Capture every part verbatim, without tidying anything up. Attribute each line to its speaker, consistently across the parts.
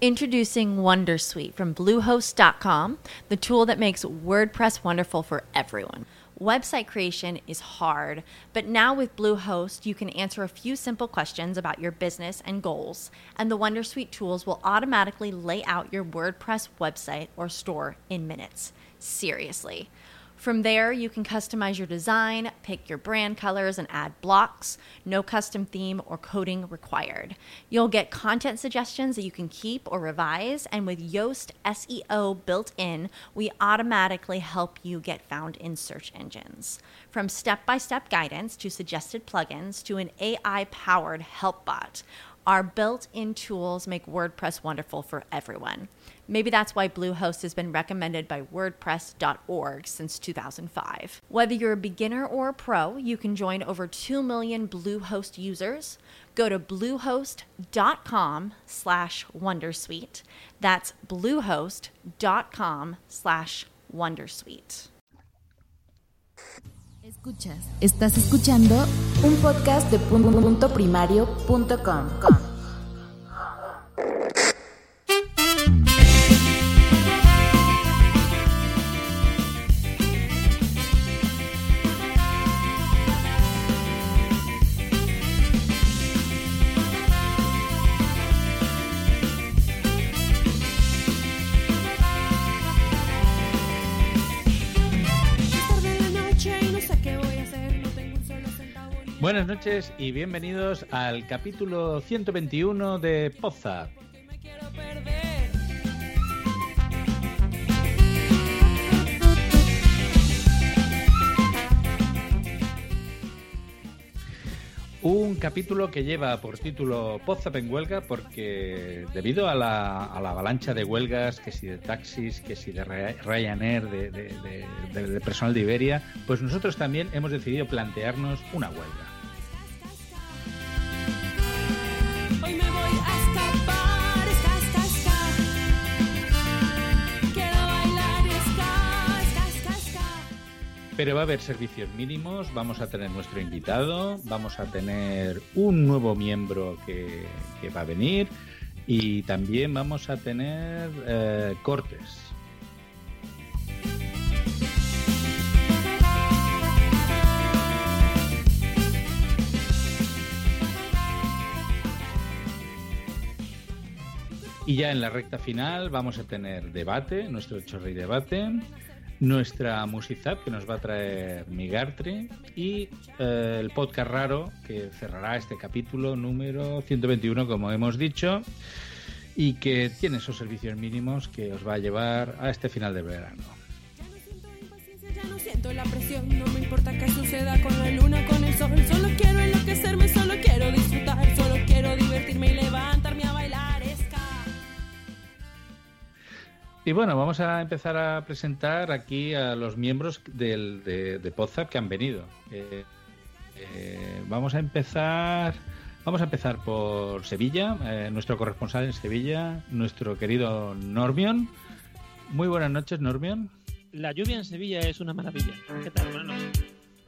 Speaker 1: Introducing Wondersuite from Bluehost dot com, the tool that makes WordPress wonderful for everyone. Website creation is hard, but now with Bluehost, you can answer a few simple questions about your business and goals, and the Wondersuite tools will automatically lay out your WordPress website or store in minutes. Seriously. From there, you can customize your design, pick your brand colors, and add blocks. No custom theme or coding required. You'll get content suggestions that you can keep or revise, and with Yoast S E O built in, we automatically help you get found in search engines. From step-by-step guidance to suggested plugins to an A I-powered help bot, our built-in tools make WordPress wonderful for everyone. Maybe that's why Bluehost has been recommended by WordPress dot org since two thousand five. Whether you're a beginner or a pro, you can join over two million Bluehost users. Go to bluehost dot com slash wondersuite. That's bluehost dot com slash wondersuite.
Speaker 2: Escuchas, estás escuchando un podcast de punto primario punto com.
Speaker 3: Buenas noches y bienvenidos al capítulo ciento veintiuno de Podzap. Un capítulo que lleva por título Podzap en huelga porque debido a la, a la avalancha de huelgas, que si de taxis, que si de Ryanair, de, de, de, de, de personal de Iberia, pues nosotros también hemos decidido plantearnos una huelga.
Speaker 4: Hoy me voy a escapar, ska, ska, ska. Quiero bailar ska, ska, ska, ska.
Speaker 3: Pero va a haber servicios mínimos, vamos a tener nuestro invitado, vamos a tener un nuevo miembro que, que va a venir y también vamos a tener eh, cortes. Y ya en la recta final vamos a tener debate, nuestro chorri debate, nuestra Musizap que nos va a traer Migartri y eh, el podcast raro que cerrará este capítulo número ciento veintiuno, como hemos dicho, y que tiene esos servicios mínimos que os va a llevar a este final de verano.
Speaker 4: Ya no siento la presión, no me importa qué suceda con la luna, con el sol. Solo quiero enloquecerme, solo quiero disfrutar, solo quiero divertirme y levantarme a bailar.
Speaker 3: Y bueno, vamos a empezar a presentar aquí a los miembros del, de, de Podzap que han venido. Eh, eh, vamos a empezar, vamos a empezar por Sevilla, eh, nuestro corresponsal en Sevilla, nuestro querido Normion. Muy buenas noches, Normion.
Speaker 5: La lluvia en Sevilla es una maravilla. ¿Qué tal? Buenas noches.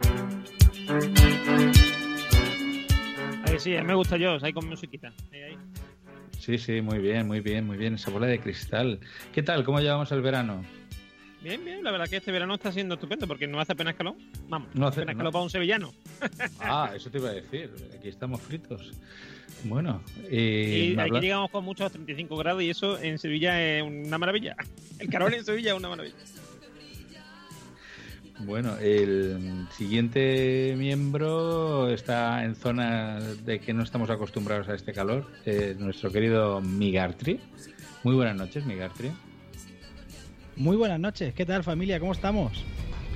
Speaker 5: A ver, sí, a mí me gusta yo, ahí con musiquita. Ahí, ahí.
Speaker 3: Sí, sí, muy bien, muy bien, muy bien. Esa bola de cristal. ¿Qué tal? ¿Cómo llevamos el verano?
Speaker 5: Bien, bien. La verdad que este verano está siendo estupendo porque no hace apenas calor. Vamos,
Speaker 3: no hace
Speaker 5: apenas
Speaker 3: no.
Speaker 5: calor para un sevillano.
Speaker 3: Ah, eso te iba a decir. Aquí estamos fritos. Bueno.
Speaker 5: Y
Speaker 3: aquí
Speaker 5: habla... llegamos con muchos treinta y cinco grados y eso en Sevilla es una maravilla. El calor en Sevilla es una maravilla.
Speaker 3: Bueno, el siguiente miembro está en zona de que no estamos acostumbrados a este calor, eh, nuestro querido Migartri. Muy buenas noches, Migartri.
Speaker 6: Muy buenas noches, ¿qué tal, familia? ¿Cómo estamos?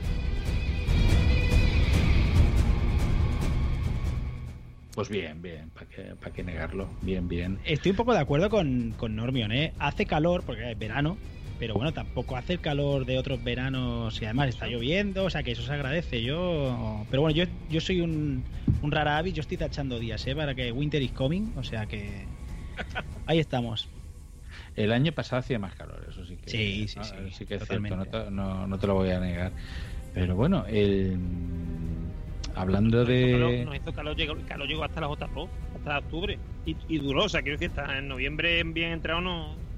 Speaker 3: Pues bien, bien, ¿para qué, para qué negarlo? Bien, bien.
Speaker 6: Estoy un poco de acuerdo con, con Normion, ¿eh? Hace calor porque es verano, pero bueno, tampoco hace el calor de otros veranos y además está lloviendo, o sea que eso se agradece. Yo, pero bueno, yo, yo soy un, un rara avis, yo estoy tachando días, ¿eh? Para que winter is coming, o sea que ahí estamos.
Speaker 3: El año pasado hacía más calor, eso sí que,
Speaker 6: sí, sí,
Speaker 3: ¿no?
Speaker 6: sí,
Speaker 3: sí que es
Speaker 6: totalmente.
Speaker 3: cierto, no te, no, no te lo voy a negar. Pero bueno, el hablando
Speaker 5: nos
Speaker 3: de...
Speaker 5: Hizo calor, nos hizo calor, llegó, calor llegó hasta la J P O, hasta octubre, y, y duró, o sea, quiero decir, hasta en noviembre bien entrado no,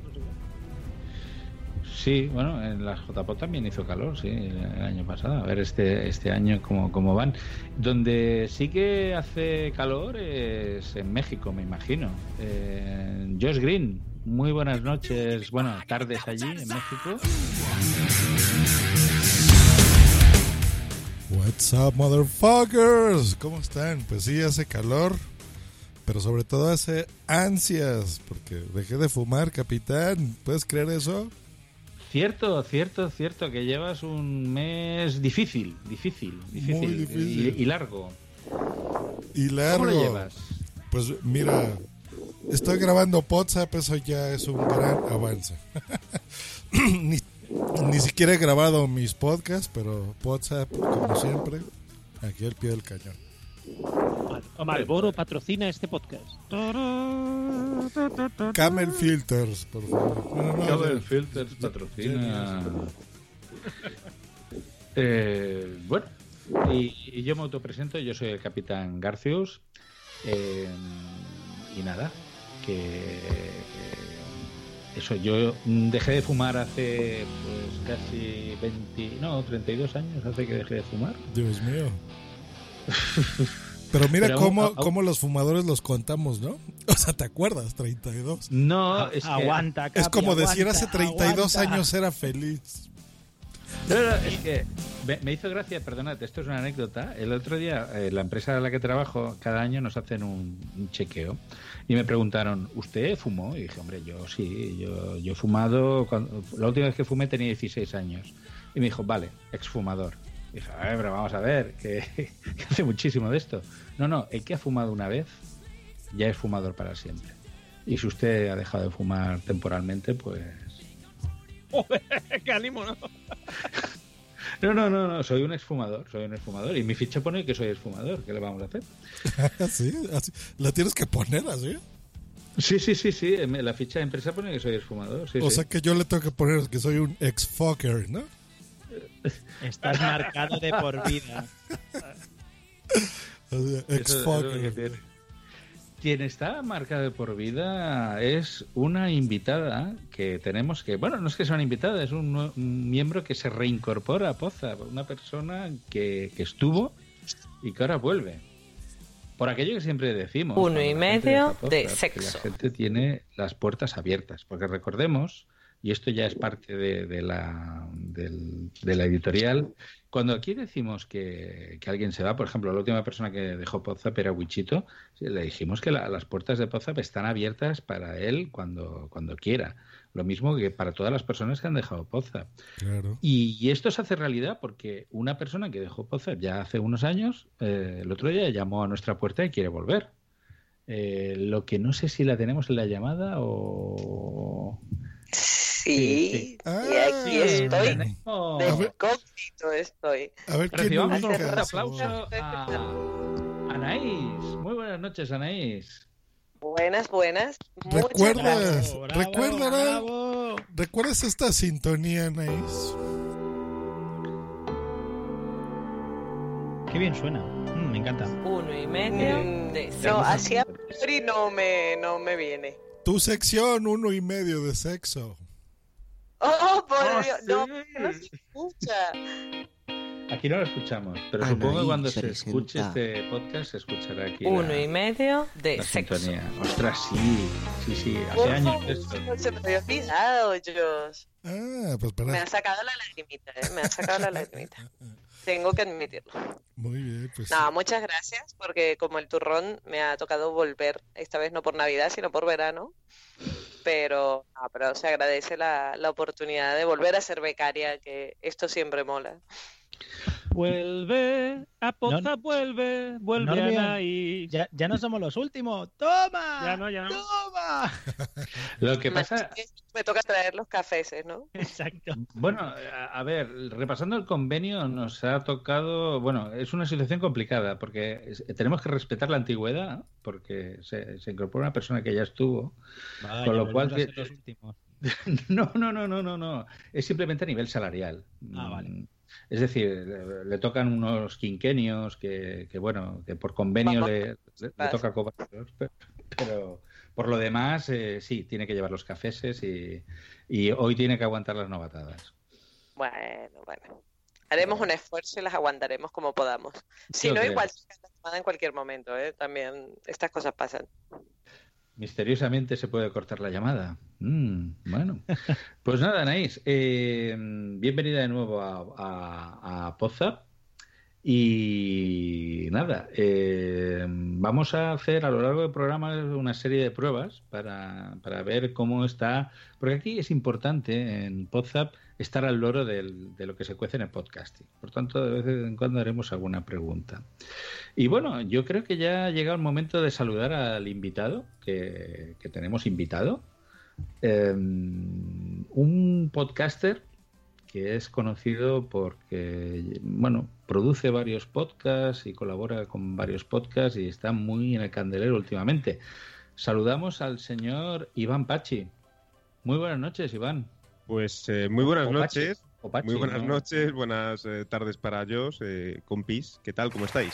Speaker 3: Sí, bueno, en la J P O también hizo calor, sí, el año pasado. A ver este este año cómo, cómo van. Donde sí que hace calor es en México, me imagino. Eh, Josh Green, muy buenas noches, bueno, tardes allí en México.
Speaker 7: What's up, motherfuckers? ¿Cómo están? Pues sí, hace calor, pero sobre todo hace ansias, porque dejé de fumar, capitán. ¿Puedes creer eso?
Speaker 3: Cierto, cierto, cierto, que llevas un mes difícil, difícil, difícil,
Speaker 7: Muy difícil.
Speaker 3: Y, y largo.
Speaker 7: Y largo.
Speaker 3: ¿Cómo lo llevas?
Speaker 7: Pues mira, estoy grabando WhatsApp, eso ya es un gran avance. ni, ni siquiera he grabado mis podcasts, pero WhatsApp, como siempre, aquí al pie del cañón.
Speaker 5: Marlboro patrocina este podcast.
Speaker 7: Camel Filters, por favor. No, no,
Speaker 3: Camel
Speaker 7: ya-
Speaker 3: Filters
Speaker 7: ya-
Speaker 3: patrocina.
Speaker 7: ya-
Speaker 3: Eh, bueno, y, y yo me autopresento, yo soy el capitán Garcius. Eh, y nada, que eh, eso, yo dejé de fumar hace pues casi veinte, no, treinta y dos años hace que dejé de fumar.
Speaker 7: Dios mío. Pero mira
Speaker 3: Pero
Speaker 7: cómo,
Speaker 3: aún- aún-
Speaker 7: cómo los fumadores los contamos, ¿no? O sea, ¿te acuerdas? treinta y dos.
Speaker 3: No, es que,
Speaker 6: Aguanta,
Speaker 7: Es
Speaker 6: Capi,
Speaker 7: como decir
Speaker 6: aguanta,
Speaker 7: hace treinta y dos
Speaker 6: aguanta.
Speaker 7: años era feliz.
Speaker 3: No, no, es que me, me hizo gracia, perdonad, esto es una anécdota. El otro día, eh, la empresa en la que trabajo, cada año nos hacen un, un chequeo y me preguntaron, ¿usted fumó? Y dije, hombre, yo sí, yo, yo he fumado, cuando, la última vez que fumé tenía dieciséis años. Y me dijo, vale, exfumador. Y dije, a ver, pero vamos a ver, que, que hace muchísimo de esto. No, no, el que ha fumado una vez ya es fumador para siempre. Y si usted ha dejado de fumar temporalmente, pues...
Speaker 5: Joder, qué ánimo, ¿no?
Speaker 3: No, no, no, no, soy un exfumador, soy un exfumador. Y mi ficha pone que soy exfumador, ¿qué le vamos a hacer?
Speaker 7: Así, así. La tienes que poner así.
Speaker 3: Sí, sí, sí, sí, en la ficha de empresa pone que soy exfumador, sí,
Speaker 7: O
Speaker 3: sí.
Speaker 7: sea que yo le tengo que poner que soy un ex-fucker, ¿no?
Speaker 6: Estás marcado de por vida.
Speaker 7: O sea,
Speaker 3: Eso- eso es lo que
Speaker 7: ex-fucker.
Speaker 3: tiene. Quien está marcada de por vida es una invitada que tenemos que, bueno, no es que sea una invitada, es un, nue- un miembro que se reincorpora a Poza, una persona que, que estuvo y que ahora vuelve. Por aquello que siempre decimos.
Speaker 8: Uno
Speaker 3: cuando
Speaker 8: y
Speaker 3: la gente
Speaker 8: medio
Speaker 3: deja Poza,
Speaker 8: de
Speaker 3: que
Speaker 8: sexo.
Speaker 3: La gente tiene las puertas abiertas, porque recordemos, y esto ya es parte de, de la, del- de la editorial, cuando aquí decimos que, que alguien se va, por ejemplo, la última persona que dejó Podzap era Wichito, sí, le dijimos que la- las puertas de Podzap están abiertas para él cuando, cuando quiera. Lo mismo que para todas las personas que han dejado Podzap.
Speaker 7: Claro.
Speaker 3: Y, y esto se hace realidad porque una persona que dejó Podzap ya hace unos años, eh, el otro día llamó a nuestra puerta y quiere volver. Eh, lo que no sé si la tenemos en la llamada o...
Speaker 8: Sí,
Speaker 3: Sí,
Speaker 7: Ah,
Speaker 8: y aquí estoy.
Speaker 3: tenemos-
Speaker 8: De
Speaker 7: A ver.
Speaker 8: incógnito estoy.
Speaker 7: A ver, ¿quién
Speaker 3: Recibamos
Speaker 7: ubica
Speaker 3: un
Speaker 8: Hace
Speaker 3: fuerte
Speaker 7: eso?
Speaker 3: aplauso a Anaís. Muy buenas noches, Anaís.
Speaker 8: Buenas, buenas. Muchas
Speaker 7: ¿Recuerdas?
Speaker 8: gracias.
Speaker 6: Bravo, bravo,
Speaker 7: ¿Recuerdas?
Speaker 6: bravo.
Speaker 7: ¿Recuerdas esta sintonía, Anaís?
Speaker 6: Qué bien suena. Mm, me encanta.
Speaker 8: Uno y medio
Speaker 7: Mm,
Speaker 8: de sexo. No, así a priori no me, no me viene.
Speaker 7: Tu sección, uno y medio de sexo.
Speaker 8: ¡Oh, por
Speaker 3: Ah,
Speaker 8: Dios!
Speaker 3: sí.
Speaker 8: No, no se escucha.
Speaker 3: Aquí no lo escuchamos, pero
Speaker 9: Anaís
Speaker 3: supongo que cuando se
Speaker 9: presenta.
Speaker 3: escuche este podcast se escuchará aquí
Speaker 8: Uno
Speaker 3: la,
Speaker 8: y medio de
Speaker 3: la
Speaker 8: sexo.
Speaker 3: sintonía. Ostras, sí, sí, sí, hace
Speaker 8: Por
Speaker 3: años de esto.
Speaker 8: favor, se me había olvidado, Josh.
Speaker 7: Ah, pues
Speaker 8: Me
Speaker 7: para.
Speaker 8: ha sacado la lagrimita, ¿eh? Me ha sacado la lagrimita. Tengo que admitirlo.
Speaker 7: Muy bien, pues.
Speaker 8: No, muchas gracias, porque como el turrón me ha tocado volver, esta vez no por Navidad, sino por verano. Pero, no, pero se agradece la, la oportunidad de volver a ser becaria, que esto siempre mola.
Speaker 5: Vuelve, a Poza,
Speaker 6: No,
Speaker 5: vuelve, vuelve
Speaker 6: Normion,
Speaker 5: a Anaís.
Speaker 6: Ya, ya no somos los últimos. ¡Toma!
Speaker 5: Ya no, ya no.
Speaker 6: ¡Toma!
Speaker 3: Lo que
Speaker 8: Me-
Speaker 3: pasa,
Speaker 8: Me toca traer los cafés, ¿no?
Speaker 6: Exacto.
Speaker 3: bueno, a, a ver, repasando el convenio nos ha tocado, bueno, es una situación complicada porque es- tenemos que respetar la antigüedad porque se, se incorpora una persona que ya estuvo.
Speaker 6: Vaya,
Speaker 3: Con lo
Speaker 6: volvemos
Speaker 3: cual
Speaker 6: a
Speaker 3: que-
Speaker 6: ser los últimos.
Speaker 3: No, no, no, no, no, no. Es simplemente a nivel salarial.
Speaker 6: Ah, vale.
Speaker 3: Mm, Es decir, le, le tocan unos quinquenios que, que, bueno, que por convenio
Speaker 8: Vamos.
Speaker 3: le, le- le toca cobrar, pero, pero Por lo demás, eh, sí, tiene que llevar los cafeses y, y hoy tiene que aguantar las novatadas.
Speaker 8: Bueno, bueno. Haremos un esfuerzo y las aguantaremos como podamos. Si
Speaker 3: Yo
Speaker 8: no,
Speaker 3: creo.
Speaker 8: igual se cae la llamada en cualquier momento, ¿eh? También estas cosas pasan.
Speaker 3: Misteriosamente se puede cortar la llamada. Mm, bueno, pues nada, Anaís, eh, bienvenida de nuevo a, a, a Podzap. Y nada, eh, vamos a hacer a lo largo del programa una serie de pruebas para, para ver cómo está, porque aquí es importante en Podzap estar al loro del, de lo que se cuece en el podcasting. Por tanto, de vez en cuando haremos alguna pregunta. Y bueno, yo creo que ya ha llegado el momento de saludar al invitado, que, que tenemos invitado, eh, un podcaster que es conocido porque, bueno, produce varios podcasts y colabora con varios podcasts y está muy en el candelero últimamente. Saludamos al señor Iván Pachi. Muy buenas noches, Iván.
Speaker 9: Pues eh, muy buenas
Speaker 3: O Pachi,
Speaker 9: noches.
Speaker 3: o Pachi,
Speaker 9: muy buenas
Speaker 3: ¿no?
Speaker 9: noches, buenas eh, tardes para ellos, eh, compis. ¿Qué tal? ¿Cómo estáis?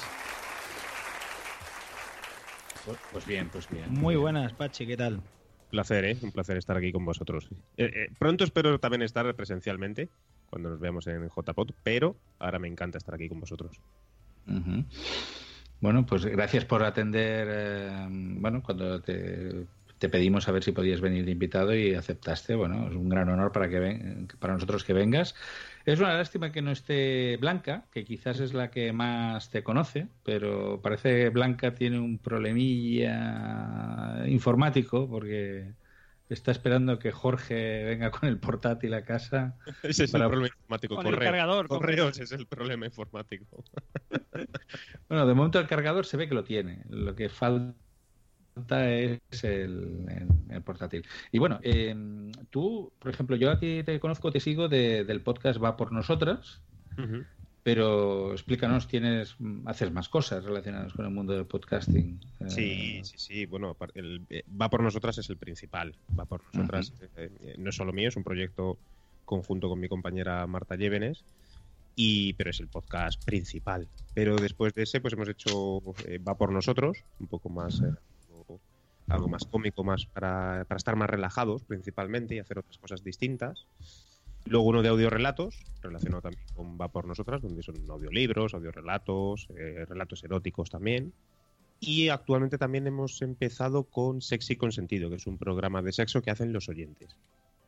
Speaker 3: Pues, pues bien, pues bien.
Speaker 6: Muy buenas, Pachi, ¿qué tal?
Speaker 9: Un placer, ¿eh? Un placer estar aquí con vosotros. Eh, eh, pronto espero también estar presencialmente, cuando nos veamos en J P O D, pero ahora me encanta estar aquí con vosotros.
Speaker 3: Uh-huh. Bueno, pues gracias por atender. Eh, bueno, cuando te, te pedimos a ver si podías venir de invitado y aceptaste. Bueno, es un gran honor para que ven, para nosotros que vengas. Es una lástima que no esté Blanca, que quizás es la que más te conoce, pero parece que Blanca tiene un problemilla informático porque está esperando que Jorge venga con el portátil a casa.
Speaker 9: Ese es
Speaker 3: para...
Speaker 9: el problema informático.
Speaker 5: Con el
Speaker 9: Correo.
Speaker 5: cargador, con-
Speaker 9: Correos es el problema informático.
Speaker 3: Bueno, de momento el cargador se ve que lo tiene. Lo que falta es el, el, el portátil. Y bueno, eh, tú, por ejemplo, yo a ti te conozco, te sigo de, del podcast Va por Nosotras,
Speaker 9: Uh-huh.
Speaker 3: pero explícanos, tienes, haces más cosas relacionadas con el mundo del podcasting. Eh,
Speaker 9: Sí, sí, sí. Bueno, apar- el, eh, Va por Nosotras es el principal. Va por Nosotras eh, eh, no es solo mío, es un proyecto conjunto con mi compañera Marta Llévenes, y, pero es el podcast principal. Pero después de ese, pues hemos hecho eh, Va por Nosotros, un poco más, eh, algo, algo más cómico, más para, para estar más relajados principalmente y hacer otras cosas distintas. Luego uno de audiorelatos, relacionado también con Va por Nosotras, donde son audiolibros, audiorelatos, eh, relatos eróticos también. Y actualmente también hemos empezado con Sexy Consentido, que es un programa de sexo que hacen los oyentes.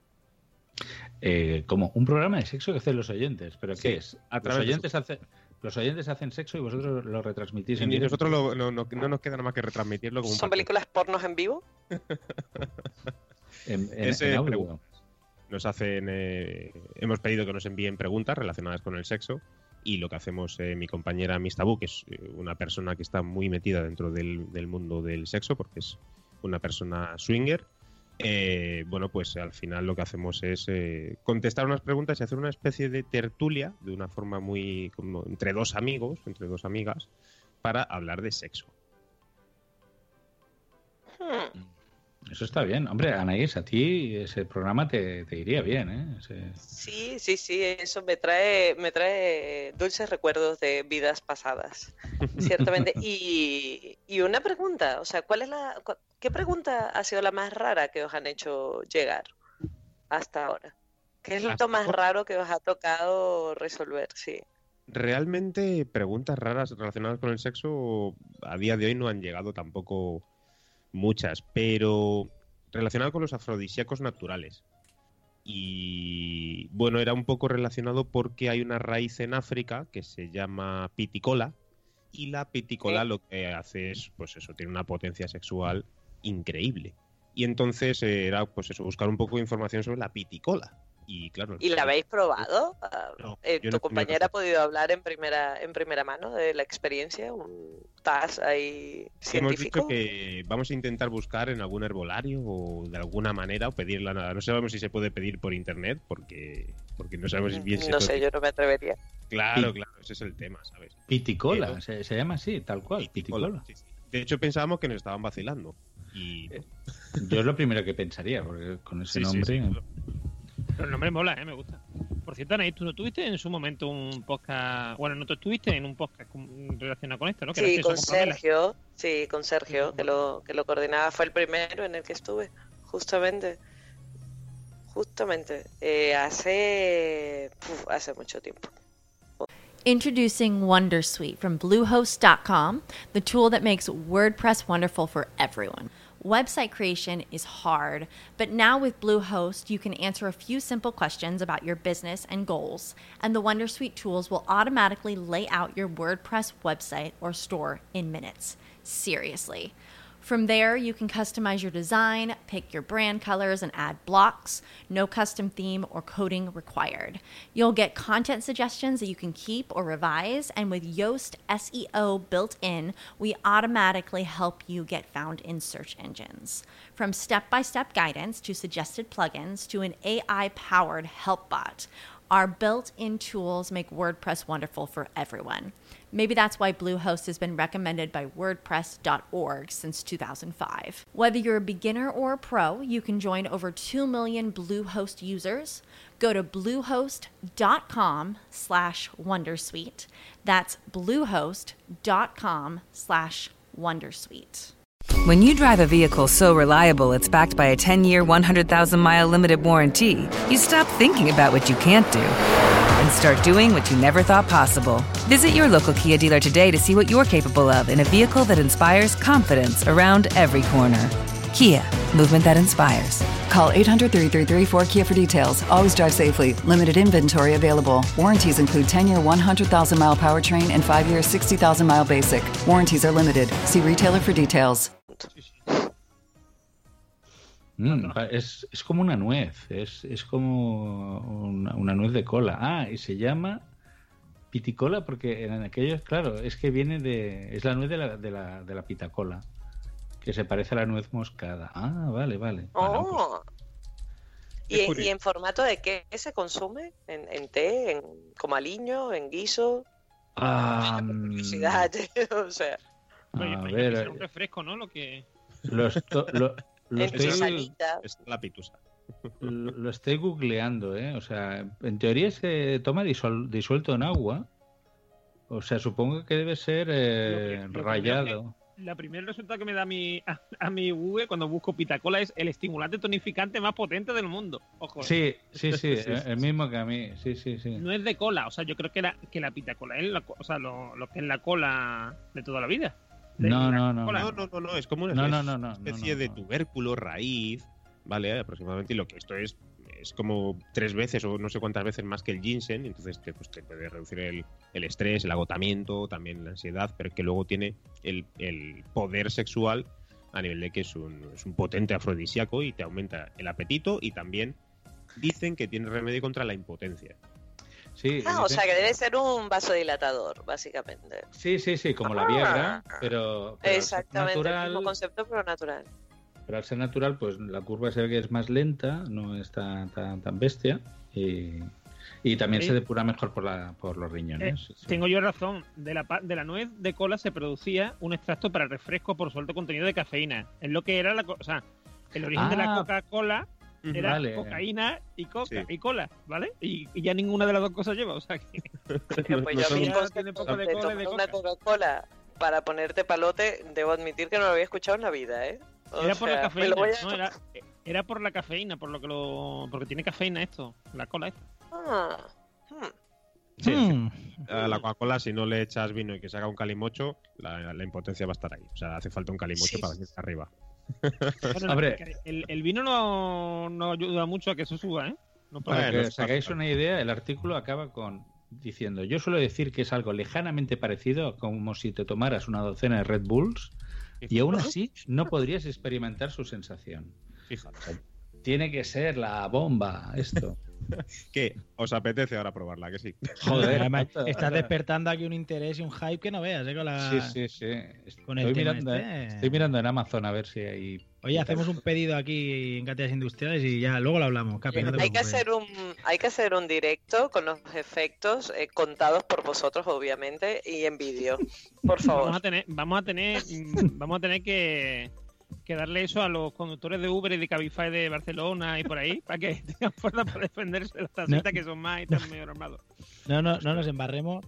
Speaker 3: eh, como un programa de sexo que hacen los oyentes. ¿Pero
Speaker 9: Sí,
Speaker 3: qué es?
Speaker 9: a
Speaker 3: Los
Speaker 9: través de
Speaker 3: oyentes, hace- los oyentes hacen sexo y vosotros lo retransmitís en
Speaker 9: Y
Speaker 3: directo.
Speaker 9: nosotros lo- no, no- no nos queda nada más que retransmitirlo como un
Speaker 8: ¿Son
Speaker 9: partido.
Speaker 8: películas pornos en vivo?
Speaker 3: en, en-
Speaker 9: Ese
Speaker 3: en audio.
Speaker 9: pregunta. Nos hacen, eh, hemos pedido que nos envíen preguntas relacionadas con el sexo, y lo que hacemos eh, mi compañera Mistabu, que es eh, una persona que está muy metida dentro del, del mundo del sexo, porque es una persona swinger, eh, bueno, pues al final lo que hacemos es eh, contestar unas preguntas y hacer una especie de tertulia de una forma muy como entre dos amigos, entre dos amigas, para hablar de sexo.
Speaker 8: Hmm.
Speaker 3: Eso está bien. Hombre, Anaís, a ti ese programa te, te iría bien, ¿eh? Ese-
Speaker 8: Sí, sí, sí, eso me trae, me trae dulces recuerdos de vidas pasadas, ciertamente. Y, y una pregunta, o sea, ¿cuál es la, cu- qué pregunta ha sido la más rara que os han hecho llegar hasta ahora? ¿Qué es
Speaker 9: Hasta
Speaker 8: lo más
Speaker 9: ahora.
Speaker 8: raro que os ha tocado resolver? Sí.
Speaker 9: Realmente preguntas raras relacionadas con el sexo a día de hoy no han llegado tampoco muchas, pero relacionado con los afrodisíacos naturales. Y bueno, era un poco relacionado porque hay una raíz en África que se llama piticola, y la piticola
Speaker 8: Sí.
Speaker 9: lo que hace es, pues eso, tiene una potencia sexual increíble. Y entonces eh, era pues eso, buscar un poco de información sobre la piticola. Y claro,
Speaker 8: ¿Y la habéis probado? Ah,
Speaker 9: No,
Speaker 8: eh,
Speaker 9: yo
Speaker 8: ¿Tu
Speaker 9: no he tenido
Speaker 8: compañera ha
Speaker 9: que-
Speaker 8: podido hablar en primera, en primera mano de la experiencia? ¿Un T A S ahí
Speaker 9: Hemos
Speaker 8: científico?
Speaker 9: dicho que vamos a intentar buscar en algún herbolario o de alguna manera o pedirla. No sabemos si se puede pedir por internet porque porque no sabemos si bien se
Speaker 8: No
Speaker 9: puede
Speaker 8: sé, yo no me atrevería.
Speaker 9: Claro,
Speaker 3: Sí.
Speaker 9: claro, ese es el tema, ¿sabes?
Speaker 3: Piticola,
Speaker 9: Pero-
Speaker 3: se, se llama así, tal cual,
Speaker 9: Piticola,
Speaker 3: piticola.
Speaker 9: sí, sí. De hecho, pensábamos que nos estaban vacilando. Y
Speaker 3: Eh, Yo es lo primero que pensaría, porque con ese
Speaker 9: sí, sí,
Speaker 3: nombre...
Speaker 9: sí.
Speaker 5: Pero el nombre mola, ¿eh? Me gusta. Por cierto, Anaís, ¿tú no tuviste en su momento un podcast... Bueno, no tú estuviste en un podcast con- relacionado con esto, ¿no? Que era
Speaker 8: Sí,
Speaker 5: acceso
Speaker 8: con
Speaker 5: con Pamela.
Speaker 8: Sergio, sí, con Sergio, que lo, que lo coordinaba, fue el primero en el que estuve, justamente. Justamente, eh, hace, puf, hace mucho tiempo.
Speaker 1: Introducing Wondersuite from Bluehost dot com, the tool that makes WordPress wonderful for everyone. Website creation is hard, but now with Bluehost, you can answer a few simple questions about your business and goals, and the Wondersuite tools will automatically lay out your WordPress website or store in minutes. Seriously. From there, you can customize your design, pick your brand colors, and add blocks. No custom theme or coding required. You'll get content suggestions that you can keep or revise, and with Yoast S E O built in, we automatically help you get found in search engines. From step-by-step guidance to suggested plugins to an A I-powered help bot, our built-in tools make WordPress wonderful for everyone. Maybe that's why Bluehost has been recommended by WordPress dot org since two thousand five. Whether you're a beginner or a pro, you can join over two million Bluehost users. Go to bluehost.com slash Wondersuite. That's bluehost.com slash Wondersuite.
Speaker 10: When you drive a vehicle so reliable it's backed by a ten-year, one hundred thousand mile limited warranty, you stop thinking about what you can't do and start doing what you never thought possible. Visit your local Kia dealer today to see what you're capable of in a vehicle that inspires confidence around every corner. Kia, movement that inspires.
Speaker 11: Call eight hundred, three three three, four K I A for details. Always drive safely. Limited inventory available. Warranties include ten-year, one hundred thousand mile powertrain and five-year, sixty thousand mile basic. Warranties are limited. See retailer for details.
Speaker 3: Mm, es, es como una nuez, es, es como una, una nuez de cola. Ah, y se llama piticola porque en aquellos, claro, es que viene de... Es la nuez de la, de la, de la pitacola, que se parece a la nuez moscada. Ah, vale, vale.
Speaker 8: Oh.
Speaker 3: Bueno, pues,
Speaker 8: ¿Y, en, ¿Y en formato de qué se consume? ¿En, en té? ¿En, como aliño? ¿En guiso?
Speaker 3: Ah,
Speaker 8: curiosidad, o sea...
Speaker 5: Bueno,
Speaker 3: a
Speaker 5: yo
Speaker 3: ver,
Speaker 5: que sea un refresco, ¿no? Lo que...
Speaker 3: Lo, esto, lo, lo
Speaker 8: En tu
Speaker 3: estoy...
Speaker 8: salita.
Speaker 9: Es la pitusa.
Speaker 3: Lo, lo estoy googleando, ¿eh? O sea, en teoría se toma disuel- disuelto en agua. O sea, supongo que debe ser eh,
Speaker 5: Lo que- lo
Speaker 3: rallado.
Speaker 5: que- La primer resultado que me da mi, a, a mi Google cuando busco pitacola es el estimulante tonificante más potente del mundo. Ojo.
Speaker 3: Sí, sí, sí,
Speaker 9: Sí, sí,
Speaker 3: el
Speaker 9: sí.
Speaker 3: el mismo que a mí. Sí, sí, sí.
Speaker 5: No es de cola, o sea, yo creo que la, que la pitacola es la, co- o sea, lo, lo que es la cola de toda la vida. De
Speaker 3: No,
Speaker 5: la
Speaker 3: no, no,
Speaker 5: cola.
Speaker 9: No, no, no, no, es como una
Speaker 3: No, no,
Speaker 9: es
Speaker 3: no, no,
Speaker 9: una especie
Speaker 3: no, no,
Speaker 9: de
Speaker 3: no.
Speaker 9: tubérculo, raíz, ¿vale? Aproximadamente, y lo que esto es es como tres veces o no sé cuántas veces más que el ginseng, entonces te, pues, te puede reducir el, el estrés, el agotamiento, también la ansiedad, pero que luego tiene el, el poder sexual a nivel de que es un, es un potente afrodisíaco y te aumenta el apetito y también dicen que tiene remedio contra la impotencia.
Speaker 3: Sí,
Speaker 8: Ah, o
Speaker 3: dicen-
Speaker 8: sea que debe ser un vasodilatador, básicamente.
Speaker 3: sí, sí, sí, como la
Speaker 8: Ah.
Speaker 3: Viagra, pero, pero al ser
Speaker 8: Exactamente, el
Speaker 3: natural,
Speaker 8: mismo concepto, pero natural.
Speaker 3: pero al ser natural, pues la curva se ve que es más lenta, no es tan, tan, tan bestia y, y también
Speaker 5: Sí.
Speaker 3: se depura mejor por, la, por los
Speaker 5: Eh,
Speaker 3: riñones. Sí.
Speaker 5: tengo yo razón. De la, pa- de la nuez de cola se producía un extracto para refresco por su alto contenido de cafeína. Es lo que era la... co- O sea, el origen de la
Speaker 3: Ah.
Speaker 5: Coca-Cola era
Speaker 3: Vale.
Speaker 5: cocaína y coca
Speaker 9: Sí.
Speaker 5: y cola, ¿vale? Y, y ya ninguna de las dos cosas lleva, o sea que...
Speaker 8: Pero pues
Speaker 9: No
Speaker 8: yo a mí el
Speaker 5: son-
Speaker 8: concepto
Speaker 5: tiene poco de
Speaker 8: de
Speaker 5: cola y de
Speaker 8: tomar una
Speaker 5: coca.
Speaker 8: Coca-Cola para ponerte palote, debo admitir que no lo había escuchado en la vida, ¿eh? O
Speaker 5: Era por la
Speaker 8: sea, me
Speaker 5: cafeína,
Speaker 8: lo voy a-
Speaker 5: no, era, era por la cafeína, por lo que lo... Porque tiene cafeína esto, la cola esta.
Speaker 8: Ah, hmm.
Speaker 9: Sí,
Speaker 6: Hmm.
Speaker 9: a la Coca-Cola, si no le echas vino y que se haga un calimocho, la, la impotencia va a estar ahí. O sea, hace falta un calimocho
Speaker 8: Sí.
Speaker 9: para venirse arriba.
Speaker 5: Bueno,
Speaker 3: Hombre.
Speaker 5: el, el vino no, no ayuda mucho a que eso suba, ¿eh? No pasa
Speaker 3: Para
Speaker 9: Bueno,
Speaker 3: que
Speaker 9: está
Speaker 3: os hagáis
Speaker 9: fácil.
Speaker 3: una idea, el artículo acaba con diciendo: yo suelo decir que es algo lejanamente parecido a como si te tomaras una docena de Red Bulls y aún así no podrías experimentar su sensación.
Speaker 9: Fíjate.
Speaker 3: Tiene que ser la bomba esto.
Speaker 9: ¿Qué? ¿Os apetece ahora probarla? Que sí.
Speaker 3: Joder.
Speaker 6: Además,
Speaker 3: tanto,
Speaker 6: estás
Speaker 3: o sea,
Speaker 6: despertando aquí un interés y un hype que no veas, ¿eh? Con la...
Speaker 3: Sí, sí, sí.
Speaker 6: Con el
Speaker 3: Estoy
Speaker 6: tema
Speaker 3: mirando,
Speaker 6: este.
Speaker 3: eh. Estoy mirando en Amazon a ver si hay.
Speaker 6: Oye, hacemos un pedido aquí en Cáteras Industriales y ya luego lo hablamos. Capi, no te
Speaker 8: Hay que
Speaker 6: preocupes.
Speaker 8: hacer un hay que hacer un directo con los efectos eh, contados por vosotros, obviamente, y en vídeo. Por
Speaker 5: Vamos
Speaker 8: favor.
Speaker 5: a tener, vamos a tener, mm, vamos a tener que, que darle eso a los conductores de Uber y de Cabify de Barcelona y por ahí, para que tengan fuerza para defenderse de las tacitas
Speaker 6: No.
Speaker 5: que son más y están medio armados.
Speaker 6: No, no, no nos embarremos.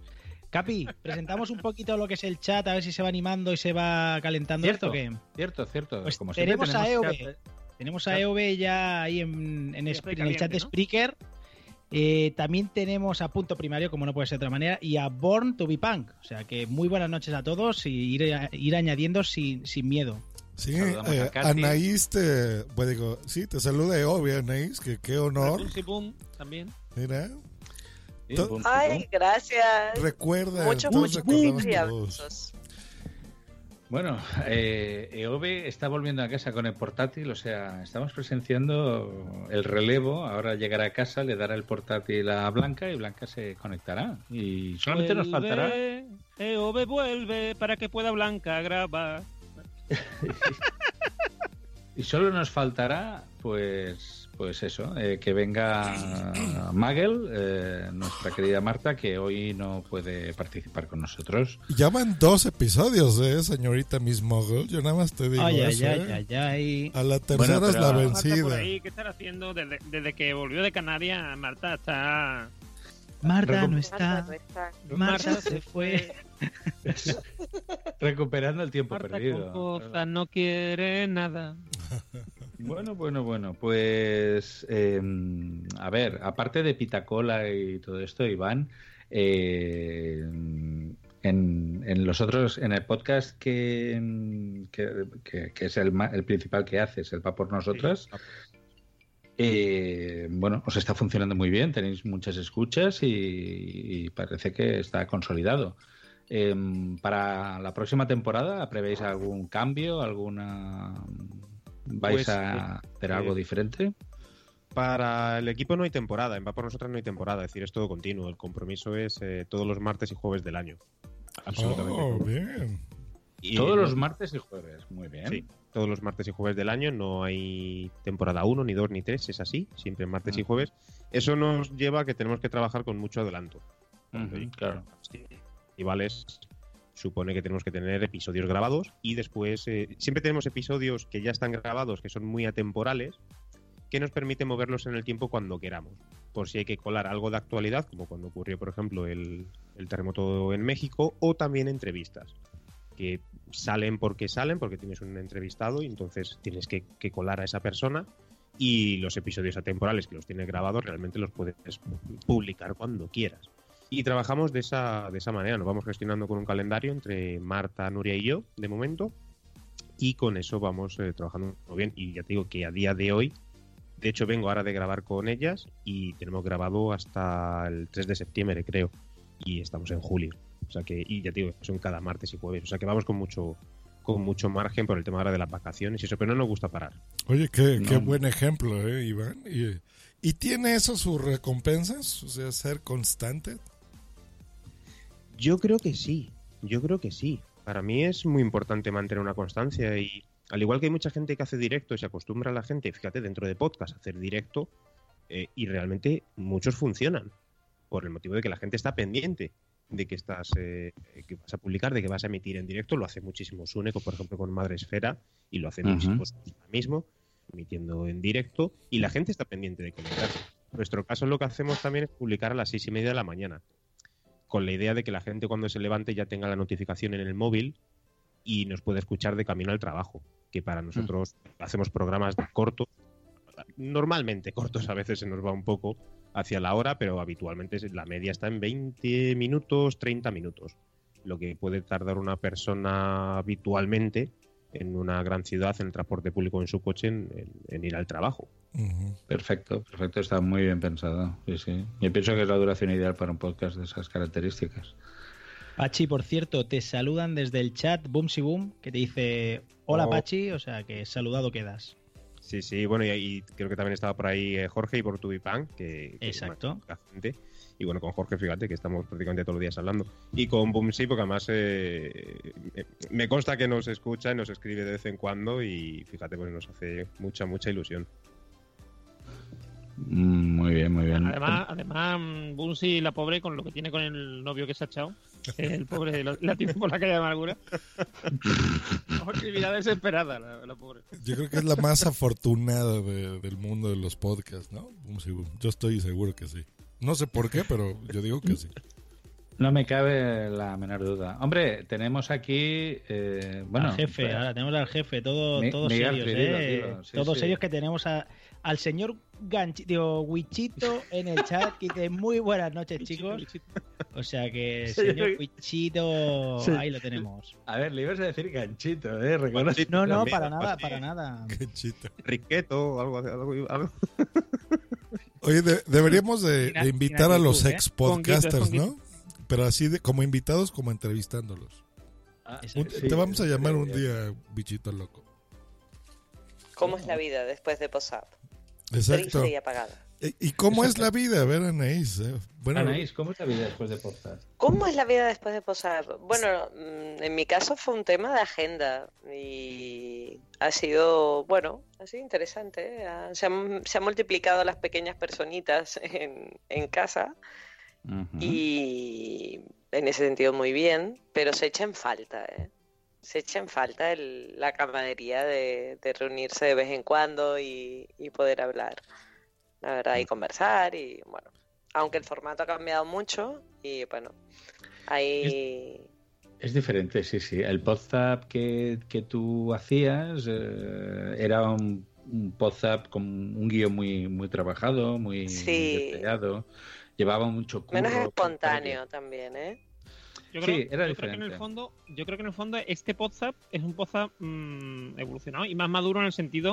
Speaker 6: Capi, presentamos un poquito lo que es el chat, a ver si se va animando y se va calentando
Speaker 3: Cierto,
Speaker 6: esto. ¿Qué?
Speaker 3: cierto, cierto.
Speaker 6: Pues
Speaker 3: Como siempre,
Speaker 6: tenemos, a E O B.
Speaker 3: chat-
Speaker 6: Tenemos a E O B ya ahí en, en,
Speaker 5: Ya
Speaker 6: Sp-
Speaker 5: está
Speaker 6: en el
Speaker 5: caliente,
Speaker 6: chat de
Speaker 5: ¿no?
Speaker 6: Spreaker. Eh, también tenemos a Punto Primario, como no puede ser de otra manera, y a Born to be Punk. O sea que muy buenas noches a todos y ir, ir añadiendo sin, sin miedo.
Speaker 7: Sí,
Speaker 3: Saludamos
Speaker 7: eh,
Speaker 3: a Katy.
Speaker 7: Anaís te, pues digo, sí, te saluda obvio, Anaís, que qué honor.
Speaker 5: Pum, sí, pum, también.
Speaker 7: Mira,
Speaker 3: Sí,
Speaker 7: To-
Speaker 3: pum,
Speaker 8: Ay,
Speaker 3: pum.
Speaker 8: gracias.
Speaker 7: recuerda,
Speaker 8: Mucho,
Speaker 7: todos
Speaker 8: mucho,
Speaker 7: recordamos
Speaker 8: y
Speaker 7: tu voz.
Speaker 8: abrazos.
Speaker 3: Bueno, eh, E O B está volviendo a casa con el portátil, o sea, estamos presenciando el relevo. Ahora llegará a casa, le dará el portátil a Blanca y Blanca se conectará. Y solamente nos faltará.
Speaker 5: E O B vuelve para que pueda Blanca grabar.
Speaker 3: Y solo nos faltará, pues, pues eso, eh, que venga Magel, eh, nuestra querida Marta, que hoy no puede participar con nosotros.
Speaker 7: Ya van dos episodios, eh, señorita Miss Mogul. Yo nada más te digo
Speaker 6: Ay, ay,
Speaker 7: eso,
Speaker 6: ay,
Speaker 7: eh.
Speaker 6: ay, ay.
Speaker 7: A la tercera
Speaker 3: Bueno,
Speaker 7: es
Speaker 3: pero-
Speaker 7: la
Speaker 5: Marta por
Speaker 7: vencida.
Speaker 5: ahí, ¿qué estará haciendo? Desde, desde que volvió de Canarias, Marta está...
Speaker 6: Marta no
Speaker 8: Marta
Speaker 6: está.
Speaker 8: no está.
Speaker 6: Marta se fue.
Speaker 3: Recuperando el tiempo
Speaker 5: Marta
Speaker 3: perdido.
Speaker 5: con cosas no quiere nada.
Speaker 3: Bueno, bueno, bueno, pues eh, a ver, aparte de Pitacola y todo esto, Iván, eh, en, en los otros, en el podcast que, que, que- que es el, ma- el principal que haces, el Va por Nosotras, eh, bueno, os está funcionando muy bien, tenéis muchas escuchas y, y parece que está consolidado. Eh, para la próxima temporada, ¿prevéis algún cambio, alguna... ¿Vais
Speaker 9: Pues,
Speaker 3: a hacer algo
Speaker 9: eh,
Speaker 3: diferente?
Speaker 9: Para el equipo no hay temporada, en Va por Nosotras no hay temporada, es decir, es todo continuo. El compromiso es eh, todos los martes y jueves del año. Absolutamente.
Speaker 7: Oh,
Speaker 9: todo.
Speaker 7: bien.
Speaker 9: Y
Speaker 3: Todos
Speaker 9: no-
Speaker 3: los martes y jueves, muy bien.
Speaker 9: Sí, todos los martes y jueves del año, no hay temporada uno, ni dos, ni tres, es así, siempre martes y
Speaker 3: Ujú.
Speaker 9: jueves. Eso nos lleva a que tenemos que trabajar con mucho adelanto.
Speaker 3: Ujú, claro.
Speaker 9: Festivales supone que tenemos que tener episodios grabados y después eh, siempre tenemos episodios que ya están grabados, que son muy atemporales, que nos permite moverlos en el tiempo cuando queramos. Por si hay que colar algo de actualidad, como cuando ocurrió, por ejemplo, el, el terremoto en México, o también entrevistas, que salen porque salen, porque tienes un entrevistado y entonces tienes que, que colar a esa persona, y los episodios atemporales que los tienes grabados realmente los puedes publicar cuando quieras. Y trabajamos de esa, de esa manera, nos vamos gestionando con un calendario entre Marta, Nuria y yo, de momento, y con eso vamos eh, trabajando muy bien. Y ya te digo que a día de hoy, de hecho vengo ahora de grabar con ellas y tenemos grabado hasta el tres de septiembre, creo, y estamos en julio. O sea que, y ya te digo, son cada martes y jueves, o sea que vamos con mucho con mucho margen por el tema ahora de las vacaciones y eso, pero no nos gusta parar.
Speaker 7: Oye, qué,
Speaker 3: No.
Speaker 7: qué buen ejemplo, eh, Iván. Y, ¿Y tiene eso sus recompensas? O sea, ser constante.
Speaker 9: Yo creo que sí, yo creo que sí. Para mí es muy importante mantener una constancia y al igual que hay mucha gente que hace directo y se acostumbra a la gente, fíjate, dentro de podcast, a hacer directo eh, y realmente muchos funcionan por el motivo de que la gente está pendiente de que estás eh, que vas a publicar, de que vas a emitir en directo. Lo hace muchísimo Sune, por ejemplo, con Madre Esfera, y lo hace
Speaker 3: Ujú.
Speaker 9: muchísimo Sune ahora mismo, emitiendo en directo, y la gente está pendiente de comentar. En nuestro caso, lo que hacemos también es publicar a las seis y media de la mañana, con la idea de que la gente cuando se levante ya tenga la notificación en el móvil y nos puede escuchar de camino al trabajo, que para nosotros hacemos programas cortos, normalmente cortos, a veces se nos va un poco hacia la hora, pero habitualmente la media está en veinte minutos, treinta minutos, lo que puede tardar una persona habitualmente en una gran ciudad, en el transporte público, en su coche, en, en- en ir al trabajo.
Speaker 7: Ujú.
Speaker 3: Perfecto, perfecto, está muy bien pensado. Sí, sí. Yo pienso que es la duración ideal para un podcast de esas características.
Speaker 6: Pachi, por cierto, te saludan desde el chat Boomsy Boom, que te dice hola
Speaker 9: Oh.
Speaker 6: Pachi, o sea que saludado quedas.
Speaker 9: Sí, sí, bueno, y, y creo que también estaba por ahí eh, Jorge y por Tubipán, que, que
Speaker 6: Exacto.
Speaker 9: la gente. Y bueno, con Jorge, fíjate que estamos prácticamente todos los días hablando. Y con Boomsy, porque además eh, eh, me consta que nos escucha y nos escribe de vez en cuando y fíjate, pues nos hace mucha, mucha ilusión.
Speaker 3: Mm, Muy bien, muy bien.
Speaker 5: Además, además Bunsi, la pobre, con lo que tiene con el novio que se ha echado, el pobre lo- la tiene por la calle de amargura. Actividad desesperada, la, la pobre.
Speaker 7: Yo creo que es la más afortunada de- del mundo de los podcasts, ¿no? Boom, sí, boom. Yo estoy seguro que sí. No sé por qué, pero yo digo que sí.
Speaker 3: No me cabe la menor duda. Hombre, tenemos aquí... Eh, bueno,
Speaker 6: al jefe,
Speaker 3: pues,
Speaker 6: ahora tenemos al jefe, todo,
Speaker 3: Mi,
Speaker 6: todos
Speaker 3: Miguel,
Speaker 6: serios,
Speaker 3: sí,
Speaker 6: ¿eh?
Speaker 3: dilo, dilo. Sí,
Speaker 6: todos
Speaker 3: sí.
Speaker 6: serios que tenemos a, al señor Ganchi, digo, Wichito en el chat, que dice muy buenas noches, chicos. O sea que, señor Wichito,
Speaker 3: Sí.
Speaker 6: ahí lo tenemos.
Speaker 3: A ver, le ibas a decir ganchito, ¿eh? Reconoce-
Speaker 6: No, no,
Speaker 9: También,
Speaker 6: para nada,
Speaker 9: así.
Speaker 6: para nada.
Speaker 7: Ganchito.
Speaker 9: Riqueto, algo, algo, algo.
Speaker 7: Oye, de- deberíamos de,
Speaker 6: Sin a-
Speaker 7: de
Speaker 6: sin
Speaker 7: invitar a los
Speaker 6: actitud, ¿eh?
Speaker 7: ex podcasters,
Speaker 5: Conguito,
Speaker 7: ¿no? Pero así de, como invitados, como entrevistándolos.
Speaker 3: Ah,
Speaker 7: Un-
Speaker 3: sí,
Speaker 7: te vamos a
Speaker 3: sí,
Speaker 7: llamar
Speaker 3: sí,
Speaker 7: un
Speaker 3: sí.
Speaker 7: día, bichito loco.
Speaker 8: ¿Cómo es la vida después de Post-Up?
Speaker 7: Exacto.
Speaker 8: Triste y apagada.
Speaker 7: ¿Y y cómo es la vida? A ver, Anaís. eh. Bueno,
Speaker 3: Anaís, ¿cómo es la vida después de podcast?
Speaker 8: ¿Cómo es la vida después de Post-Up? Bueno, mm, en mi caso fue un tema de agenda y ha sido, bueno, ha sido interesante. ¿eh? Ha- Se han, se han multiplicado las pequeñas personitas en, en casa
Speaker 3: Ujú.
Speaker 8: y en ese sentido muy bien, pero se echa en falta, ¿eh? Se echa en falta el- la camaradería de, de reunirse de vez en cuando y, y poder hablar, la verdad, y conversar y bueno, aunque el formato ha cambiado mucho y bueno, ahí...
Speaker 3: Es diferente, sí, sí. El podcast que, que tú hacías eh, era un, un podcast con un guión muy, muy trabajado, muy,
Speaker 8: Sí.
Speaker 3: muy detallado. Llevaba mucho curro.
Speaker 8: Menos espontáneo también, ¿eh?
Speaker 5: Yo
Speaker 3: Sí,
Speaker 5: creo,
Speaker 3: era
Speaker 5: yo creo que en
Speaker 3: diferente.
Speaker 5: el fondo, yo creo que en el fondo este WhatsApp es un WhatsApp mmm, evolucionado y más maduro en el sentido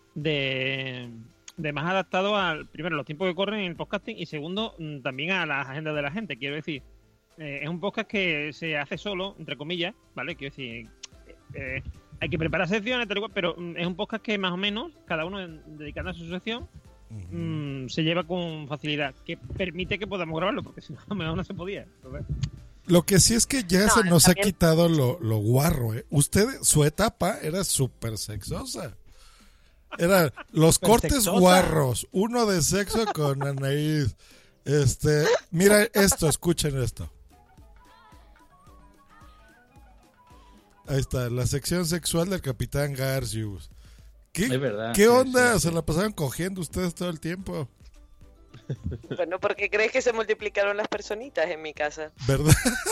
Speaker 5: de, de más adaptado al primero los tiempos que corren en el podcasting y segundo mm, también a las agendas de la gente. Quiero decir, eh, es un podcast que se hace solo, entre comillas, ¿vale? Quiero decir, eh, hay que preparar secciones, tal y cual, pero mm, es un podcast que más o menos cada uno en- dedicando a su sección mm, se lleva con facilidad, que permite que podamos grabarlo, porque si no, a lo mejor no se podía. Entonces,
Speaker 7: lo que sí es que ya
Speaker 8: No,
Speaker 7: se nos
Speaker 8: también-
Speaker 7: ha quitado lo, lo guarro, ¿eh? Usted, su etapa era súper sexosa. Era los
Speaker 6: Súper
Speaker 7: cortes
Speaker 6: sexosa.
Speaker 7: guarros, uno de sexo con Anaís. Este, mira esto, escuchen esto. Ahí está, la sección sexual del Capitán Garcius. ¿Qué,
Speaker 3: Es verdad,
Speaker 7: ¿qué
Speaker 3: sí,
Speaker 7: onda?
Speaker 3: sí,
Speaker 7: Se
Speaker 3: sí.
Speaker 7: la pasaban cogiendo ustedes todo el tiempo,
Speaker 8: Bueno, porque crees que se multiplicaron las personitas en mi casa.
Speaker 7: ¿verdad?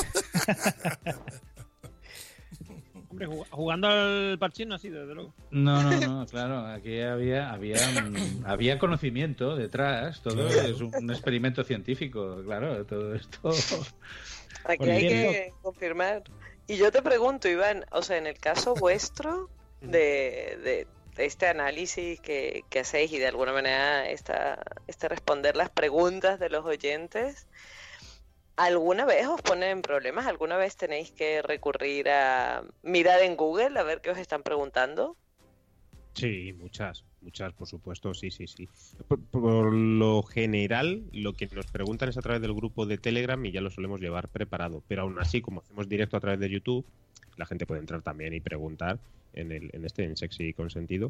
Speaker 5: hombre, jug- jugando al parchís no ha sido, desde luego.
Speaker 3: No, no, no, claro. Aquí había, había, mm, había conocimiento detrás. Todo
Speaker 7: Claro.
Speaker 3: es un, un experimento científico, claro. Todo esto.
Speaker 8: Aquí
Speaker 6: Por
Speaker 8: hay
Speaker 6: cierto-
Speaker 8: que confirmar. Y yo te pregunto, Iván, o sea, en el caso vuestro de, de, de este análisis que, que hacéis y de alguna manera esta, este responder las preguntas de los oyentes, ¿alguna vez os ponen en problemas? ¿Alguna vez tenéis que recurrir a mirar en Google a ver qué os están preguntando?
Speaker 9: Sí, muchas, muchas, por supuesto, sí, sí, sí. Por, por lo general, lo que nos preguntan es a través del grupo de Telegram y ya lo solemos llevar preparado. Pero aún así, como hacemos directo a través de YouTube, la gente puede entrar también y preguntar en el en este, en Sexy Consentido,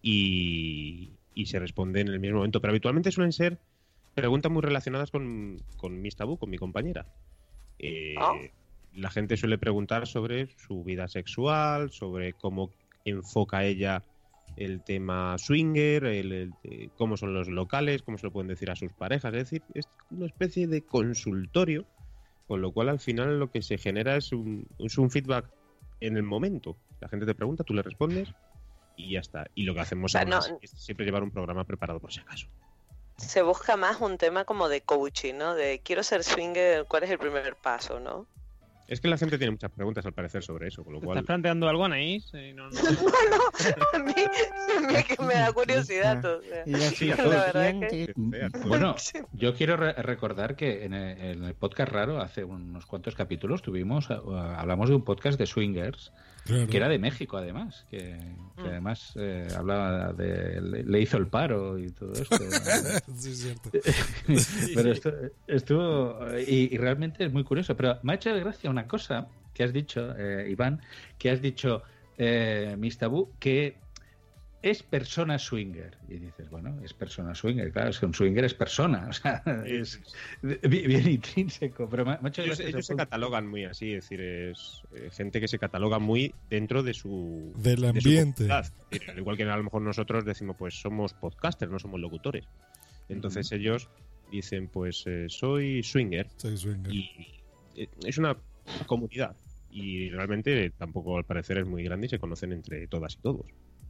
Speaker 9: y, y se responde en el mismo momento. Pero habitualmente suelen ser preguntas muy relacionadas con, con Miss Tabú, con mi compañera. Eh,
Speaker 8: Ah.
Speaker 9: La gente suele preguntar sobre su vida sexual, sobre cómo enfoca ella el tema swinger, el, el- eh, cómo son los locales, cómo se lo pueden decir a sus parejas. Es decir, es una especie de consultorio, con lo cual al final lo que se genera es un, es un feedback en el momento. La gente te pregunta, tú le respondes y ya está. Y lo que hacemos
Speaker 8: sea,
Speaker 9: aún
Speaker 8: no-
Speaker 9: así es siempre llevar un programa preparado por si acaso.
Speaker 8: Se busca más un tema como de coaching, ¿no? De quiero ser swinger, ¿cuál es el primer paso, no?
Speaker 9: Es que la gente tiene muchas preguntas al parecer sobre eso, con lo
Speaker 5: ¿Te
Speaker 9: cual...
Speaker 5: estás planteando algo, Anaís? Eh, no, no.
Speaker 8: No, no, a mí, a mí es que me da curiosidad. O sea,
Speaker 12: Y así
Speaker 8: la
Speaker 12: todo
Speaker 8: verdad
Speaker 12: bien,
Speaker 8: es que...
Speaker 9: que sea, pues,
Speaker 3: Bueno,
Speaker 8: Sí.
Speaker 3: yo quiero re- recordar que en el, en el podcast raro, hace unos cuantos capítulos, tuvimos, eh, hablamos de un podcast de swingers,
Speaker 7: Claro.
Speaker 3: que era de México además, que, que además eh, hablaba de, le, le hizo el paro y todo esto.
Speaker 7: Sí, es cierto.
Speaker 3: Pero esto estuvo, y, y realmente es muy curioso, pero me ha hecho gracia una cosa que has dicho, eh, Iván, que has dicho, eh, Miss Tabú, que es persona swinger. Y dices, bueno, es persona swinger, claro, es que un swinger es persona, o sea, es bien, bien intrínseco, pero me, me ha hecho
Speaker 9: Ellos,
Speaker 3: gracia
Speaker 9: ellos
Speaker 3: ese
Speaker 9: se
Speaker 3: punto.
Speaker 9: catalogan muy así, es decir, es eh, gente que se cataloga muy dentro de su
Speaker 7: Del
Speaker 9: de su
Speaker 7: ambiente.
Speaker 9: comunidad. Es decir, al igual que a lo mejor nosotros decimos, pues somos podcasters, no somos locutores. Entonces ellos dicen, pues eh, soy swinger,
Speaker 7: Soy swinger.
Speaker 9: y es una comunidad y realmente tampoco al parecer es muy grande y se conocen entre todas y todos.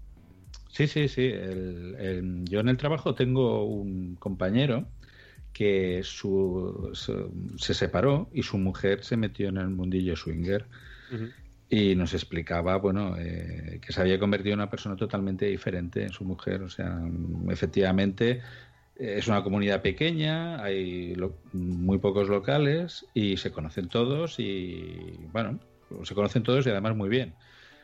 Speaker 3: Sí, sí, sí. El, el, yo en el trabajo tengo un compañero que su, su, se separó y su mujer se metió en el mundillo swinger. Uh-huh. Y nos explicaba, bueno, eh, que se había convertido en una persona totalmente diferente en su mujer. O sea, efectivamente, eh, es una comunidad pequeña, hay lo, muy pocos locales y se conocen todos y, bueno, se conocen todos y además muy bien.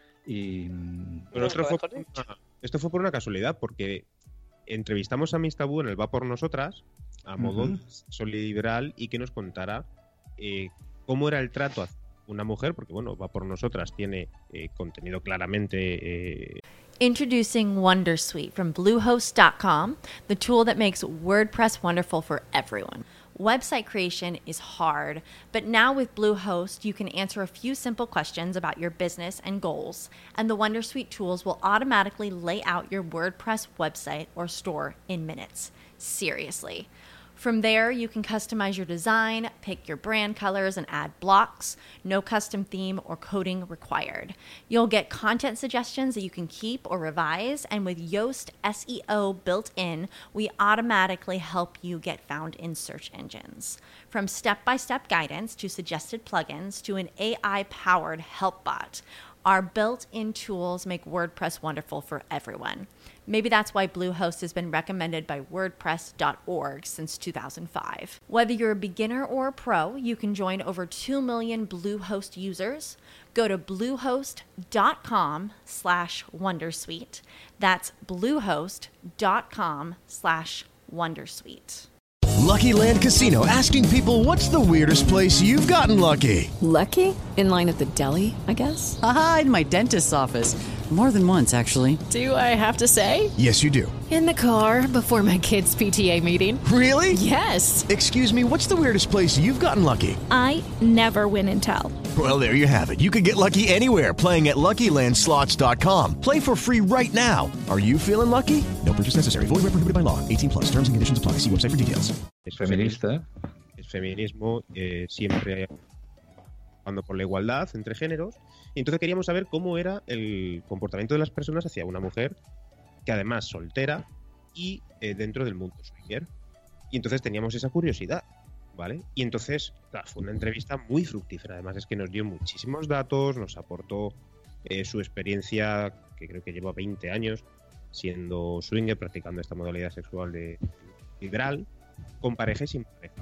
Speaker 3: Y
Speaker 9: Pero esto, fue por una, esto fue por una casualidad, porque entrevistamos a Miss Tabú en el Va por Nosotras, a modo uh-huh. soliberal, y que nos contara eh, cómo era el trato hacia una mujer, porque bueno, Va por Nosotras tiene eh, contenido claramente... Eh...
Speaker 1: Introducing Wondersuite from Bluehost dot com, the tool that makes WordPress wonderful for everyone. Website creation is hard, but now with Bluehost, you can answer a few simple questions about your business and goals, and the Wondersuite tools will automatically lay out your WordPress website or store in minutes. Seriously. From there, you can customize your design, pick your brand colors, and add blocks. No custom theme or coding required. You'll get content suggestions that you can keep or revise, and with Yoast S E O built in, we automatically help you get found in search engines. From step-by-step guidance to suggested plugins to an A I-powered help bot, our built-in tools make WordPress wonderful for everyone. Maybe that's why Bluehost has been recommended by WordPress dot org since two thousand five. Whether you're a beginner or a pro, you can join over two million Bluehost users. Go to bluehost.com slash wondersuite. That's bluehost.com slash wondersuite.
Speaker 12: Lucky Land Casino, asking people, what's the weirdest place you've gotten lucky?
Speaker 13: Lucky? In line at the deli, I guess?
Speaker 14: Aha, in my dentist's office. More than once, actually.
Speaker 13: Do I have to say?
Speaker 12: Yes, you do.
Speaker 13: In the car before my kids' P T A meeting.
Speaker 12: Really?
Speaker 13: Yes.
Speaker 12: Excuse me, what's the weirdest place you've gotten lucky?
Speaker 15: I never win and tell.
Speaker 12: Well, there you have it. You can get lucky anywhere, playing at Lucky Land Slots dot com. Play for free right now. Are you feeling lucky? No purchase necessary. Void where prohibited by law. eighteen plus. Terms and conditions apply. See website for details.
Speaker 9: Es feminista. Es feminismo, eh, siempre cuando por la igualdad entre géneros. Y entonces queríamos saber cómo era el comportamiento de las personas hacia una mujer que además soltera y eh, dentro del mundo swinger. Y entonces teníamos esa curiosidad, ¿vale? Y entonces, claro, fue una entrevista muy fructífera. Además es que nos dio muchísimos datos, nos aportó eh, su experiencia, que creo que lleva veinte años siendo swinger, practicando esta modalidad sexual de liberal, con pareja y sin pareja.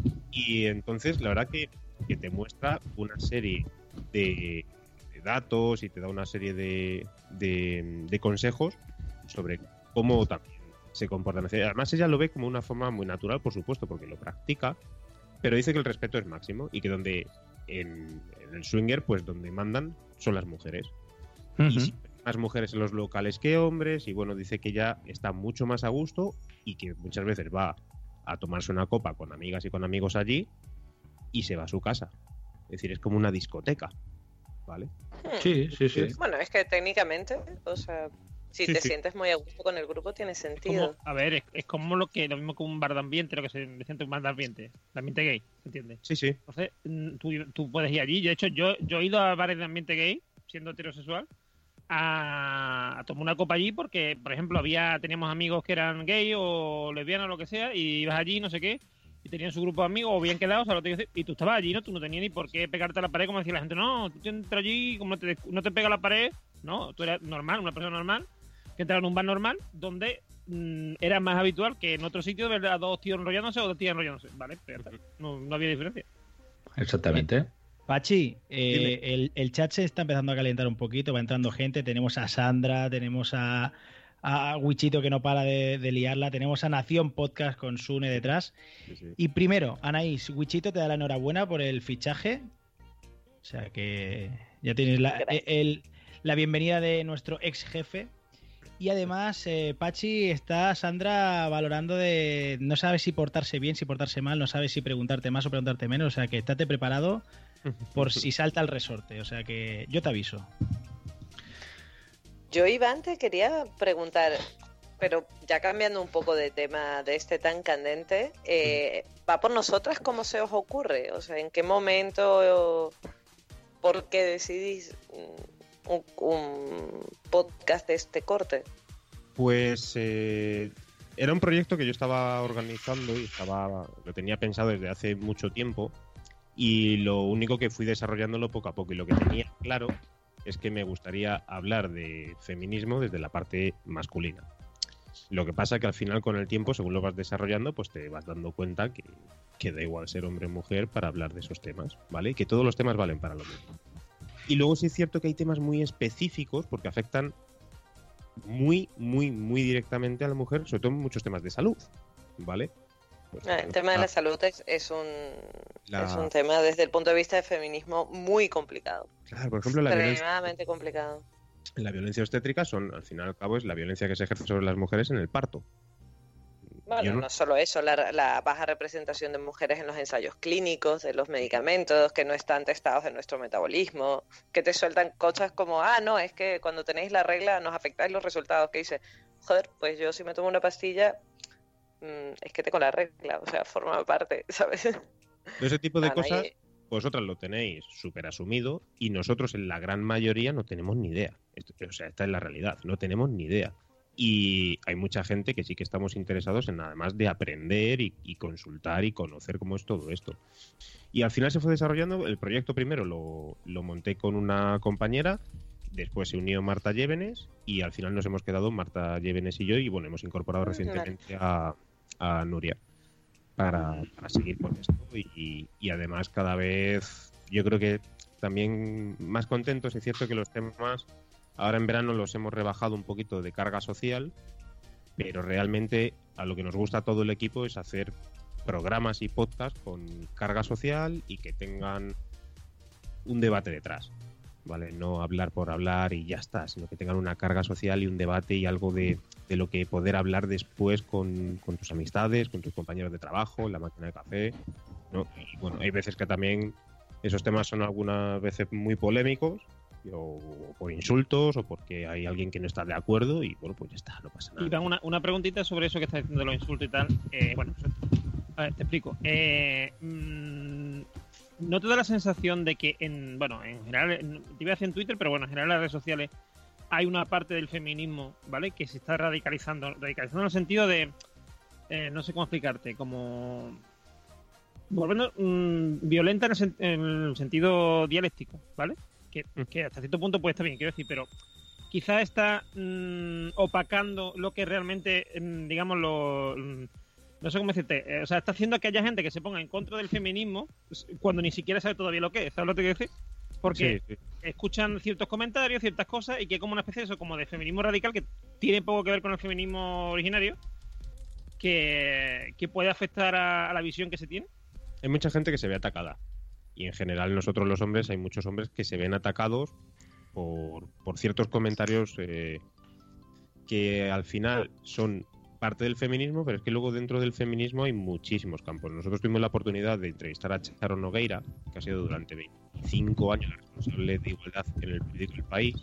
Speaker 9: Y entonces la verdad que, que te muestra una serie de, de datos y te da una serie de, de, de consejos sobre cómo también se comportan. Además ella lo ve como una forma muy natural, por supuesto, porque lo practica, pero dice que el respeto es máximo y que donde en, en el swinger, pues donde mandan son las mujeres. Uh-huh. Y siempre hay más mujeres en los locales que hombres, y bueno, dice que ella está mucho más a gusto y que muchas veces va a tomarse una copa con amigas y con amigos allí y se va a su casa. Es decir, es como una discoteca, ¿vale?
Speaker 3: Sí, sí, sí.
Speaker 8: Bueno, es que técnicamente, o sea, si
Speaker 5: Sí,
Speaker 8: te
Speaker 5: sí.
Speaker 8: sientes muy a gusto con el grupo, tiene sentido.
Speaker 5: Como- a ver, es, es como lo que lo mismo que un bar de ambiente, lo que se siente un bar de ambiente, de ambiente gay, ¿entiendes?
Speaker 9: Sí, sí.
Speaker 5: Entonces, mm, tú, tú puedes ir allí. De hecho, yo, yo he ido a bares de ambiente gay, siendo heterosexual, a, a tomar una copa allí porque, por ejemplo, había teníamos amigos que eran gay o lesbianas o lo que sea, y ibas allí, no sé qué, y tenían su grupo de amigos o bien quedados, o sea, lo que te digo, y tú estabas allí, ¿no? Tú no tenías ni por qué pegarte a la pared, como decía la gente, no, tú te entras allí, como no te, no te pega a la pared, no, tú eras normal, una persona normal, que entraba en un bar normal, donde mm, era más habitual que en otro sitio ver a dos tíos enrollándose o dos tías enrollándose, ¿vale? Pero ya está. no, no había diferencia.
Speaker 3: Exactamente.
Speaker 6: Pachi, eh, el, el chat se está empezando a calentar un poquito, va entrando gente, tenemos a Sandra, tenemos a, a Wichito que no para de, de liarla, tenemos a Nación Podcast con Sune detrás.
Speaker 9: Sí, sí.
Speaker 6: Y primero, Anaís, Wichito te da la enhorabuena por el fichaje, o sea que ya tienes la, el, la bienvenida de nuestro ex jefe. Y además, eh, Pachi, está Sandra valorando de... No sabe si portarse bien, si portarse mal, no sabe si preguntarte más o preguntarte menos. O sea, que estate preparado por si salta el resorte. O sea, que yo te aviso.
Speaker 8: Yo, Iván, te quería preguntar, Pero ya cambiando un poco de tema de este tan candente, eh, ¿va por nosotras? ¿Cómo se os ocurre? O sea, ¿en qué momento, por qué decidís un, un podcast de este corte?
Speaker 9: Pues eh, era un proyecto que yo estaba organizando y estaba lo tenía pensado desde hace mucho tiempo, y lo único que fui desarrollándolo poco a poco, y lo que tenía claro es que me gustaría hablar de feminismo desde la parte masculina. Lo que pasa que al final, con el tiempo, según lo vas desarrollando, pues te vas dando cuenta que, que da igual ser hombre o mujer para hablar de esos temas, ¿vale? Y que todos los temas valen para lo mismo. Y luego sí es cierto que hay temas muy específicos porque afectan muy, muy, muy directamente a la mujer, sobre todo en muchos temas de salud, ¿vale? Pues,
Speaker 8: ah, el tema de la salud es, es, un, la... es un tema desde el punto de vista del feminismo muy complicado.
Speaker 9: Claro, por ejemplo, la
Speaker 8: extremadamente
Speaker 9: violencia...
Speaker 8: complicado.
Speaker 9: La violencia obstétrica son, al fin y al cabo, es la violencia que se ejerce sobre las mujeres en el parto.
Speaker 8: Bueno, no... no solo eso, la, la baja representación de mujeres en los ensayos clínicos, de los medicamentos, que no están testados en nuestro metabolismo, que te sueltan cosas como, ah, no, es que cuando tenéis la regla nos afectáis los resultados, que dice, joder, pues yo si me tomo una pastilla, mmm, es que tengo la regla, o sea, forma parte, ¿sabes?
Speaker 9: De ese tipo de
Speaker 8: ah,
Speaker 9: cosas,
Speaker 8: hay...
Speaker 9: vosotras lo tenéis súper asumido y nosotros en la gran mayoría no tenemos ni idea. Esto, o sea, esta es la realidad, no tenemos ni idea. Y hay mucha gente que sí que estamos interesados en, además de aprender y, y consultar y conocer cómo es todo esto. Y al final se fue desarrollando el proyecto. Primero lo, lo monté con una compañera, después se unió Marta Llévenes y al final nos hemos quedado Marta Llévenes y yo, y bueno, hemos incorporado recientemente a, a Nuria para, para seguir con esto y, y además cada vez yo creo que también más contentos. Es cierto que los temas ahora en verano los hemos rebajado un poquito de carga social, pero realmente a lo que nos gusta a todo el equipo es hacer programas y podcasts con carga social y que tengan un debate detrás, ¿vale? No hablar por hablar y ya está, sino que tengan una carga social y un debate y algo de, de lo que poder hablar después con, con tus amistades, con tus compañeros de trabajo, en la máquina de café, ¿no? Y bueno, hay veces que también esos temas son algunas veces muy polémicos, o por insultos o porque hay alguien que no está de acuerdo y bueno, pues ya está, no pasa nada.
Speaker 5: Iván, una, una preguntita sobre eso que estás diciendo de los insultos y tal. Eh, bueno, a ver, te explico. Eh, mmm, ¿No te da la sensación de que en, bueno, en general, te iba a decir en Twitter, pero bueno, en general en las redes sociales hay una parte del feminismo, ¿vale?, que se está radicalizando, radicalizando en el sentido de, eh, no sé cómo explicarte, como volviendo mmm, violenta en el, sen- en el sentido dialéctico, ¿vale? Que, que hasta cierto punto puede estar bien, quiero decir, pero quizá está mmm, opacando lo que realmente, mmm, digamos, lo, mmm, no sé cómo decirte, eh, o sea, está haciendo que haya gente que se ponga en contra del feminismo cuando ni siquiera sabe todavía lo que es, ¿sabes lo que quiero decir? Porque sí, sí. escuchan ciertos comentarios, ciertas cosas, y que es como una especie de eso, como de feminismo radical que tiene poco que ver con el feminismo originario, que, que puede afectar a, a la visión que se tiene.
Speaker 9: Hay mucha gente que se ve atacada. Y en general nosotros los hombres, hay muchos hombres que se ven atacados por, por ciertos comentarios eh, que al final son parte del feminismo, pero es que luego dentro del feminismo hay muchísimos campos. Nosotros tuvimos la oportunidad de entrevistar a Charo Nogueira, que ha sido durante veinticinco años la responsable de igualdad en el periódico El País.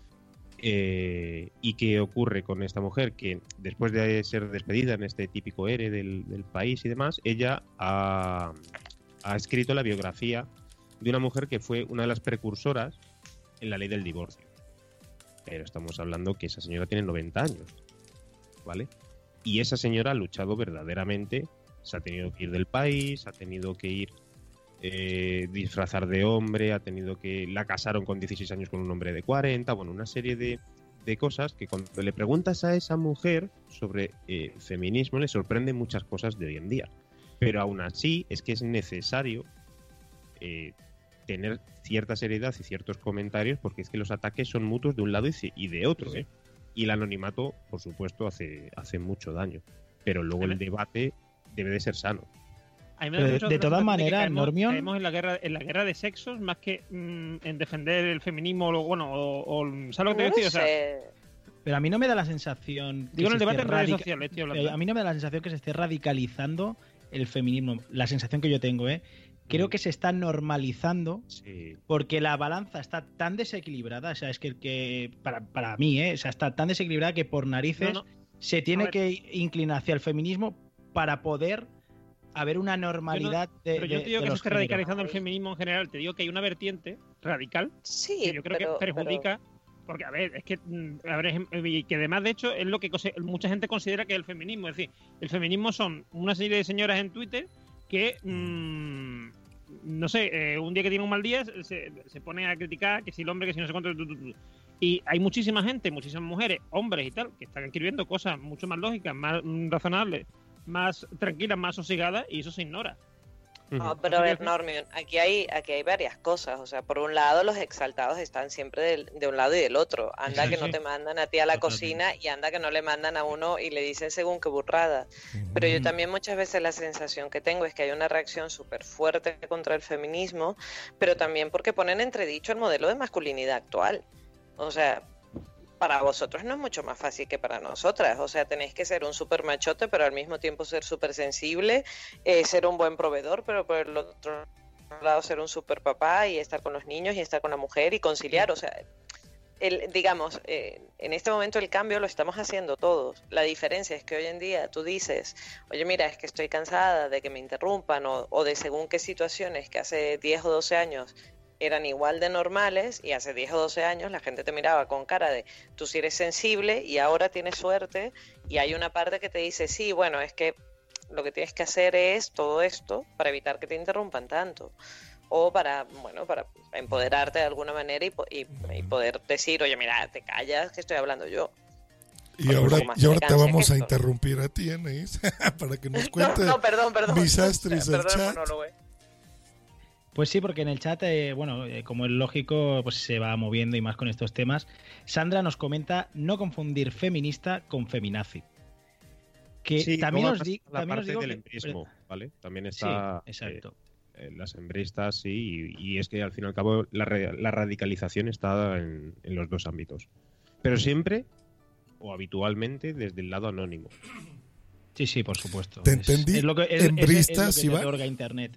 Speaker 9: Eh, ¿Y qué ocurre con esta mujer? Que después de ser despedida en este típico E R E del, del país y demás, ella ha... ha escrito la biografía de una mujer que fue una de las precursoras en la ley del divorcio. Pero estamos hablando que esa señora tiene noventa años, ¿vale? Y esa señora ha luchado verdaderamente, se ha tenido que ir del país, ha tenido que ir eh, disfrazar de hombre, ha tenido que... la casaron con dieciséis años con un hombre de cuarenta, bueno, una serie de, de cosas que cuando le preguntas a esa mujer sobre eh, feminismo le sorprenden muchas cosas de hoy en día. Pero aún así es que es necesario eh, tener cierta seriedad y ciertos comentarios, porque es que los ataques son mutuos de un lado y de otro, ¿eh? Y el anonimato, por supuesto, hace, hace mucho daño. Pero luego el debate debe de ser sano.
Speaker 5: A mí me da mucho
Speaker 6: de todas maneras,
Speaker 5: caemos,
Speaker 6: Normion...
Speaker 5: caemos en la guerra en la guerra de sexos más que mmm, en defender el feminismo, o, bueno, o, o ¿sabes lo que te decía? O sea,
Speaker 6: pero a mí no me da la sensación...
Speaker 5: Digo, en el debate en redes
Speaker 6: radica...
Speaker 5: sociales, estoy hablando.
Speaker 6: A mí no me da la sensación que se esté radicalizando el feminismo. La sensación que yo tengo, ¿eh? Creo que se está normalizando, sí, porque la balanza está tan desequilibrada, o sea, es que, que para, para mí, ¿eh? O sea, está tan desequilibrada que por narices
Speaker 5: no, no.
Speaker 6: se tiene que inclinar hacia el feminismo para poder haber una normalidad
Speaker 5: yo no,
Speaker 6: de
Speaker 5: Pero yo
Speaker 6: de,
Speaker 5: te digo
Speaker 6: de
Speaker 5: que se
Speaker 6: los
Speaker 5: está
Speaker 6: géneros.
Speaker 5: radicalizando el feminismo en general. Te digo que hay una vertiente radical
Speaker 8: sí,
Speaker 5: que yo creo
Speaker 8: pero,
Speaker 5: que perjudica... Pero... Porque, a ver, es que, a ver, que además, de hecho, es lo que mucha gente considera que es el feminismo. Es decir, el feminismo son una serie de señoras en Twitter que, mmm, no sé, eh, un día que tiene un mal día se, se pone a criticar que si el hombre, que si no sé cuánto... Tu, tu, tu. Y hay muchísima gente, muchísimas mujeres, hombres y tal, que están escribiendo cosas mucho más lógicas, más razonables, más tranquilas, más sosegadas, y eso se ignora.
Speaker 8: No, pero a ver, Normion, aquí hay, aquí hay varias cosas. O sea, por un lado, los exaltados están siempre de, de un lado y del otro. Anda
Speaker 6: Sí,
Speaker 8: que
Speaker 6: sí.
Speaker 8: no te mandan a ti a la
Speaker 6: Totalmente.
Speaker 8: cocina y anda que no le mandan a uno y le dicen según qué burrada. Pero yo también muchas veces la sensación que tengo es que hay una reacción súper fuerte contra el feminismo, pero también porque ponen entredicho el modelo de masculinidad actual. O sea, para vosotros no es mucho más fácil que para nosotras. O sea, tenéis que ser un súper machote, pero al mismo tiempo ser súper sensible, eh, ser un buen proveedor, pero por el otro lado ser un súper papá y estar con los niños y estar con la mujer y conciliar. O sea, el, digamos, eh, en este momento el cambio lo estamos haciendo todos. La diferencia es que hoy en día tú dices, oye, mira, es que estoy cansada de que me interrumpan o, o de según qué situaciones que hace diez o doce años eran igual de normales, y hace diez o doce años la gente te miraba con cara de tú sí eres sensible y ahora tienes suerte, y hay una parte que te dice, sí, bueno, es que lo que tienes que hacer es todo esto para evitar que te interrumpan tanto, o para, bueno, para empoderarte de alguna manera y, y, y poder decir, oye, mira, te callas que estoy hablando yo.
Speaker 7: Y ahora, y ahora te vamos a interrumpir a ti, Anaís, para que nos cuentes
Speaker 8: no, no, perdón, perdón,
Speaker 7: mis astris del
Speaker 8: perdón,
Speaker 7: chat.
Speaker 8: monólogo, eh.
Speaker 6: Pues sí, porque en el chat, eh, bueno, eh, como es lógico, pues se va moviendo y más con estos temas. Sandra nos comenta no confundir feminista con feminazi. Que
Speaker 9: sí,
Speaker 6: también os, di,
Speaker 9: la
Speaker 6: también os
Speaker 9: parte
Speaker 6: digo
Speaker 9: del
Speaker 6: que...
Speaker 9: embrismo, ¿vale? También está
Speaker 6: sí, exacto.
Speaker 9: Eh, las embristas, sí, y, y es que al fin y al cabo la, la radicalización está en, en los dos ámbitos. Pero siempre, o habitualmente, desde el lado anónimo.
Speaker 6: Sí, sí, por supuesto.
Speaker 7: ¿Te entendí?
Speaker 6: Es, es lo que, es,
Speaker 7: ¿Embristas,
Speaker 6: es, es lo que
Speaker 7: Iván?
Speaker 6: otorga Internet.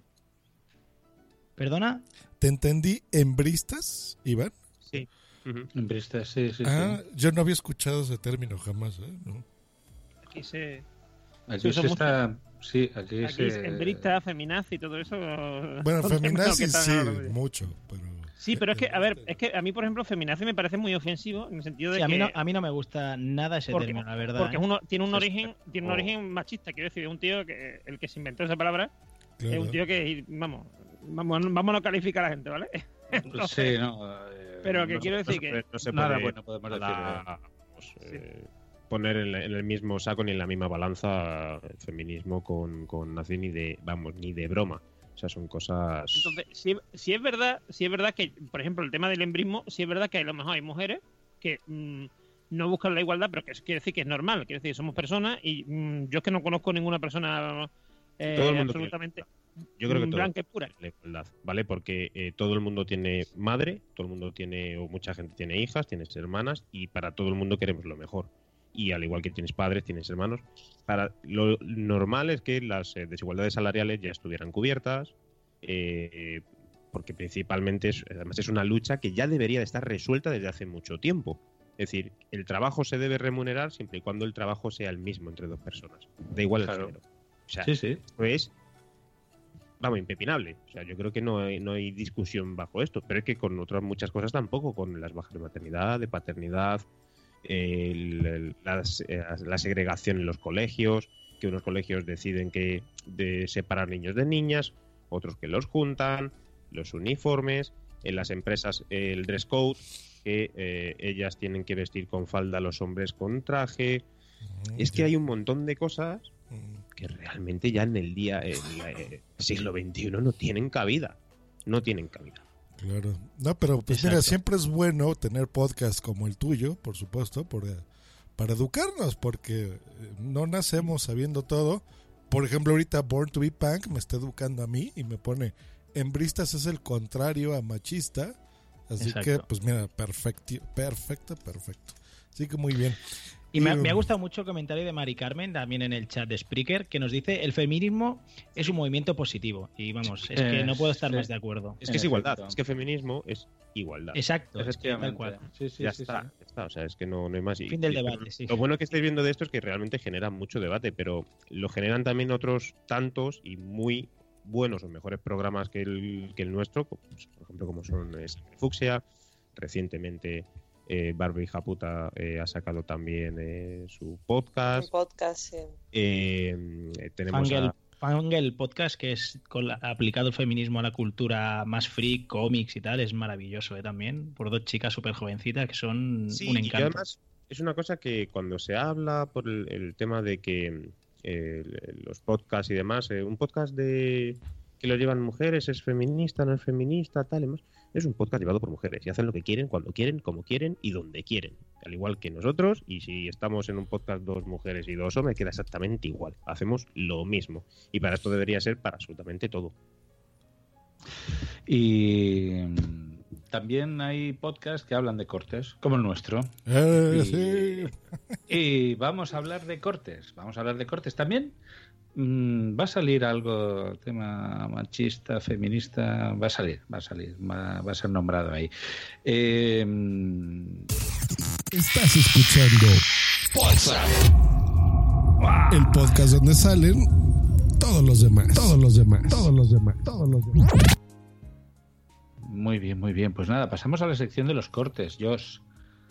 Speaker 6: ¿Perdona?
Speaker 7: ¿Te entendí embristas, Iván?
Speaker 9: Sí.
Speaker 3: Uh-huh. Embristas, sí, sí.
Speaker 7: Ah,
Speaker 3: sí.
Speaker 7: yo no había escuchado ese término jamás, ¿eh? No.
Speaker 5: Aquí se...
Speaker 3: Aquí se está... Mucho. Sí, aquí,
Speaker 5: aquí
Speaker 3: se...
Speaker 5: es embrista, feminazi y todo eso...
Speaker 7: Bueno, feminazi sí, mucho, pero...
Speaker 5: Sí, pero es que, a ver, es que a mí, por ejemplo, feminazi me parece muy ofensivo en el sentido de
Speaker 6: sí,
Speaker 5: que...
Speaker 6: a mí, no, a mí no me gusta nada ese
Speaker 5: porque,
Speaker 6: término, la verdad.
Speaker 5: Porque
Speaker 6: ¿eh?
Speaker 5: uno, tiene un
Speaker 6: Eso
Speaker 5: origen
Speaker 6: es...
Speaker 5: tiene un origen machista, quiero decir, es un tío que el que se inventó esa palabra claro. Es un tío que, vamos, vamos, vamos a calificar a la gente, ¿vale?
Speaker 3: Entonces, sí, no... Eh,
Speaker 5: pero que
Speaker 9: no,
Speaker 5: quiero decir
Speaker 9: no
Speaker 5: que...
Speaker 9: Puede, no se
Speaker 3: nada
Speaker 9: puede
Speaker 3: bueno podemos decir.
Speaker 9: La, pues, eh, sí. poner en, en el mismo saco ni en la misma balanza el feminismo con, con nazi ni de, vamos, ni de broma. O sea, son cosas...
Speaker 5: Entonces, si, si es verdad, si es verdad que, por ejemplo, el tema del embrismo, si es verdad que a lo mejor hay mujeres que mmm, no buscan la igualdad, pero que quiere decir que es normal, quiere decir que somos personas y mmm, yo es que no conozco ninguna persona eh,
Speaker 9: todo el mundo
Speaker 5: absolutamente
Speaker 9: yo creo que todo
Speaker 5: blanca y pura.
Speaker 9: La igualdad, ¿vale? Porque eh, todo el mundo tiene madre, todo el mundo tiene, o mucha gente tiene hijas, tienes hermanas, y para todo el mundo queremos lo mejor. Y al igual que tienes padres, tienes hermanos, para lo normal es que las eh, desigualdades salariales ya estuvieran cubiertas, eh, porque principalmente es, además es una lucha que ya debería de estar resuelta desde hace mucho tiempo. Es decir, el trabajo se debe remunerar siempre y cuando el trabajo sea el mismo entre dos personas. Da igual el
Speaker 3: claro.
Speaker 9: género. O sea,
Speaker 3: sí, sí.
Speaker 9: esto es, vamos, impepinable. O sea, yo creo que no hay, no hay discusión bajo esto, pero es que con otras muchas cosas tampoco, con las bajas de maternidad, de paternidad, El, el, las, eh, la segregación en los colegios, que unos colegios deciden que de separar niños de niñas, otros que los juntan, los uniformes, en las empresas el dress code, que eh, ellas tienen que vestir con falda, los hombres con traje. Mm, es que hay un montón de cosas que realmente ya en el día, en el siglo veintiuno no tienen cabida, no tienen cabida.
Speaker 7: Claro. No, pero pues Exacto. mira, siempre es bueno tener podcasts como el tuyo, por supuesto, por, para educarnos, porque no nacemos sabiendo todo. Por ejemplo, ahorita Born to be Punk me está educando a mí y me pone, embristas es el contrario a machista. Así Exacto. que, pues mira, perfecto, perfecto, perfecto. Así que muy bien.
Speaker 6: Y me ha, me ha gustado mucho el comentario de Mari Carmen, también en el chat de Spreaker, que nos dice el feminismo es un movimiento positivo. Y vamos, es que no puedo estar
Speaker 9: sí.
Speaker 6: más de acuerdo.
Speaker 9: Es que es igualdad, es que feminismo es igualdad.
Speaker 6: Exacto,
Speaker 9: efectivamente.
Speaker 6: tal cual.
Speaker 3: Sí, sí,
Speaker 9: ya
Speaker 3: sí,
Speaker 9: está,
Speaker 3: sí.
Speaker 9: ya está, o sea, es que no, no hay más. Y,
Speaker 6: Fin del
Speaker 9: y-
Speaker 6: debate, sí.
Speaker 9: Lo bueno que estáis viendo de esto es que realmente generan mucho debate, pero lo generan también otros tantos y muy buenos o mejores programas que el, que el nuestro, pues, por ejemplo, como son eh, Sangre Fucsia, recientemente eh, Barbie hija puta eh, ha sacado también eh, su podcast.
Speaker 8: Un podcast, sí.
Speaker 9: Eh, tenemos
Speaker 6: Fangirl,
Speaker 9: a,
Speaker 6: Fangirl Podcast, que es con la- aplicado el feminismo a la cultura más freak, cómics y tal, es maravilloso ¿eh? También, por dos chicas súper jovencitas que son
Speaker 9: sí,
Speaker 6: un
Speaker 9: y que
Speaker 6: encanto.
Speaker 9: además es una cosa que cuando se habla por el, el tema de que eh, los podcasts y demás, eh, un podcast de que lo llevan mujeres es feminista, no es feminista, tal y más. Es un podcast llevado por mujeres y hacen lo que quieren, cuando quieren, como quieren y donde quieren. Al igual que nosotros, y si estamos en un podcast dos mujeres y dos hombres, queda exactamente igual. Hacemos lo mismo. Y para esto debería ser para absolutamente todo.
Speaker 3: Y mm, también hay podcasts que hablan de cortes, como el nuestro.
Speaker 7: Eh,
Speaker 3: y,
Speaker 7: sí.
Speaker 3: y vamos a hablar de cortes. Vamos a hablar de cortes también. mm, Va a salir algo, tema machista, feminista. Va a salir, va a salir, va, va a ser nombrado ahí. Eh, mm,
Speaker 7: Estás escuchando el podcast donde salen todos los demás, todos los demás, todos los demás, todos los demás.
Speaker 3: muy bien, muy bien. Pues nada, pasamos a la sección de los cortes, Josh.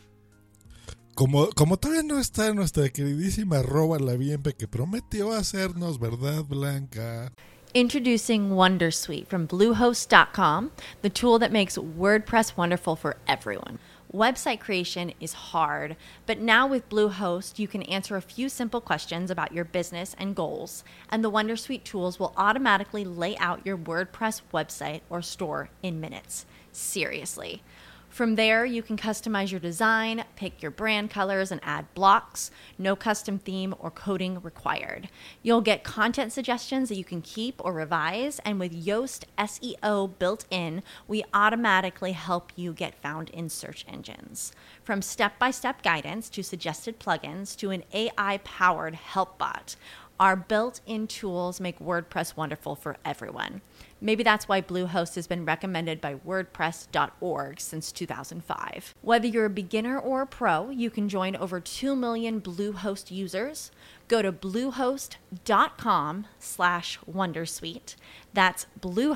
Speaker 7: Como, como todavía no está nuestra queridísima Roba la Bienpe que prometió hacernos, ¿verdad, Blanca?
Speaker 1: Introducing Wondersuite from Bluehost dot com, the tool that makes WordPress wonderful for everyone. Website creation is hard, but now with Bluehost, you can answer a few simple questions about your business and goals, and the Wondersuite tools will automatically lay out your WordPress website or store in minutes. Seriously. From there, you can customize your design, pick your brand colors, and add blocks. No custom theme or coding required. You'll get content suggestions that you can keep or revise, and with Yoast S E O built in, we automatically help you get found in search engines. From step-by-step guidance to suggested plugins to an A I-powered help bot, our built-in tools make WordPress wonderful for everyone. Maybe that's why Bluehost has been recommended by WordPress dot org since two thousand five. Whether you're a beginner or a pro, you can join over two million Bluehost users. Go to bluehost.com slash Wondersuite. That's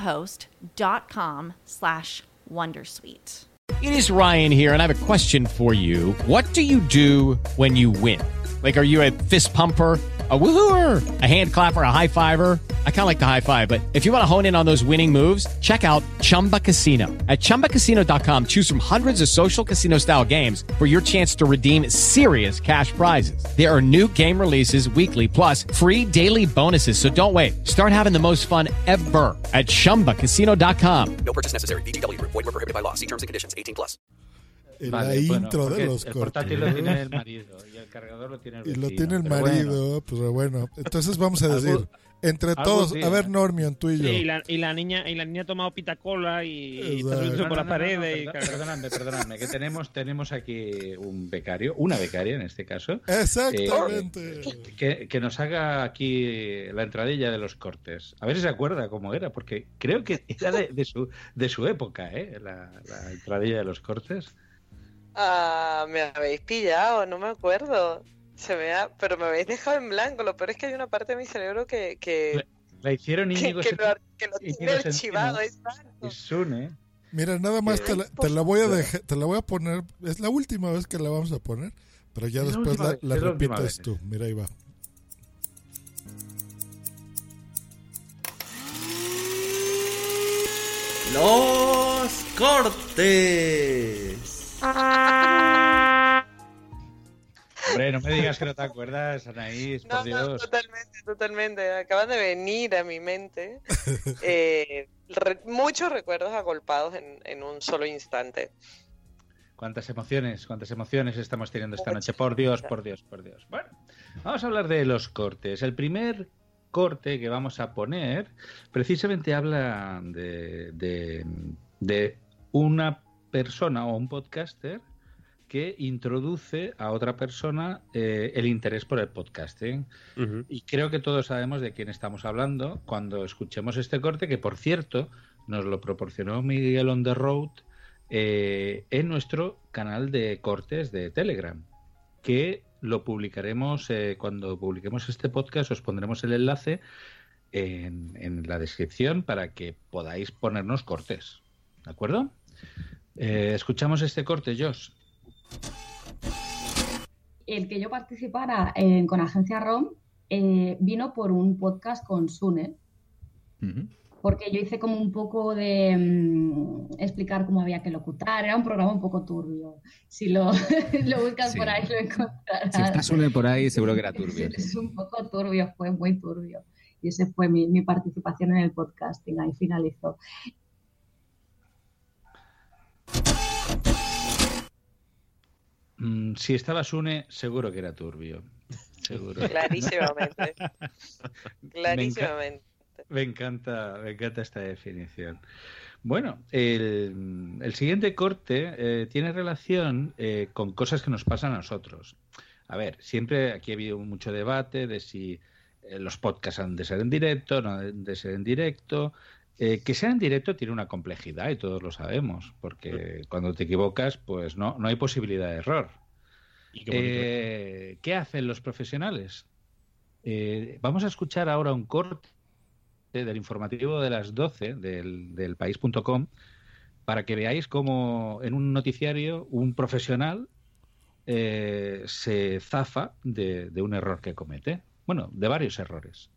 Speaker 1: bluehost.com slash Wondersuite.
Speaker 16: It is Ryan here, and I have a question for you. What do you do when you win? Like, are you a fist pumper, a woohooer, a hand clapper, a high fiver? I kind of like the high five, but if you want to hone in on those winning moves, check out Chumba Casino. At chumba casino dot com, choose from hundreds of social casino style games for your chance to redeem serious cash prizes. There are new game releases weekly, plus free daily bonuses. So don't wait. Start having the most fun ever at chumba casino dot com.
Speaker 17: No purchase necessary. V G W Group. Void where prohibited by law. See terms and conditions. eighteen plus.
Speaker 7: La
Speaker 3: Vale, bueno,
Speaker 7: intro
Speaker 3: porque
Speaker 7: de los
Speaker 3: el
Speaker 7: cortes.
Speaker 3: portátil lo tiene el marido y el cargador lo tiene el
Speaker 7: Y
Speaker 3: vecino.
Speaker 7: lo tiene el
Speaker 3: pero
Speaker 7: marido,
Speaker 3: bueno.
Speaker 7: pues bueno. Entonces vamos a decir,
Speaker 3: Algún-
Speaker 7: entre
Speaker 3: algún
Speaker 7: todos,
Speaker 3: día.
Speaker 7: a ver, Normion, tú y yo.
Speaker 5: Sí, y, la, y la niña y la niña ha tomado pita-cola y está
Speaker 7: Exacto.
Speaker 5: subiéndose por
Speaker 3: No,
Speaker 5: las
Speaker 3: no, no, no,
Speaker 5: paredes. y
Speaker 3: perdón-
Speaker 5: carga-
Speaker 3: perdonadme, perdonadme, que tenemos, tenemos aquí un becario, una becaria en este caso.
Speaker 7: Exactamente.
Speaker 3: eh, que, que nos haga aquí la entradilla de los cortes. A ver si se acuerda cómo era, porque creo que era de, de su, de su época, ¿eh? La, la entradilla de los cortes.
Speaker 8: Ah, me habéis pillado, no me acuerdo. Se me ha... Pero me habéis dejado en blanco. Lo peor es que hay una parte de mi cerebro que, que,
Speaker 3: La hicieron
Speaker 8: que,
Speaker 3: Íñigo
Speaker 8: que lo,
Speaker 3: Sen-
Speaker 8: que lo
Speaker 3: Íñigo
Speaker 8: tiene
Speaker 3: Sentino
Speaker 8: archivado. Exacto.
Speaker 3: y Sune.
Speaker 7: Mira, nada más te la, te la voy a dejar, te la voy a poner, es la última vez que la vamos a poner, pero ya
Speaker 3: Es la
Speaker 7: después
Speaker 3: última
Speaker 7: la,
Speaker 3: vez,
Speaker 7: la
Speaker 3: es la última
Speaker 7: repites
Speaker 3: vez.
Speaker 7: tú. Mira, ahí va.
Speaker 18: Los cortes.
Speaker 3: Hombre, no me digas que no te acuerdas, Anaís, por
Speaker 8: No, no,
Speaker 3: Dios.
Speaker 8: totalmente, totalmente. Acaban de venir a mi mente eh, re- muchos recuerdos agolpados en, en un solo instante.
Speaker 3: Cuántas emociones, cuántas emociones estamos teniendo esta noche. Por Dios, por Dios, por Dios. Bueno, vamos a hablar de los cortes. El primer corte que vamos a poner precisamente habla de, de, de una persona o un podcaster que introduce a otra persona eh, el interés por el podcasting. Uh-huh. Y creo que todos sabemos de quién estamos hablando cuando escuchemos este corte, que por cierto nos lo proporcionó Miguel on the road eh, en nuestro canal de cortes de Telegram, que lo publicaremos eh, cuando publiquemos este podcast. Os pondremos el enlace en, en la descripción para que podáis ponernos cortes, ¿de acuerdo? Eh, escuchamos este corte, Josh.
Speaker 19: El que yo participara en, con Agencia ROM eh, vino por un podcast con Sune, uh-huh. porque yo hice como un poco de um, explicar cómo había que locutar. Era un programa un poco turbio. Si lo, lo buscas sí. por ahí lo encontrarás.
Speaker 20: Si está Sune por ahí seguro que era turbio.
Speaker 19: Es, es un poco turbio, fue muy turbio. Y esa fue mi, mi participación en el podcasting. Ahí finalizó.
Speaker 3: Si estaba Sune, seguro que era turbio. Seguro.
Speaker 8: Clarísimamente. Clarísimamente.
Speaker 3: Me, enca- me encanta, me encanta esta definición. Bueno, el, el siguiente corte eh, tiene relación eh, con cosas que nos pasan a nosotros. A ver, siempre aquí ha habido mucho debate de si eh, los podcasts han de ser en directo, no han de ser en directo. Eh, que sea en directo tiene una complejidad y todos lo sabemos, porque cuando te equivocas, pues no, no hay posibilidad de error. ¿Y qué, eh, ¿Qué hacen los profesionales? Eh, vamos a escuchar ahora un corte del informativo de las doce del, del país punto com para que veáis cómo en un noticiario un profesional eh, se zafa de, de un error que comete. Bueno, de varios errores.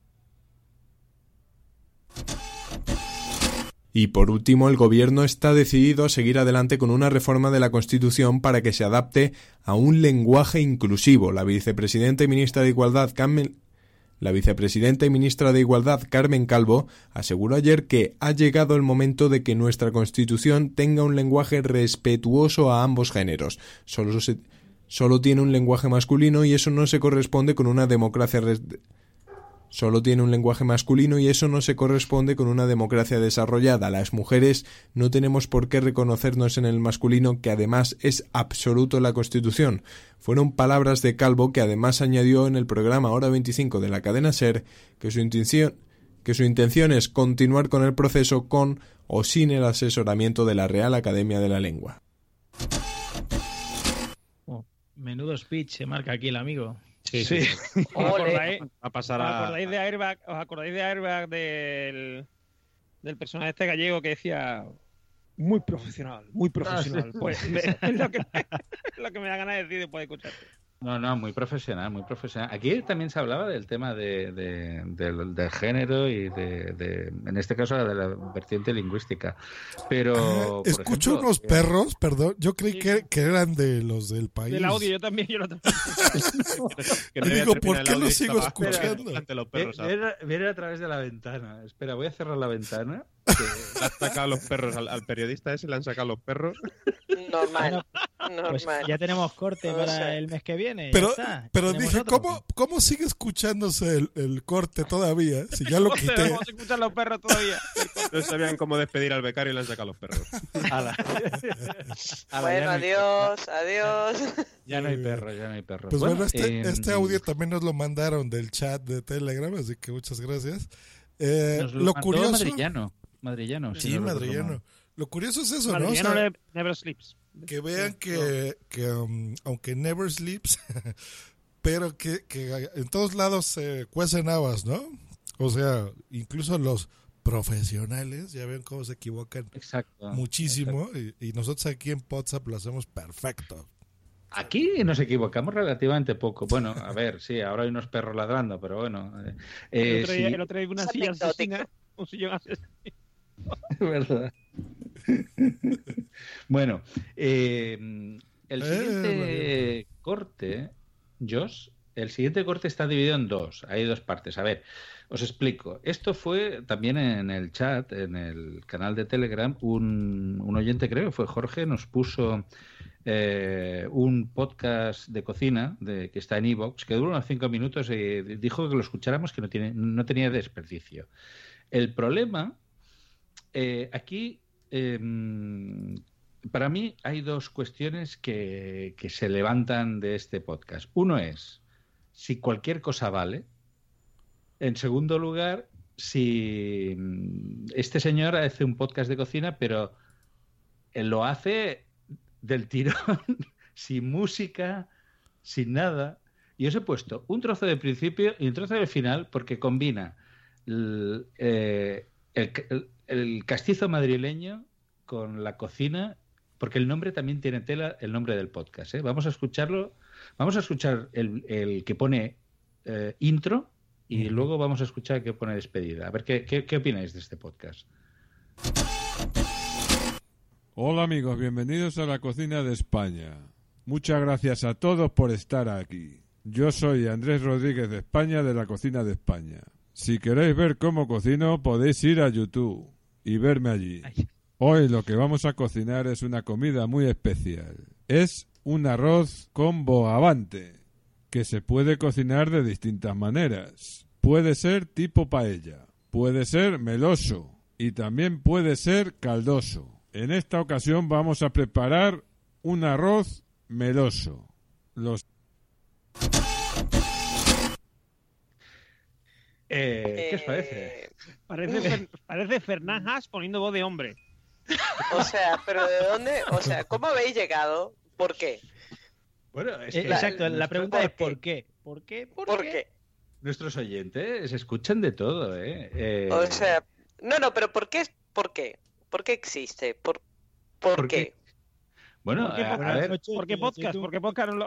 Speaker 21: Y por último, el Gobierno está decidido a seguir adelante con una reforma de la Constitución para que se adapte a un lenguaje inclusivo. La vicepresidenta y ministra de Igualdad, Carmen, la vicepresidenta y ministra de Igualdad, Carmen Calvo, aseguró ayer que ha llegado el momento de que nuestra Constitución tenga un lenguaje respetuoso a ambos géneros. Solo, se, solo tiene un lenguaje masculino y eso no se corresponde con una democracia res, Solo tiene un lenguaje masculino y eso no se corresponde con una democracia desarrollada. Las mujeres no tenemos por qué reconocernos en el masculino, que además es absoluto en la Constitución. Fueron palabras de Calvo, que además añadió en el programa Hora veinticinco de la cadena SER que su intención, que su intención es continuar con el proceso con o sin el asesoramiento de la Real Academia de la Lengua.
Speaker 6: Oh, menudo speech se marca aquí el amigo.
Speaker 5: Sí, sí. sí. ¿Os acordáis,
Speaker 9: a pasar
Speaker 5: ¿os
Speaker 9: a...
Speaker 5: acordáis de Airbag? ¿Os acordáis de Airbag del, del personaje este gallego que decía muy profesional, muy profesional? Ah, sí. Pues me, es, lo que me, es lo que me da ganas de decir después de escucharte.
Speaker 3: No, no, muy profesional, muy profesional. Aquí también se hablaba del tema de, de, de, del género y de, de, en este caso, de la vertiente lingüística. Pero,
Speaker 7: eh, escucho ejemplo, unos perros, perdón, yo creí sí, que, que eran de los del país.
Speaker 5: Del audio, yo también, yo lo también.
Speaker 7: Y digo, ¿por qué lo sigo escuchando?
Speaker 3: Viene a través de la ventana. Espera, voy a cerrar la ventana.
Speaker 9: Le han sacado los perros al, al periodista ese, le han sacado los perros.
Speaker 8: Normal,
Speaker 6: bueno,
Speaker 8: normal.
Speaker 6: Pues ya tenemos corte o para sea. el mes que viene.
Speaker 7: Pero,
Speaker 6: está.
Speaker 7: pero dije, ¿cómo, ¿cómo sigue escuchándose el, el corte todavía? Si ya lo quité.
Speaker 5: ¿Cómo se escuchan los perros todavía?
Speaker 9: No sabían cómo despedir al becario y le han sacado los perros.
Speaker 3: Ala.
Speaker 8: Ala, bueno, adiós, no adiós.
Speaker 3: Ya no hay perros, ya no hay perros.
Speaker 7: Pues bueno, bueno este,
Speaker 3: eh,
Speaker 7: este audio también nos lo mandaron del chat de Telegram, así que muchas gracias. Eh,
Speaker 3: nos lo,
Speaker 7: lo curioso.
Speaker 3: Madrillano. Madrillano.
Speaker 7: Sí, si no madrillano. Lo curioso es eso,
Speaker 5: madrillano,
Speaker 7: ¿no? O sea,
Speaker 5: never sleeps.
Speaker 7: Que vean que, que um, aunque never sleeps, pero que, que en todos lados se cuecen habas, ¿no? O sea, incluso los profesionales, ya ven cómo se equivocan
Speaker 3: exacto,
Speaker 7: muchísimo,
Speaker 3: exacto.
Speaker 7: Y, y nosotros aquí en WhatsApp lo hacemos perfecto.
Speaker 3: Aquí nos equivocamos relativamente poco. Bueno, a ver, sí, ahora hay unos perros ladrando, pero bueno.
Speaker 5: Eh, el, otro día, sí. el otro día una silla asesina, un sillón asesino.
Speaker 3: Es verdad. Bueno, eh, el siguiente eh, corte, Josh, el siguiente corte está dividido en dos. Hay dos partes. A ver, os explico. Esto fue también en el chat, en el canal de Telegram, un, un oyente, creo que fue Jorge, nos puso eh, un podcast de cocina de, que está en iVoox, que dura unos cinco minutos y dijo que lo escucháramos, que no, tiene, no tenía desperdicio. El problema... Eh, aquí eh, para mí hay dos cuestiones que, que se levantan de este podcast. Uno es si cualquier cosa vale. En segundo lugar, si este señor hace un podcast de cocina, pero él lo hace del tirón, sin música, sin nada. Y os he puesto un trozo de principio y un trozo de final porque combina el, eh, el, el, el castizo madrileño con la cocina, porque el nombre también tiene tela, el nombre del podcast, ¿eh? Vamos a escucharlo, vamos a escuchar el, el que pone eh, intro y uh-huh. luego vamos a escuchar el que pone despedida. A ver, ¿qué, qué, qué opináis de este podcast?
Speaker 2: Hola amigos, bienvenidos a la cocina de España. Muchas gracias a todos por estar aquí. Yo soy Andrés Rodríguez de España, de la cocina de España. Si queréis ver cómo cocino, podéis ir a YouTube y verme allí. Hoy lo que vamos a cocinar es una comida muy especial. Es un arroz con bogavante, que se puede cocinar de distintas maneras. Puede ser tipo paella, puede ser meloso y también puede ser caldoso. En esta ocasión vamos a preparar un arroz meloso. Los
Speaker 3: Eh, ¿Qué os parece?
Speaker 5: Parece, parece Fernán Haas poniendo voz de hombre.
Speaker 8: O sea, pero ¿de dónde? O sea, ¿cómo habéis llegado? ¿Por qué?
Speaker 3: Bueno, es
Speaker 6: eh,
Speaker 3: que
Speaker 6: exacto, la pregunta es
Speaker 8: ¿por
Speaker 6: ¿por qué? ¿Por qué? ¿Por,
Speaker 8: ¿Por
Speaker 6: qué?
Speaker 8: qué?
Speaker 3: Nuestros oyentes escuchan de todo, ¿eh? eh...
Speaker 8: O sea, no, no, pero ¿por qué? ¿Por qué? ¿Por qué existe? ¿Por, por,
Speaker 3: ¿Por
Speaker 8: qué?
Speaker 3: qué? Bueno,
Speaker 5: ¿Por qué,
Speaker 3: a,
Speaker 5: por,
Speaker 3: a ver,
Speaker 5: ¿por qué podcast? ¿Por qué podcast no lo...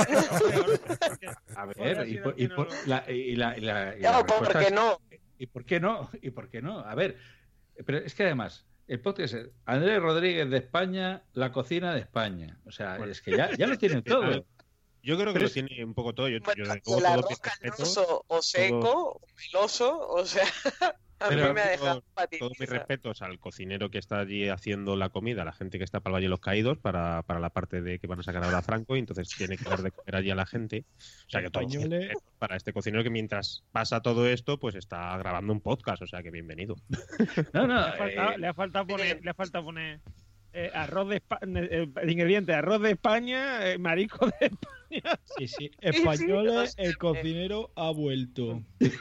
Speaker 3: a ver, y por, y por la, y la, y la, y
Speaker 8: no,
Speaker 3: la
Speaker 8: ¿por qué
Speaker 3: es,
Speaker 8: no?
Speaker 3: ¿Y por qué no? ¿Y por qué no? A ver, pero es que además, el podcast es Andrés Rodríguez de España, la cocina de España. O sea, bueno, es que ya, ya lo tienen todo.
Speaker 9: Yo creo que
Speaker 3: pero
Speaker 9: lo
Speaker 3: es...
Speaker 9: tiene un poco todo. Yo,
Speaker 8: bueno,
Speaker 9: yo
Speaker 8: el
Speaker 9: todo,
Speaker 8: arroz caldoso o seco, todo... o meloso, o sea... A
Speaker 9: Pero
Speaker 8: mí me ha dejado
Speaker 9: todos mis respetos al cocinero que está allí haciendo la comida, a la gente que está para el Valle de los Caídos, para, para la parte de que van a sacar ahora a Franco, y entonces tiene que dar de comer allí a la gente. O sea que todo para este cocinero que mientras pasa todo esto, pues está grabando un podcast, o sea que bienvenido.
Speaker 3: No, no,
Speaker 5: le ha faltado, eh... le ha faltado poner, le ha faltado poner eh, arroz de España, eh, el ingrediente arroz de España, eh, marisco de España.
Speaker 6: Sí, sí, españoles, el cocinero ha vuelto.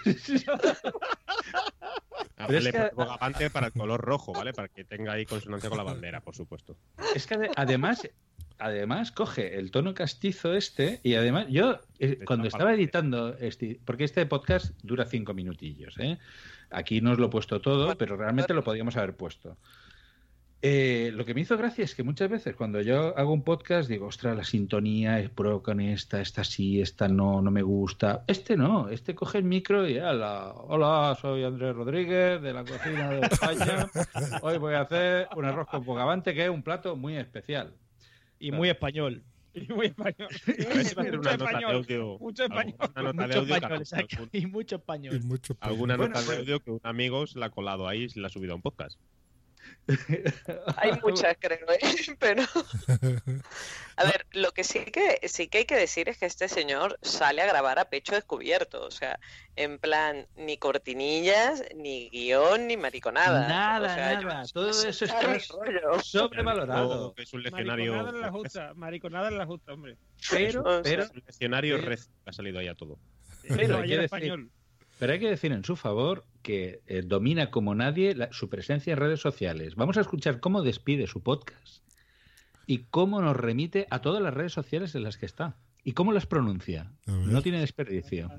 Speaker 9: Pero es que... bogavante para el color rojo, ¿vale? Para que tenga ahí consonancia con la bandera, por supuesto.
Speaker 3: Es que además, además coge el tono castizo este y además yo eh, cuando estaba editando, este, porque este podcast dura cinco minutillos, ¿eh? Aquí no os lo he puesto todo, pero realmente lo podríamos haber puesto. Eh, lo que me hizo gracia es que muchas veces cuando yo hago un podcast digo, ostras, la sintonía es pro con esta, esta sí, esta no, no me gusta. Este no, este coge el micro y hola, hola, soy Andrés Rodríguez de la cocina de España. Hoy voy a hacer un arroz con bogavante, que es un plato muy especial.
Speaker 6: Y claro. Muy español.
Speaker 5: Y muy español.
Speaker 9: Mucho español.
Speaker 5: Mucho español.
Speaker 9: Una nota de audio.
Speaker 6: Español, exacto. Y mucho español.
Speaker 7: Y mucho español.
Speaker 9: Alguna
Speaker 3: bueno,
Speaker 9: nota
Speaker 3: pues...
Speaker 9: de audio que un amigo se la ha colado ahí y se la ha subido a un podcast.
Speaker 8: Hay muchas, creo, ¿eh? Pero a ver, lo que sí que sí que hay que decir es que este señor sale a grabar a pecho descubierto, o sea, en plan ni cortinillas, ni guión, ni mariconada.
Speaker 3: Nada,
Speaker 8: o sea,
Speaker 3: nada.
Speaker 8: Yo,
Speaker 3: todo eso está sobrevalorado.
Speaker 9: Es un legionario.
Speaker 5: Mariconada en la justa, mariconada en la justa, hombre.
Speaker 3: Pero,
Speaker 8: o sea,
Speaker 3: pero,
Speaker 9: es un legionario
Speaker 3: pero,
Speaker 9: red que ha salido ahí a todo.
Speaker 3: Pero hay, que
Speaker 5: español.
Speaker 3: decir, pero hay que decir en su favor que eh, domina como nadie la, su presencia en redes sociales. Vamos a escuchar cómo despide su podcast y cómo nos remite a todas las redes sociales en las que está. Y cómo las pronuncia. No tiene desperdicio.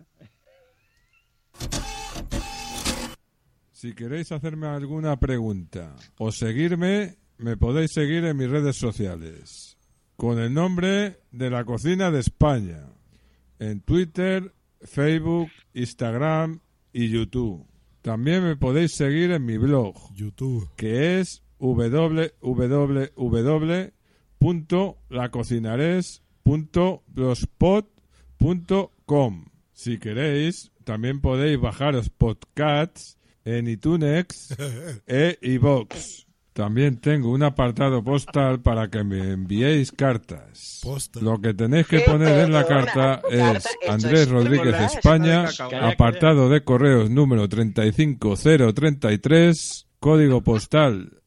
Speaker 2: Si queréis hacerme alguna pregunta o seguirme, me podéis seguir en mis redes sociales con el nombre de la cocina de España. En Twitter, Facebook, Instagram y YouTube. También me podéis seguir en mi blog,
Speaker 7: YouTube,
Speaker 2: que es w w w punto la cocinares punto blogspot punto com. Si queréis, también podéis bajaros podcasts en iTunes e iVoox. También tengo un apartado postal para que me enviéis cartas.
Speaker 7: Postal.
Speaker 2: Lo que tenéis que poner en la carta es Andrés Rodríguez España, apartado de correos número treinta y cinco cero treinta y tres, código postal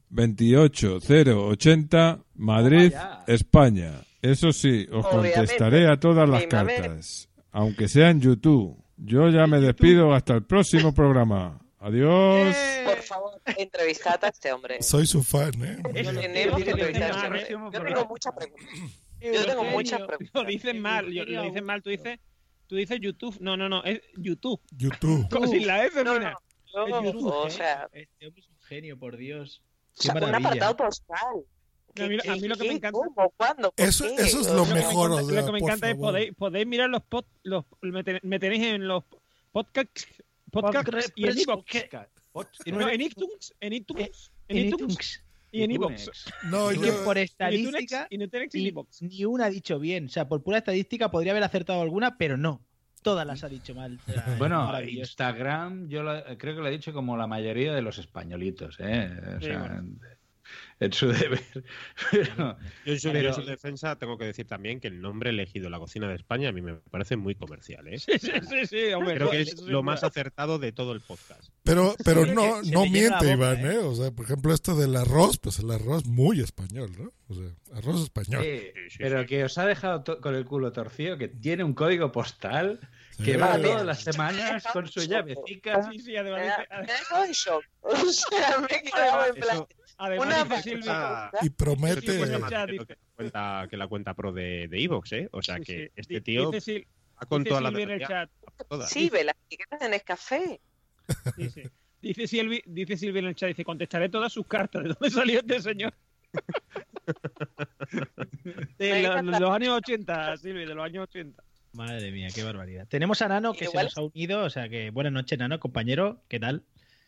Speaker 2: veintiocho cero ochenta, Madrid, España. Eso sí, os
Speaker 8: Obviamente.
Speaker 2: contestaré a todas las
Speaker 8: Mi madre.
Speaker 2: cartas, aunque sea en YouTube. Yo ya me despido hasta el próximo programa. Adiós.
Speaker 8: Por favor, entrevistad a este hombre.
Speaker 7: Soy su fan, ¿eh?
Speaker 8: Tenemos que entrevistar a este hombre.
Speaker 5: Próximo
Speaker 8: Yo
Speaker 5: programa.
Speaker 8: tengo muchas preguntas. Yo tengo muchas
Speaker 5: Lo
Speaker 8: preguntas.
Speaker 5: dicen mal, yo- lo dicen mal. Tú dices, tú dices YouTube. No, no, no, es YouTube.
Speaker 7: YouTube.
Speaker 5: Como si la F
Speaker 8: No,
Speaker 5: fuera.
Speaker 8: no,
Speaker 5: Es
Speaker 8: no,
Speaker 5: YouTube.
Speaker 8: o sea,
Speaker 6: Este hombre es un genio, por Dios.
Speaker 8: o
Speaker 6: Qué
Speaker 8: sea, un
Speaker 6: maravilla.
Speaker 8: apartado postal.
Speaker 5: A mí, a mí lo que me
Speaker 8: ¿Qué?
Speaker 5: encanta.
Speaker 8: ¿Cómo? ¿Cuándo? ¿Por
Speaker 7: Eso,
Speaker 8: qué?
Speaker 7: eso es
Speaker 8: O
Speaker 7: lo
Speaker 8: sea,
Speaker 7: mejor, o
Speaker 5: Lo
Speaker 7: sea,
Speaker 5: que me
Speaker 7: por
Speaker 5: encanta es
Speaker 7: favor.
Speaker 5: podéis, podéis mirar los pod, los me, ten- me tenéis en los podcasts podcasts y en iVoox. No, en iTunes, en iTunes, en
Speaker 6: En
Speaker 5: iTunes
Speaker 6: iTunes.
Speaker 5: y en
Speaker 6: iTunes.
Speaker 5: iVoox.
Speaker 7: No,
Speaker 6: Es que
Speaker 7: yo,
Speaker 6: por
Speaker 5: En iTunes
Speaker 6: estadística
Speaker 5: y en iTunes y en
Speaker 6: ni,
Speaker 5: iVoox.
Speaker 6: ni una ha dicho bien. O sea, por pura estadística podría haber acertado alguna, pero no. Todas las ha dicho mal. O sea, es
Speaker 3: Bueno,
Speaker 6: maravilloso.
Speaker 3: Instagram, yo lo- creo que lo he dicho como la mayoría de los españolitos, ¿eh? O
Speaker 5: Sí,
Speaker 3: sea,
Speaker 5: bueno.
Speaker 3: en su deber. Pero,
Speaker 9: Yo en su,
Speaker 3: Pero-
Speaker 9: en su defensa tengo que decir también que el nombre elegido, La Cocina de España, a mí me parece muy comercial, ¿eh?
Speaker 5: Sí, sí, sí, sí, hombre.
Speaker 9: Creo que
Speaker 5: eso
Speaker 9: es
Speaker 5: sin
Speaker 9: lo
Speaker 5: duda.
Speaker 9: más acertado de todo el podcast.
Speaker 7: pero pero
Speaker 6: Sí,
Speaker 7: no,
Speaker 6: que se
Speaker 7: no
Speaker 6: le llena la
Speaker 7: miente,
Speaker 6: boca,
Speaker 7: Iván, ¿eh? O sea, por ejemplo, esto del arroz, pues el arroz muy español, ¿no? O sea, arroz español.
Speaker 3: Sí,
Speaker 9: sí,
Speaker 3: pero
Speaker 9: sí.
Speaker 3: que os ha dejado to- con el culo torcido, que tiene un código postal
Speaker 7: Sí.
Speaker 3: que va
Speaker 8: Vale.
Speaker 3: todas las semanas con su llavecica.
Speaker 5: Sí, sí, además
Speaker 8: Me
Speaker 5: dice,
Speaker 8: ha- me ha dejado en shock. O sea, me he quedado en plan.
Speaker 3: Eso-
Speaker 5: además
Speaker 8: Una
Speaker 5: dice Silvia,
Speaker 9: Ah,
Speaker 7: Y promete...
Speaker 5: Sí, pues,
Speaker 9: cuesta
Speaker 5: el
Speaker 9: más
Speaker 5: chat
Speaker 9: que lo
Speaker 5: dice-
Speaker 9: que cuenta que la cuenta pro de de Evox, ¿eh? O sea
Speaker 5: sí,
Speaker 9: que
Speaker 5: sí.
Speaker 9: este
Speaker 5: Di-
Speaker 9: tío
Speaker 5: dice, Sil-
Speaker 9: va con
Speaker 5: dice
Speaker 9: todas las
Speaker 5: Silvia en el
Speaker 9: deberías,
Speaker 5: chat.
Speaker 9: todas.
Speaker 8: Sí, ve las etiquetas en Nescafé.
Speaker 5: Sí, sí. Dice Silvia, dice Silvia en el chat, dice, contestaré todas sus cartas. ¿De dónde salió este señor? De
Speaker 8: Me
Speaker 5: lo-
Speaker 8: encanta.
Speaker 5: los años ochenta, Silvia, de los años ochenta.
Speaker 6: Madre mía, qué barbaridad. Tenemos a Nano que
Speaker 8: Igual-
Speaker 6: se nos ha unido, o sea que buenas noches, Nano, compañero, ¿qué tal?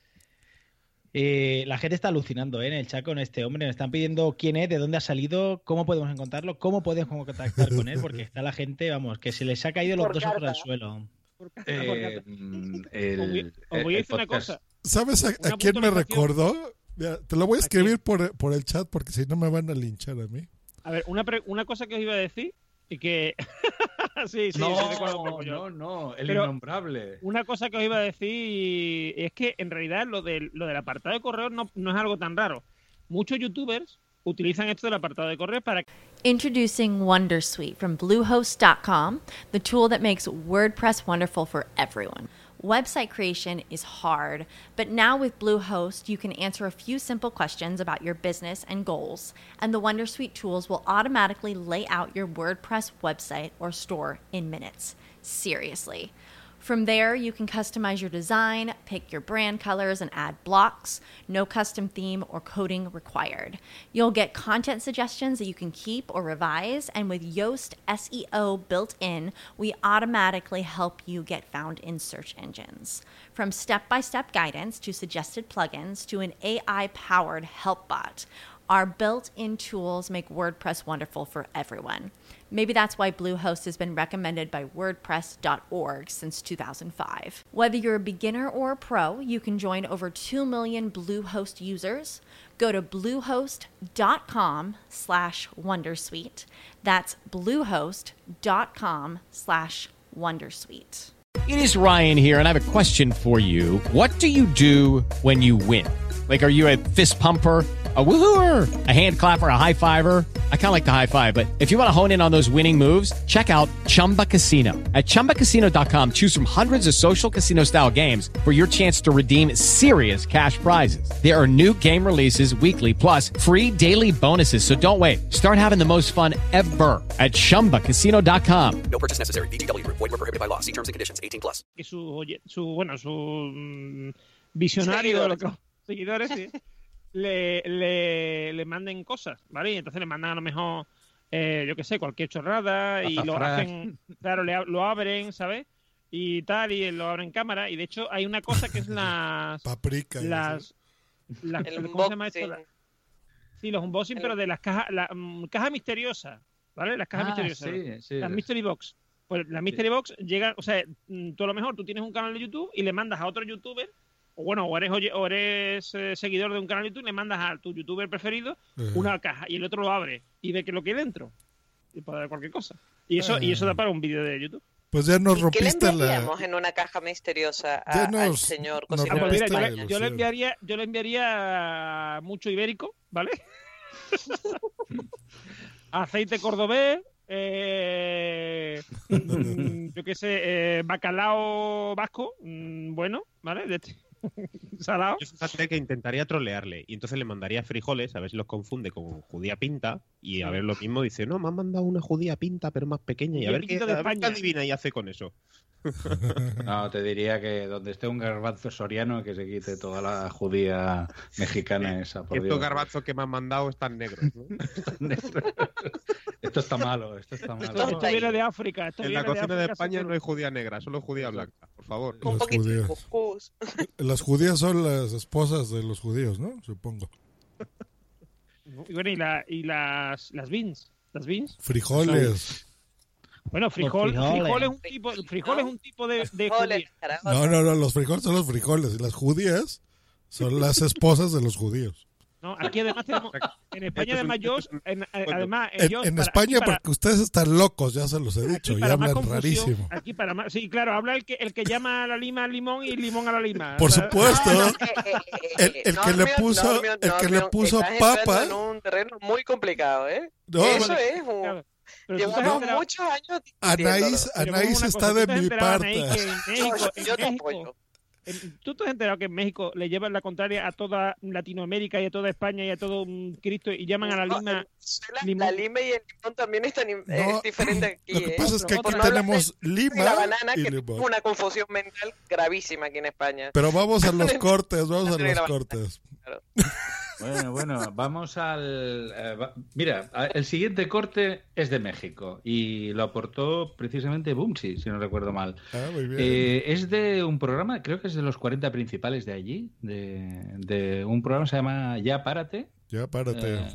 Speaker 6: Eh, la gente está alucinando, ¿eh? En el chat con este hombre. Nos están pidiendo quién es, de dónde ha salido, cómo podemos encontrarlo, cómo podemos contactar con él, porque está la gente, vamos, que se les ha caído los
Speaker 8: Por
Speaker 6: dos ojos
Speaker 8: carta.
Speaker 6: al suelo.
Speaker 3: Eh, mm, el-
Speaker 5: Os voy- os voy a
Speaker 3: el
Speaker 5: decir una
Speaker 3: podcast-
Speaker 5: cosa.
Speaker 7: ¿Sabes a, a
Speaker 5: Una
Speaker 7: quién me
Speaker 5: puntualización.
Speaker 7: recordó? Mira, te lo voy a escribir por, por el chat porque si no me van a linchar a mí.
Speaker 5: A ver, una, pre- una cosa que os iba a decir y que... sí, sí,
Speaker 3: No,
Speaker 5: sí, recuerdo un poco yo.
Speaker 3: no, no, el
Speaker 5: Pero-
Speaker 3: innombrable.
Speaker 5: Una cosa que os iba a decir es que en realidad lo del, lo del apartado de correo no, no es algo tan raro. Muchos youtubers utilizan esto del apartado de correo para
Speaker 1: Introducing Wondersuite from Bluehost dot com, the tool that makes WordPress wonderful for everyone. Website creation is hard, but now with Bluehost, you can answer a few simple questions about your business and goals, and the Wondersuite tools will automatically lay out your WordPress website or store in minutes. Seriously. From there, you can customize your design, pick your brand colors, and add blocks. No custom theme or coding required. You'll get content suggestions that you can keep or revise, and with Yoast S E O built in, we automatically help you get found in search engines. From step-by-step guidance to suggested plugins to an A I-powered help bot, our built-in tools make WordPress wonderful for everyone. Maybe that's why Bluehost has been recommended by WordPress dot org since two thousand five. Whether you're a beginner or a pro, you can join over two million Bluehost users. Go to bluehost.com slash wondersuite. That's bluehost.com slash wondersuite.
Speaker 16: It is Ryan here, and I have a question for you. What do you do when you win? Like, are you a fist pumper, a woohooer, a hand clapper, a high fiver? I kind of like the high five, but if you want to hone in on those winning moves, check out Chumba Casino. At chumba casino dot com, choose from hundreds of social casino style games for your chance to redeem serious cash prizes. There are new game releases weekly, plus free daily bonuses. So don't wait. Start having the most fun ever at chumba casino dot com.
Speaker 17: No purchase necessary. V G W. Void were prohibited by law. See terms and conditions. eighteen plus.
Speaker 5: que su, oye- su bueno, su mm, visionario,
Speaker 8: Seguidores.
Speaker 5: lo que- seguidores, sí, le, le, le manden cosas, ¿vale? Y entonces le mandan a lo mejor, eh, yo qué sé, cualquier chorrada y lo
Speaker 3: Azafrán.
Speaker 5: hacen, claro, le, lo abren, ¿sabes? Y tal, y lo abren en cámara. Y de hecho hay una cosa que es las...
Speaker 7: Paprika. y
Speaker 5: las, las
Speaker 8: El
Speaker 5: ¿cómo se llama esto?
Speaker 8: unboxing.
Speaker 5: Sí, los unboxing,
Speaker 8: El-
Speaker 5: pero de las cajas, la mm, caja misteriosa, ¿vale? Las cajas
Speaker 3: Ah,
Speaker 5: misteriosas.
Speaker 3: sí, sí.
Speaker 5: Las Mystery Box. Pues la Mystery Box llega, o sea, mm, tú a lo mejor tú tienes un canal de YouTube y le mandas a otro youtuber, o bueno, o eres, oye- o eres eh, seguidor de un canal de YouTube y le mandas a tu youtuber preferido
Speaker 7: Ajá.
Speaker 5: una caja y el otro lo abre y ve que es lo que hay dentro. Y puede haber cualquier cosa. Y eso, y eso da para un vídeo de YouTube.
Speaker 7: Pues ya nos
Speaker 8: ¿Y
Speaker 7: rompiste
Speaker 8: qué le
Speaker 7: la...
Speaker 8: enviaríamos en una caja misteriosa a-
Speaker 7: Ya nos-
Speaker 8: al señor
Speaker 7: nos
Speaker 5: Ah,
Speaker 8: cocinero?
Speaker 5: pues mira,
Speaker 7: rompiste
Speaker 5: yo,
Speaker 7: la
Speaker 5: le, yo le
Speaker 7: ilusión.
Speaker 5: enviaría, yo le enviaría mucho ibérico, ¿vale? Aceite cordobés, eh, mm, yo qué sé, eh, bacalao vasco, mm, bueno, ¿vale? De este, salado.
Speaker 9: Yo fíjate que intentaría trolearle y entonces le mandaría frijoles, a ver si los confunde con judía pinta y a ver lo mismo dice, no, me han mandado una judía pinta pero más pequeña y a
Speaker 5: Judía
Speaker 9: ver qué,
Speaker 5: pinta de
Speaker 9: a ver qué
Speaker 5: España.
Speaker 9: adivina y hace con eso.
Speaker 3: No, te diría que donde esté un garbanzo soriano que se quite toda la judía mexicana esa, por
Speaker 9: Estos
Speaker 3: Dios.
Speaker 9: garbanzos que me han mandado están negros, ¿no?
Speaker 3: Esto está malo, esto está
Speaker 5: Esto,
Speaker 3: malo.
Speaker 5: esto viene de África. Esto
Speaker 9: En
Speaker 5: viene
Speaker 9: la cocina de
Speaker 5: África,
Speaker 9: España
Speaker 5: seguro.
Speaker 9: no hay judía negra, solo judía blanca, por favor.
Speaker 8: Un
Speaker 7: Los
Speaker 8: poquito de
Speaker 7: judíos.
Speaker 8: cuscús.
Speaker 7: Las judías son las esposas de los judíos, ¿no? Supongo.
Speaker 5: Y bueno, y, la, y las, las beans. Las beans.
Speaker 7: Frijoles.
Speaker 5: Bueno, frijol,
Speaker 6: frijoles.
Speaker 5: frijol es un tipo, el frijol es un tipo de, de
Speaker 8: Frijoles,
Speaker 5: judía.
Speaker 8: carajo.
Speaker 7: No, no, no, los frijoles son los frijoles y las judías son las esposas de los judíos.
Speaker 5: No, aquí además tenemos, en España además yo, en- además
Speaker 7: En,
Speaker 5: yo,
Speaker 7: en
Speaker 5: para-
Speaker 7: España,
Speaker 5: aquí para-
Speaker 7: porque ustedes están locos, ya se los he dicho,
Speaker 5: aquí
Speaker 7: y
Speaker 5: para más
Speaker 7: hablan
Speaker 5: confusión,
Speaker 7: rarísimo.
Speaker 5: Aquí para más, sí, claro, habla el que el que llama a la lima al limón y limón a la lima.
Speaker 7: Por
Speaker 5: O sea,
Speaker 7: supuesto,
Speaker 8: No, no, eh, eh, eh,
Speaker 7: el, el que le
Speaker 8: Normio,
Speaker 7: puso,
Speaker 8: Normio,
Speaker 7: el que le
Speaker 8: Normio,
Speaker 7: puso
Speaker 8: estás entrando
Speaker 7: papa,
Speaker 8: en un terreno muy complicado, ¿eh?
Speaker 7: no,
Speaker 8: Eso
Speaker 5: vale,
Speaker 8: es un...
Speaker 5: claro. Pero tú te has
Speaker 8: Llevamos
Speaker 5: enterado-
Speaker 8: muchos años
Speaker 7: Anaís,
Speaker 8: discutiéndolo.
Speaker 5: pero
Speaker 7: Anaís
Speaker 5: una
Speaker 7: está
Speaker 5: cosa,
Speaker 7: de
Speaker 5: ¿tú te has
Speaker 7: mi
Speaker 5: enterado,
Speaker 7: parte.
Speaker 5: Anaís, que en México, en
Speaker 8: Yo te
Speaker 5: México-
Speaker 8: apoyo.
Speaker 5: en- ¿Tú te has enterado que en México le llevan la contraria a toda Latinoamérica y a toda España y a todo mm, Cristo y llaman a la
Speaker 8: No,
Speaker 5: lima
Speaker 8: en Venezuela,
Speaker 5: limón?
Speaker 8: La lima y el limón también están in-
Speaker 7: No,
Speaker 8: es diferente aquí.
Speaker 7: Lo que
Speaker 8: ¿eh?
Speaker 7: pasa es que aquí
Speaker 8: Por no hablar
Speaker 7: tenemos
Speaker 8: de
Speaker 7: lima
Speaker 8: la banana,
Speaker 7: y
Speaker 8: que
Speaker 7: limón.
Speaker 8: es una confusión mental gravísima aquí en España.
Speaker 7: Pero vamos a los cortes, vamos a
Speaker 8: Entre
Speaker 7: los
Speaker 8: la-
Speaker 7: cortes.
Speaker 8: Claro.
Speaker 3: Bueno, bueno, vamos al... eh, va- mira, a- el siguiente corte es de México y lo aportó precisamente Bumsy, si no recuerdo mal.
Speaker 7: Ah, muy bien.
Speaker 3: Eh, es de un programa, creo que es de los cuarenta principales de allí, de, de un programa que se llama Ya Párate.
Speaker 7: Ya, párate.
Speaker 3: eh,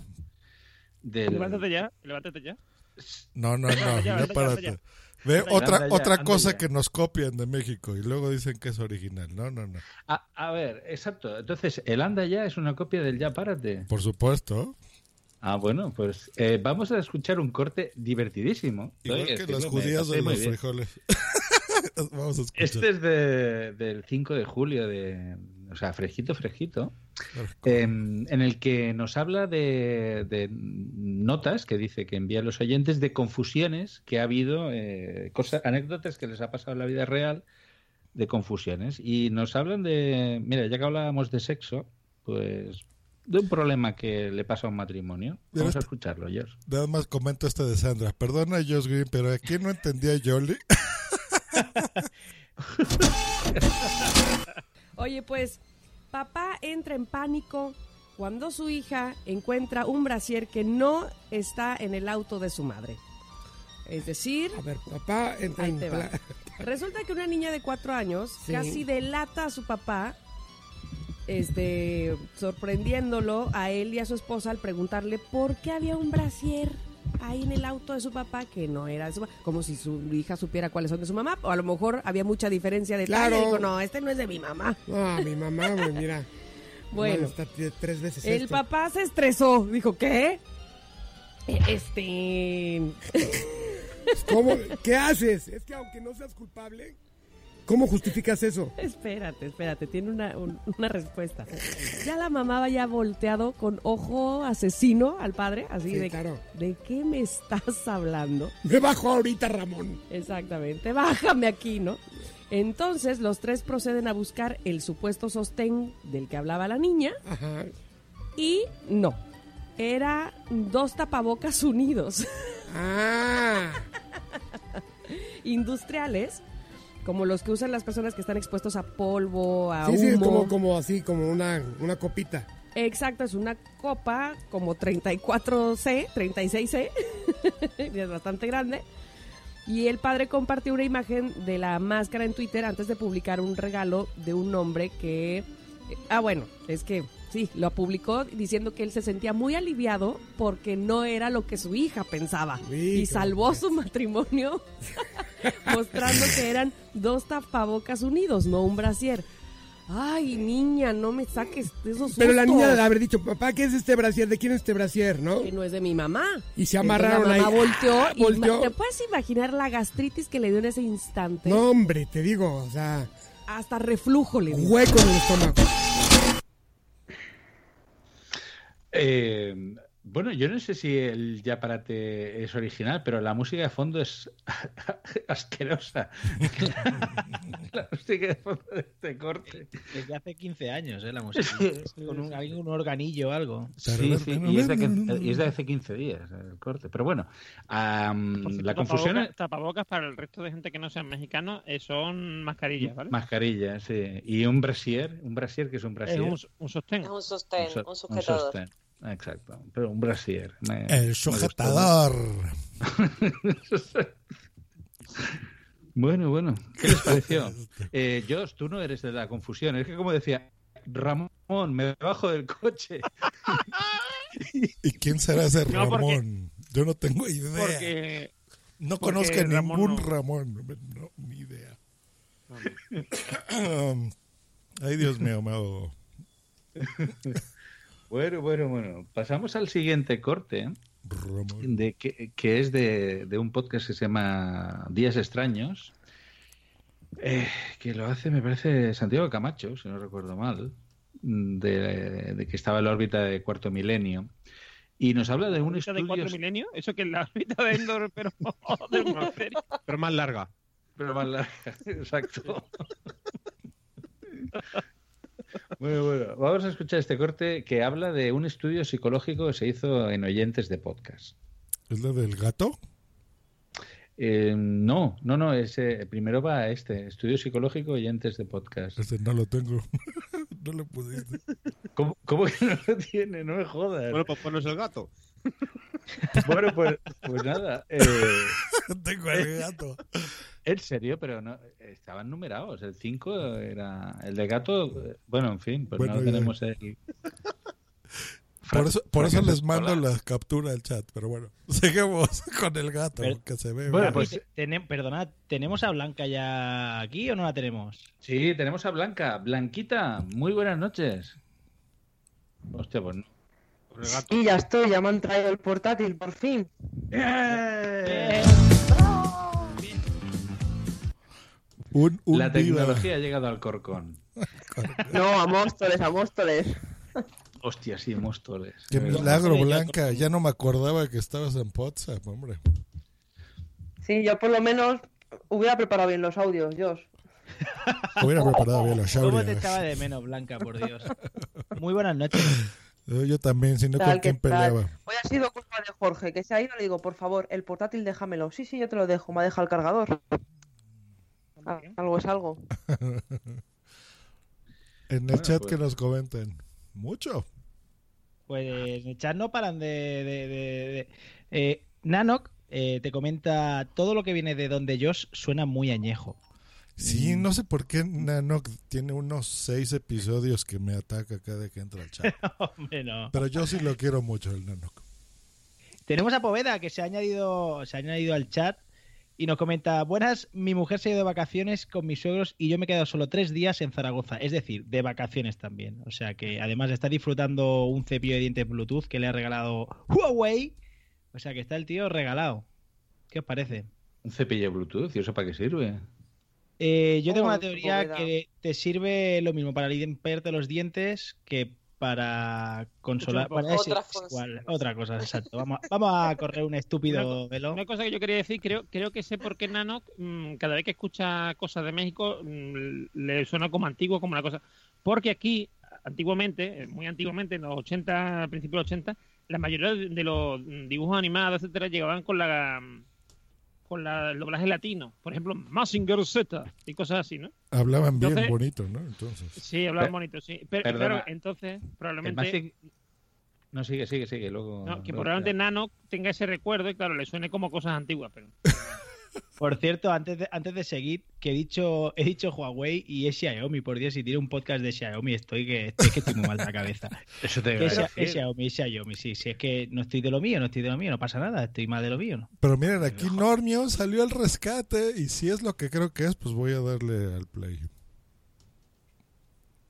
Speaker 3: del-
Speaker 5: Levántate ya, levántate ya.
Speaker 7: No, no, no,
Speaker 5: Ya,
Speaker 7: ya
Speaker 5: anda ya,
Speaker 7: párate.
Speaker 5: anda
Speaker 7: Ve,
Speaker 3: Anda
Speaker 7: otra,
Speaker 3: ya,
Speaker 7: otra
Speaker 3: anda
Speaker 7: cosa
Speaker 3: ya.
Speaker 7: que nos copian de México y luego dicen que es original. No, no, no.
Speaker 3: A, a ver, exacto. Entonces, el Anda Ya es una copia del Ya Párate.
Speaker 7: Por supuesto.
Speaker 3: Ah, bueno, pues eh, vamos a escuchar un corte divertidísimo.
Speaker 7: Igual
Speaker 3: Oye,
Speaker 7: que
Speaker 3: es que
Speaker 7: las
Speaker 3: me
Speaker 7: judías
Speaker 3: pasé
Speaker 7: de
Speaker 3: muy
Speaker 7: los
Speaker 3: bien.
Speaker 7: frijoles. Vamos a escuchar.
Speaker 3: Este es de, del cinco de julio, de, o sea, fresquito, fresquito, eh, en el que nos habla de, de notas que dice que envían los oyentes de confusiones que ha habido, eh, cosas, anécdotas que les ha pasado en la vida real de confusiones. Y nos hablan de, mira, ya que hablábamos de sexo, pues de un problema que le pasa a un matrimonio. Vamos a escucharlo, Josh.
Speaker 7: Nada más comento este de Sandra. Perdona, Josh Green, pero aquí no entendía Yoli.
Speaker 4: Oye, pues, papá entra en pánico cuando su hija encuentra un brasier que no está en el auto de su madre. Es decir...
Speaker 22: A ver, papá entra
Speaker 4: ahí
Speaker 22: en
Speaker 4: te va.
Speaker 22: pla-
Speaker 4: Resulta que una niña de cuatro años
Speaker 22: Sí.
Speaker 4: casi delata a su papá, este, sorprendiéndolo a él y a su esposa al preguntarle por qué había un brasier ahí en el auto de su papá que no era de su mamá, como si su hija supiera cuáles son de su mamá, o a lo mejor había mucha diferencia de
Speaker 22: Claro.
Speaker 4: talla y dijo, no, este no es de mi mamá.
Speaker 22: No, mi mamá, güey, mira.
Speaker 4: Bueno,
Speaker 22: está t- tres veces
Speaker 4: el
Speaker 22: esto.
Speaker 4: papá se estresó, dijo, ¿qué? E- Este...
Speaker 22: ¿Cómo? ¿Qué haces? Es que aunque no seas culpable, ¿cómo justificas eso?
Speaker 4: Espérate, espérate, tiene una, un- una respuesta. Ya la mamá había volteado con ojo asesino al padre, así
Speaker 22: Sí,
Speaker 4: de,
Speaker 22: claro.
Speaker 4: ¿de qué me estás hablando?
Speaker 22: Me bajo ahorita, Ramón.
Speaker 4: Exactamente, bájame aquí, ¿no? Entonces los tres proceden a buscar el supuesto sostén del que hablaba la niña
Speaker 22: Ajá.
Speaker 4: y no, era dos tapabocas unidos.
Speaker 22: Ah.
Speaker 4: Industriales, como los que usan las personas que están expuestos a polvo, a
Speaker 22: Sí,
Speaker 4: humo.
Speaker 22: sí, es como, como así, como una, una copita.
Speaker 4: Exacto, es una copa como treinta y cuatro ce, treinta y seis ce, es bastante grande. Y el padre compartió una imagen de la máscara en Twitter antes de publicar un regalo de un hombre que... Ah, bueno, es que sí, lo publicó diciendo que él se sentía muy aliviado porque no era lo que su hija pensaba. Y salvó su matrimonio mostrando que eran dos tapabocas unidos, no un brasier. Ay, niña, no me saques de esos sustos.
Speaker 22: Pero la niña debe haber dicho, papá, ¿qué es este brasier? ¿De quién es este brasier, no?
Speaker 4: Que no es de mi mamá.
Speaker 22: Y se amarraron
Speaker 4: ahí. La mamá
Speaker 22: ahí.
Speaker 4: volteó, y
Speaker 22: volteó.
Speaker 4: ¿te puedes imaginar la gastritis que le dio en ese instante?
Speaker 22: No, hombre, te digo, o sea...
Speaker 4: Hasta reflujo le dio.
Speaker 22: Hueco en el estómago.
Speaker 3: Eh, bueno, yo no sé si el Yaparate es original, pero la música de fondo es asquerosa. La música de fondo de este corte.
Speaker 6: Desde hace quince años, ¿eh? La música. Con un, hay un organillo o algo.
Speaker 3: Sí, sí, y es, de, y es de hace quince días el corte. Pero bueno, um,
Speaker 5: cierto,
Speaker 3: la confusión
Speaker 5: tapabocas,
Speaker 3: es...
Speaker 5: tapabocas para el resto de gente que no sean mexicanos eh, son mascarillas, ¿vale?
Speaker 3: Mascarillas, sí. Y un brasier, un brasier que es un brasier.
Speaker 5: Es un, un sostén.
Speaker 8: Es un sostén,
Speaker 3: un, so,
Speaker 8: un sujetador.
Speaker 3: Un sostén. Exacto, pero un brasier. Me,
Speaker 7: el sujetador.
Speaker 3: Bueno, bueno, ¿qué les pareció? Eh, Josh, tú no eres de la confusión. Es que como decía, Ramón, me bajo del coche.
Speaker 7: ¿Y quién será ese
Speaker 5: no,
Speaker 7: Ramón?
Speaker 5: Porque,
Speaker 7: Yo no tengo idea.
Speaker 5: Porque,
Speaker 7: no
Speaker 5: porque
Speaker 7: conozco a ningún
Speaker 5: Ramón.
Speaker 7: Ramón. No, ni idea. Ay, Dios mío, me ahogo.
Speaker 3: Bueno, bueno, bueno. Pasamos al siguiente corte, de que, que es de, de un podcast que se llama Días Extraños, eh, que lo hace, me parece, Santiago Camacho, si no recuerdo mal, de, de que estaba en la órbita de Cuarto Milenio. Y nos habla de un estudio...
Speaker 5: ¿De Cuatro Milenios? Eso que es la órbita de Endor, pero de una serie.
Speaker 9: Pero más larga.
Speaker 3: Pero más larga, exacto. Bueno, bueno, vamos a escuchar este corte que habla de un estudio psicológico que se hizo en oyentes de podcast.
Speaker 7: ¿Es lo del gato?
Speaker 3: Eh, no, no, no, ese, primero va a este, estudio psicológico oyentes de podcast.
Speaker 7: Ese no lo tengo. No lo pusiste.
Speaker 3: ¿Cómo, ¿Cómo que no lo tiene? No me jodas.
Speaker 9: Bueno, pues ponos el gato.
Speaker 3: Bueno, pues, pues nada. Eh,
Speaker 7: tengo el gato.
Speaker 3: En serio, pero no estaban numerados. El cinco era el de gato. Bueno, en fin, pues
Speaker 7: bueno,
Speaker 3: no
Speaker 7: ya.
Speaker 3: tenemos el.
Speaker 7: Por eso, por eso les mando
Speaker 3: escolar.
Speaker 7: la captura al chat, pero bueno, seguimos con el gato,
Speaker 6: pero,
Speaker 7: que se ve.
Speaker 3: Bueno, pues
Speaker 6: ten, perdonad, ¿tenemos a Blanca ya aquí o no la tenemos?
Speaker 3: Sí, tenemos a Blanca. Blanquita, muy buenas noches. Hostia, pues no.
Speaker 10: Y ya estoy, ya me han traído el portátil, por fin.
Speaker 3: ¡Eh!
Speaker 7: Un, un
Speaker 3: la tecnología
Speaker 7: viva.
Speaker 3: ha llegado al Corcón.
Speaker 10: No, a Móstoles, a Móstoles.
Speaker 3: Hostia, sí, Móstoles.
Speaker 7: Qué milagro, Blanca. Ya no me acordaba que estabas en WhatsApp, hombre.
Speaker 10: Sí, yo por lo menos hubiera preparado bien los audios, Josh.
Speaker 7: Hubiera preparado bien los audios.
Speaker 6: ¿Cómo te echaba de menos, Blanca, por Dios? Muy buenas noches.
Speaker 7: Yo también, si no,
Speaker 10: Tal,
Speaker 7: ¿con quién
Speaker 10: ¿qué tal?
Speaker 7: peleaba?
Speaker 10: Hoy ha sido culpa de Jorge, que se ha ido, le digo, por favor, el portátil déjamelo. Sí, sí, yo te lo dejo, me ha dejado el cargador. Ah, algo es algo.
Speaker 7: En el
Speaker 3: Bueno,
Speaker 7: chat
Speaker 3: pues.
Speaker 7: que nos comenten. Mucho.
Speaker 6: Pues en el chat no paran de... de, de, de- eh, Nanok eh, te comenta, todo lo que viene de donde Josh suena muy añejo.
Speaker 7: Sí, no sé por qué Nanok tiene unos seis episodios que me ataca cada que entra al chat.
Speaker 6: Hombre, no.
Speaker 7: Pero yo sí lo quiero mucho, el Nanok.
Speaker 6: Tenemos a Poveda, que se ha añadido, se ha añadido al chat y nos comenta, buenas, mi mujer se ha ido de vacaciones con mis suegros y yo me he quedado solo tres días en Zaragoza, es decir, de vacaciones también. O sea que además está disfrutando un cepillo de dientes Bluetooth que le ha regalado Huawei. O sea que está el tío regalado. ¿Qué os parece?
Speaker 3: Un cepillo Bluetooth, ¿y eso para qué sirve?
Speaker 6: Eh, yo tengo
Speaker 10: Oh,
Speaker 6: una teoría
Speaker 10: Poveda.
Speaker 6: que te sirve lo mismo para limpiarte los dientes que para consolar.
Speaker 5: Otra
Speaker 6: Bueno, es
Speaker 8: Otra
Speaker 6: igual, otra cosa, exacto. Vamos, vamos a correr un estúpido
Speaker 5: Una,
Speaker 6: velo.
Speaker 5: una cosa que yo quería decir, creo, creo que sé por qué Nanok, mmm, cada vez que escucha cosas de México, mmm, le suena como antiguo, como una cosa. Porque aquí, antiguamente, muy antiguamente, en los ochenta, principios de los ochenta, la mayoría de los dibujos animados, etcétera, llegaban con la con la, el doblaje latino. Por ejemplo, Mazinger Z y cosas así, ¿no?
Speaker 7: Hablaban bien
Speaker 5: Entonces-
Speaker 7: bonito, ¿no? Entonces.
Speaker 5: Sí, hablaban
Speaker 3: Per-
Speaker 5: bonito, sí. Pero,
Speaker 3: perdona.
Speaker 5: claro, entonces,
Speaker 3: El
Speaker 5: probablemente...
Speaker 3: Mazinger- No, sigue, sigue, sigue. Luego,
Speaker 5: No, que
Speaker 3: luego-
Speaker 5: probablemente Nano tenga ese recuerdo y claro, le suene como cosas antiguas, pero...
Speaker 6: Por cierto, antes de, antes de seguir, que he dicho, he dicho Huawei y es Xiaomi, por Dios, si tiene un podcast de Xiaomi estoy que estoy, que estoy muy mal de la cabeza.
Speaker 3: Eso te
Speaker 6: Que
Speaker 3: iba a
Speaker 6: es, Xia-
Speaker 3: decir.
Speaker 6: es Xiaomi, es Xiaomi, sí, sí, es que no estoy de lo mío, no estoy de lo mío, no pasa nada, estoy mal de lo mío, ¿no?
Speaker 7: Pero miren, aquí Normio salió al rescate y si es lo que creo que es, pues voy a darle al play.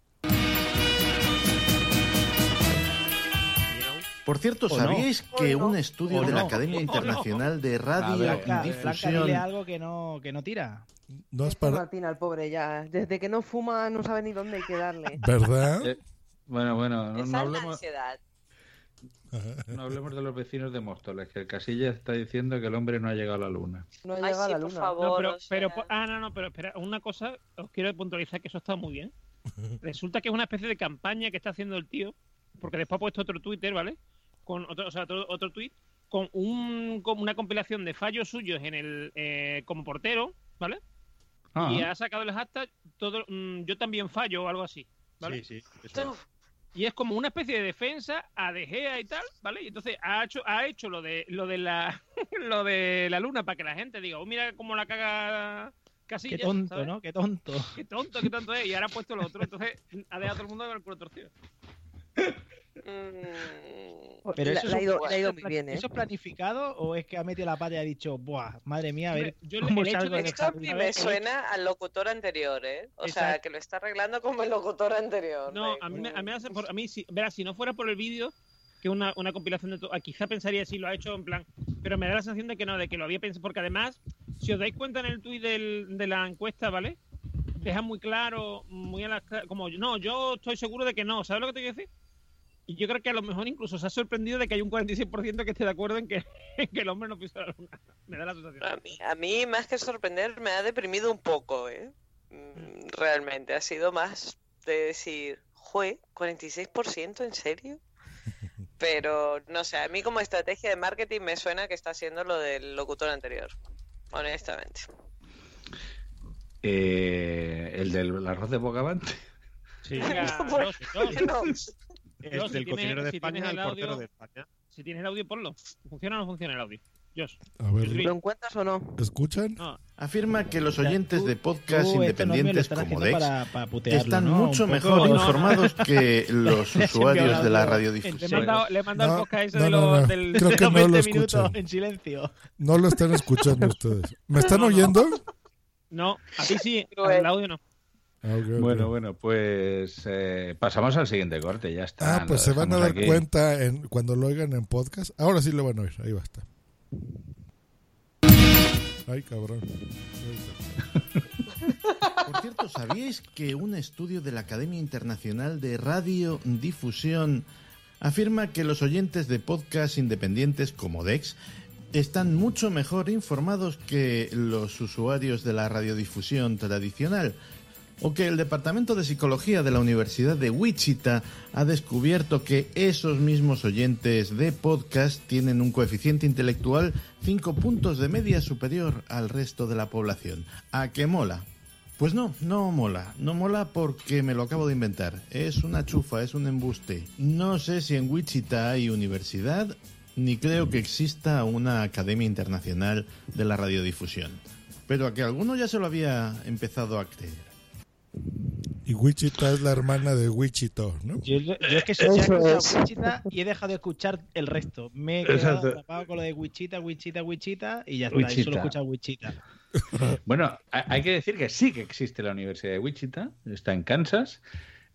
Speaker 11: Por cierto,
Speaker 6: ¿O
Speaker 11: ¿sabíais
Speaker 6: no?
Speaker 11: que
Speaker 6: ¿O no?
Speaker 11: un estudio
Speaker 6: ¿O
Speaker 11: de la
Speaker 6: no?
Speaker 11: Academia
Speaker 6: ¿O no?
Speaker 11: Internacional de Radio
Speaker 6: Blanca,
Speaker 11: y
Speaker 6: Blanca,
Speaker 11: Difusión...
Speaker 6: dile algo que no, que no tira.
Speaker 7: No es
Speaker 10: Este
Speaker 7: para...
Speaker 10: Martín, al pobre, ya. Desde que no fuma no sabe ni dónde hay que darle.
Speaker 7: ¿Verdad?
Speaker 3: Eh, bueno, bueno, no, no
Speaker 8: Esa es la
Speaker 3: hablemos,
Speaker 8: ansiedad.
Speaker 3: no hablemos de los vecinos de Móstoles, que el Casilla está diciendo que el hombre no ha llegado a la luna.
Speaker 10: No
Speaker 8: Ay,
Speaker 10: llega a
Speaker 8: sí,
Speaker 10: la
Speaker 8: por
Speaker 10: luna.
Speaker 8: favor.
Speaker 5: No, pero,
Speaker 8: o sea,
Speaker 5: pero, ah, no, no, pero espera, una cosa, os quiero puntualizar que eso está muy bien. Resulta que es una especie de campaña que está haciendo el tío, porque después ha puesto otro Twitter, ¿vale? Con otro, o sea, otro, otro tweet, con, un, con una compilación de fallos suyos en el eh, como portero, ¿vale?
Speaker 3: Ah.
Speaker 5: Y ha sacado el hashtag todo, mm, yo también fallo o algo así, ¿vale?
Speaker 9: Sí, sí. Eso.
Speaker 5: Y es como una especie de defensa a De Gea y tal, ¿vale? Y entonces ha hecho, ha hecho lo de lo de la lo de la luna para que la gente diga, oh, mira cómo la caga Casillas.
Speaker 6: Qué tonto,
Speaker 5: ¿sabes?
Speaker 6: ¿no? Qué tonto.
Speaker 5: Qué tonto, qué tonto es. Y ahora ha puesto lo otro. Entonces ha dejado a todo el mundo con el culo torcido.
Speaker 10: Pues
Speaker 6: Pero
Speaker 10: la-
Speaker 6: eso,
Speaker 10: le ha
Speaker 6: es,
Speaker 10: ido-
Speaker 6: un-
Speaker 10: le ha ido
Speaker 6: eso
Speaker 10: muy
Speaker 6: es
Speaker 10: bien, ¿eh?
Speaker 6: ¿Eso es planificado o es que ha metido la pata y ha dicho, buah, madre mía, a ver
Speaker 5: Hombre, yo le-
Speaker 6: cómo
Speaker 5: el hecho
Speaker 6: salgo
Speaker 5: de
Speaker 6: de
Speaker 8: Esto
Speaker 6: esta
Speaker 8: a mí me suena al locutor anterior, ¿eh? O sea,
Speaker 5: Exacto.
Speaker 8: que lo está arreglando como el locutor anterior.
Speaker 5: No,
Speaker 8: de-
Speaker 5: a mí, me- a mí, me hace- por- a mí si, verás, si no fuera por el vídeo, que una, una compilación de todo, quizá pensaría si lo ha hecho en plan, pero me da la sensación de que no, de que lo había pensado, porque además, si os dais cuenta en el tuit del, de la encuesta, ¿vale? Deja muy claro, muy a la, como, no, yo estoy seguro de que no, ¿sabes lo que te quiero decir? Y yo creo que a lo mejor incluso se ha sorprendido de que hay un cuarenta y seis por ciento que esté de acuerdo en que, en que el hombre no pisó la luna. Me da la sensación.
Speaker 8: A mí, a mí, más que sorprender, me ha deprimido un poco, ¿eh? Mm, Realmente, ha sido más de decir, jue, cuarenta y seis por ciento, ¿en serio? Pero, no sé, a mí como estrategia de marketing me suena que está haciendo lo del locutor anterior, honestamente.
Speaker 3: Eh, el del arroz de Bogavante.
Speaker 5: Sí. Venga,
Speaker 8: Bueno,
Speaker 5: Jos, Jos.
Speaker 8: no.
Speaker 5: Jos,
Speaker 9: Es
Speaker 5: si
Speaker 9: del
Speaker 5: tienes-
Speaker 9: cocinero de
Speaker 5: si
Speaker 9: España
Speaker 5: tienes
Speaker 9: al
Speaker 5: el
Speaker 9: portero
Speaker 5: audio-
Speaker 9: de España.
Speaker 5: Si tienes el audio, ponlo. ¿Funciona o no funciona el audio? Jos.
Speaker 7: A ver,
Speaker 10: ¿Lo encuentras o no?
Speaker 7: ¿escuchan?
Speaker 5: No.
Speaker 11: Afirma que los
Speaker 6: O sea,
Speaker 11: oyentes
Speaker 6: tú-
Speaker 11: de podcast
Speaker 6: tú, este Normio, lo
Speaker 11: independientes
Speaker 6: están
Speaker 11: como
Speaker 6: haciendo
Speaker 11: Dex
Speaker 6: para, para putearlo,
Speaker 11: están
Speaker 6: ¿no?
Speaker 11: mucho
Speaker 6: Un poco-
Speaker 11: mejor
Speaker 6: no,
Speaker 11: informados que los
Speaker 6: Le has
Speaker 11: usuarios
Speaker 6: enviado
Speaker 11: de la
Speaker 6: audio.
Speaker 5: Le he
Speaker 11: radiodifusión.
Speaker 5: mandado, le he mandado
Speaker 7: No,
Speaker 5: el podcast ese
Speaker 7: no,
Speaker 5: de
Speaker 7: no,
Speaker 5: los,
Speaker 7: no.
Speaker 5: del,
Speaker 7: Creo
Speaker 5: de
Speaker 7: que
Speaker 5: los
Speaker 7: no lo
Speaker 5: veinte
Speaker 6: minutos
Speaker 7: escuchan.
Speaker 6: en silencio.
Speaker 7: No lo están escuchando ustedes. ¿Me están
Speaker 5: No, no.
Speaker 7: oyendo?
Speaker 5: No, a ti sí,
Speaker 8: Pero, eh,
Speaker 5: al audio no.
Speaker 7: Ah, ok, ok.
Speaker 3: Bueno, bueno, pues eh, pasamos al siguiente corte, ya está.
Speaker 7: Ah, pues
Speaker 3: lo
Speaker 7: se van a
Speaker 3: dejamos
Speaker 7: dar
Speaker 3: aquí.
Speaker 7: cuenta en, cuando lo oigan en podcast. Ahora sí lo van a oír. Ahí va a estar. Ay, cabrón.
Speaker 11: Por cierto, ¿sabíais que un estudio de la Academia Internacional de Radiodifusión afirma que los oyentes de podcast independientes como Dex están mucho mejor informados que los usuarios de la radiodifusión tradicional? O que el Departamento de Psicología de la Universidad de Wichita ha descubierto que esos mismos oyentes de podcast tienen un coeficiente intelectual cinco puntos de media superior al resto de la población. ¿A qué mola? Pues no, no mola. No mola porque me lo acabo de inventar. Es una chufa, es un embuste. No sé si en Wichita hay universidad, ni creo que exista una Academia Internacional de la Radiodifusión. Pero a que alguno ya se lo había empezado a creer.
Speaker 7: Y Wichita es la hermana de Wichito, ¿no?
Speaker 6: Yo, yo es que soy ya he escuchado Wichita y he dejado de escuchar el resto. Me he quedado
Speaker 3: Exacto.
Speaker 6: atrapado con lo de Wichita, Wichita, Wichita y ya está. Y
Speaker 3: Wichita.
Speaker 6: solo he escuchado Wichita.
Speaker 3: Bueno, ha- hay que decir que sí que existe la Universidad de Wichita, está en Kansas,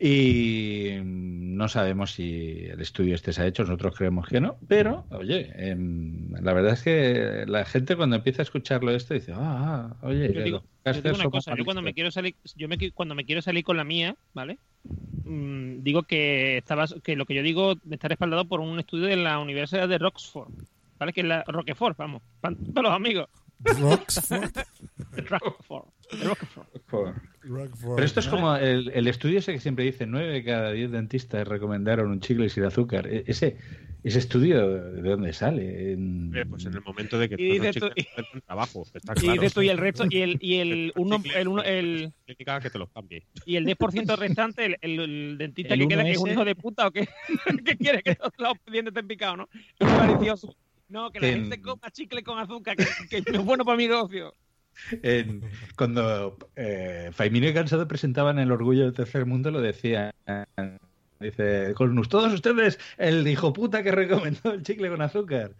Speaker 3: y no sabemos si el estudio este se ha hecho, nosotros creemos que no, pero, oye, em, la verdad es que la gente cuando empieza a escucharlo esto dice, ah, ah, oye,
Speaker 5: Yo
Speaker 3: que
Speaker 5: digo,
Speaker 3: los
Speaker 5: yo digo una
Speaker 3: somos
Speaker 5: cosa, yo cuando me
Speaker 3: listos".
Speaker 5: quiero salir, yo me, qui- cuando me quiero salir con la mía, ¿vale? Mm, digo que estaba, que lo que yo digo está respaldado por un estudio de la Universidad de Roxford, ¿vale? Que es la Roquefort, vamos, para los amigos.
Speaker 7: Roxford.
Speaker 5: Rockford. Rockford.
Speaker 7: Rockford.
Speaker 3: Pero esto es como el, el estudio ese que siempre dice nueve de cada diez dentistas recomendaron un chicle sin azúcar. E- Ese, ese estudio, ¿de dónde sale? En-
Speaker 9: Eh, Pues en el momento de que
Speaker 5: Y
Speaker 9: todos los
Speaker 5: dices tú-
Speaker 9: chicles encuentran trabajo, está
Speaker 5: Y
Speaker 9: claro.
Speaker 5: dices tú, y el resto, y el, y el uno, el uno, el,
Speaker 9: Clínica que te los cambie.
Speaker 5: y el diez por ciento restante, el, el, el dentista
Speaker 6: El
Speaker 5: que queda, que es un
Speaker 6: uno ese.
Speaker 5: hijo de puta o qué, ¿qué quiere que todos los dientes estén picados, ¿no? Es malicioso. No, que la
Speaker 3: En-
Speaker 5: gente coma chicle con azúcar, que, que no es bueno para mi negocio.
Speaker 3: en- cuando eh, Faimino y Cansado presentaban El Orgullo del Tercer Mundo, lo decían. Dice, con todos ustedes, el hijo puta que recomendó el chicle con azúcar.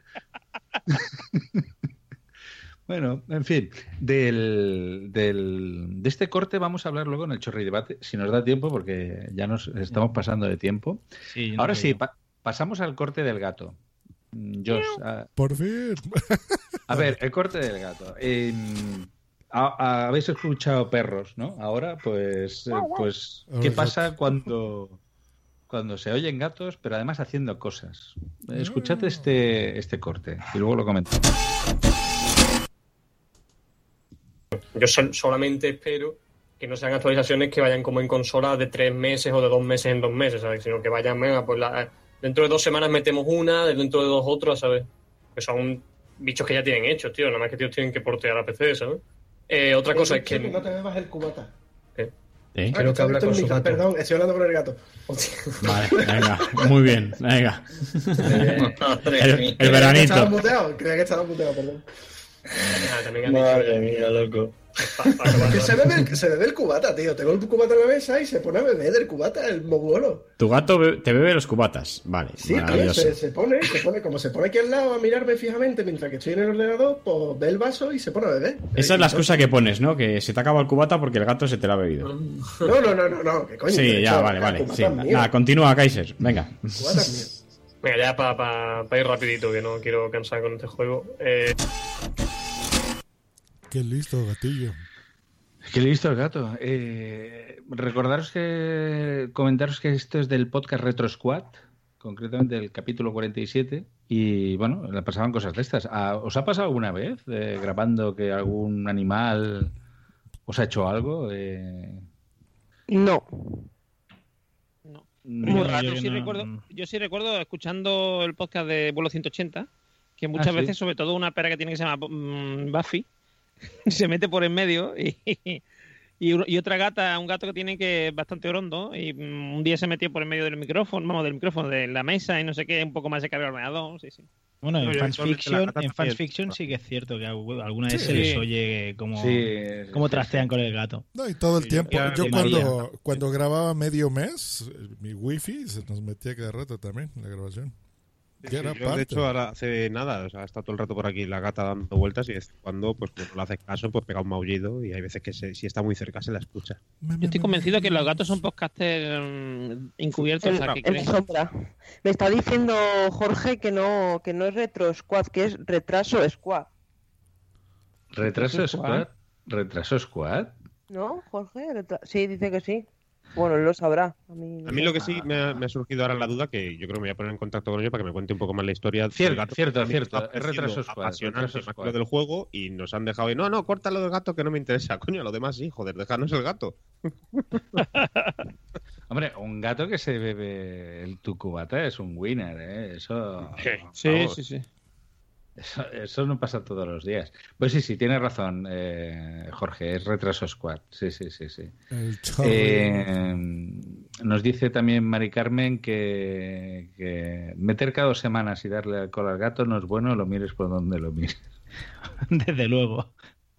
Speaker 3: Bueno, en fin, del, del, de este corte vamos a hablar luego en el Chorri Debate, si nos da tiempo, porque ya nos estamos pasando de tiempo.
Speaker 6: Sí, no
Speaker 3: Ahora
Speaker 6: sé
Speaker 3: sí,
Speaker 6: yo.
Speaker 3: pa- pasamos al corte del gato. Josh, a...
Speaker 7: Por fin.
Speaker 3: A ver, el corte del gato. Eh, a, a, habéis escuchado perros, ¿no? Ahora, pues, eh, pues, ¿qué pasa cuando, cuando se oyen gatos, pero además haciendo cosas? Escuchad este, este corte y luego lo comentamos.
Speaker 13: Yo sol- solamente espero que no sean actualizaciones que vayan como en consolas de tres meses o de dos meses en dos meses, ¿sabes? Sino que vayan, venga, pues la, dentro de dos semanas metemos una, dentro de dos otras, ¿sabes? Que son bichos que ya tienen hechos, tío. Nada más que tíos tienen que portear a P C, ¿sabes? Eh, otra cosa es que...
Speaker 14: No te bebas el cubata.
Speaker 13: ¿Qué?
Speaker 14: ¿Eh?
Speaker 13: Creo que habla con su gato.
Speaker 14: Perdón, estoy hablando con el gato.
Speaker 23: Vale, venga, muy bien, venga. el, el veranito.
Speaker 14: Creía que estaba muteado, creía que estaba muteado, perdón.
Speaker 13: Ah, también han
Speaker 14: Madre
Speaker 13: dicho,
Speaker 14: mía, loco.
Speaker 13: Pa, pa, pa,
Speaker 14: que se bebe, el, se bebe el cubata, tío. Tengo el cubata en la mesa y se pone a beber del cubata, el mogolo.
Speaker 23: Tu gato be- te bebe los cubatas. Vale,
Speaker 14: Sí, tío,
Speaker 23: maravilloso.
Speaker 14: se, se pone, se pone, como se pone aquí al lado a mirarme fijamente mientras que estoy en el ordenador, pues ve el vaso y se pone a beber.
Speaker 23: Esa es la excusa que pones, ¿no? Que se te acaba el cubata porque el gato se te lo ha bebido.
Speaker 14: No, no, no, no, no, que coño.
Speaker 23: Sí, ya,
Speaker 14: chaval,
Speaker 23: vale,
Speaker 14: el
Speaker 23: vale.
Speaker 14: cubata
Speaker 23: Sí.
Speaker 14: es mío.
Speaker 23: Nada, continúa, Kaiser. Venga.
Speaker 14: El cubata es mío.
Speaker 13: Venga, ya para pa, pa ir rapidito, que no quiero cansar con este juego. Eh...
Speaker 7: Qué listo, gatillo.
Speaker 3: Qué listo el gato. Eh, recordaros que... Comentaros que esto es del podcast Retro Squad, concretamente el capítulo cuarenta y siete, y bueno, le pasaban cosas de estas. ¿Os ha pasado alguna vez eh, grabando que algún animal os ha hecho algo? Eh...
Speaker 10: No.
Speaker 5: No.
Speaker 3: No,
Speaker 5: yo,
Speaker 3: yo
Speaker 5: sí
Speaker 3: no-
Speaker 5: recuerdo, yo sí recuerdo escuchando el podcast de Vuelo ciento ochenta, que muchas
Speaker 3: Ah, ¿sí?
Speaker 5: veces, sobre todo una pera que tiene que se llama mm, Buffy, se mete por en medio y, y, uno- y otra gata, un gato que tiene que es bastante orondo, y mm, un día se metió por en medio del micrófono, vamos, del micrófono, de la mesa y no sé qué, un poco más se carga el ordenador, sí, sí.
Speaker 6: Bueno, en
Speaker 5: No, yo
Speaker 6: Fans
Speaker 5: habitualmente
Speaker 6: Fiction,
Speaker 5: la gata
Speaker 6: en Fans
Speaker 5: también.
Speaker 6: Fiction sí que es cierto que a alguna vez
Speaker 7: Sí.
Speaker 6: se les oye como,
Speaker 3: Sí,
Speaker 6: como
Speaker 3: sí,
Speaker 6: trastean con el gato.
Speaker 7: No, y todo el
Speaker 6: Sí,
Speaker 7: tiempo.
Speaker 6: ya-
Speaker 7: Yo
Speaker 6: ya
Speaker 7: cuando,
Speaker 6: María.
Speaker 7: cuando grababa medio mes, mi wifi se nos metía cada rato también en la grabación.
Speaker 9: Sí,
Speaker 7: Ya era
Speaker 9: sí, yo,
Speaker 7: parte.
Speaker 9: de hecho, ahora hace nada, o sea, está todo el rato por aquí la gata dando vueltas y es cuando, pues, cuando no le hace caso, pues pega un maullido y hay veces que se- si está muy cerca se la escucha.
Speaker 5: Yo estoy convencido que los gatos son podcasters mm, encubiertos, o sea, que
Speaker 10: En
Speaker 5: creen-
Speaker 10: sombra. Me está diciendo Jorge que no, que no es Retro Squad, que es Retraso Squad.
Speaker 3: ¿Retraso
Speaker 5: ¿Retraso
Speaker 3: Squad?
Speaker 5: Squad?
Speaker 3: ¿Retraso Squad?
Speaker 10: ¿No, Jorge? Retra- Sí, dice que sí. Bueno, él lo sabrá. A mí,
Speaker 9: A mí lo que sí me ha, me ha surgido ahora la duda, que yo creo que me voy a poner en contacto con ellos para que me cuente un poco más la historia.
Speaker 3: Cierto,
Speaker 9: del gato.
Speaker 3: cierto,
Speaker 9: A mí me
Speaker 3: cierto.
Speaker 9: está
Speaker 3: Es
Speaker 9: pareciendo
Speaker 3: Retraso Squad,
Speaker 9: apasionante
Speaker 3: Retraso
Speaker 9: más que
Speaker 3: Squad.
Speaker 9: lo del juego y nos han dejado y no, no, corta lo del gato que no me interesa. Coño, lo demás sí, joder, déjanos el gato.
Speaker 3: Hombre, un gato que se bebe el tu cubata es un winner, ¿eh? Eso...
Speaker 5: Sí,
Speaker 3: vamos,
Speaker 5: sí, sí.
Speaker 3: Eso, eso no pasa todos los días. Pues sí, sí, tienes razón, eh, Jorge, es Retraso Squad. Sí, sí, sí, sí.
Speaker 7: El chorro.
Speaker 3: Eh, nos dice también Mari Carmen que, que meter cada dos semanas y darle alcohol al gato no es bueno, lo mires por donde lo mires.
Speaker 6: Desde luego.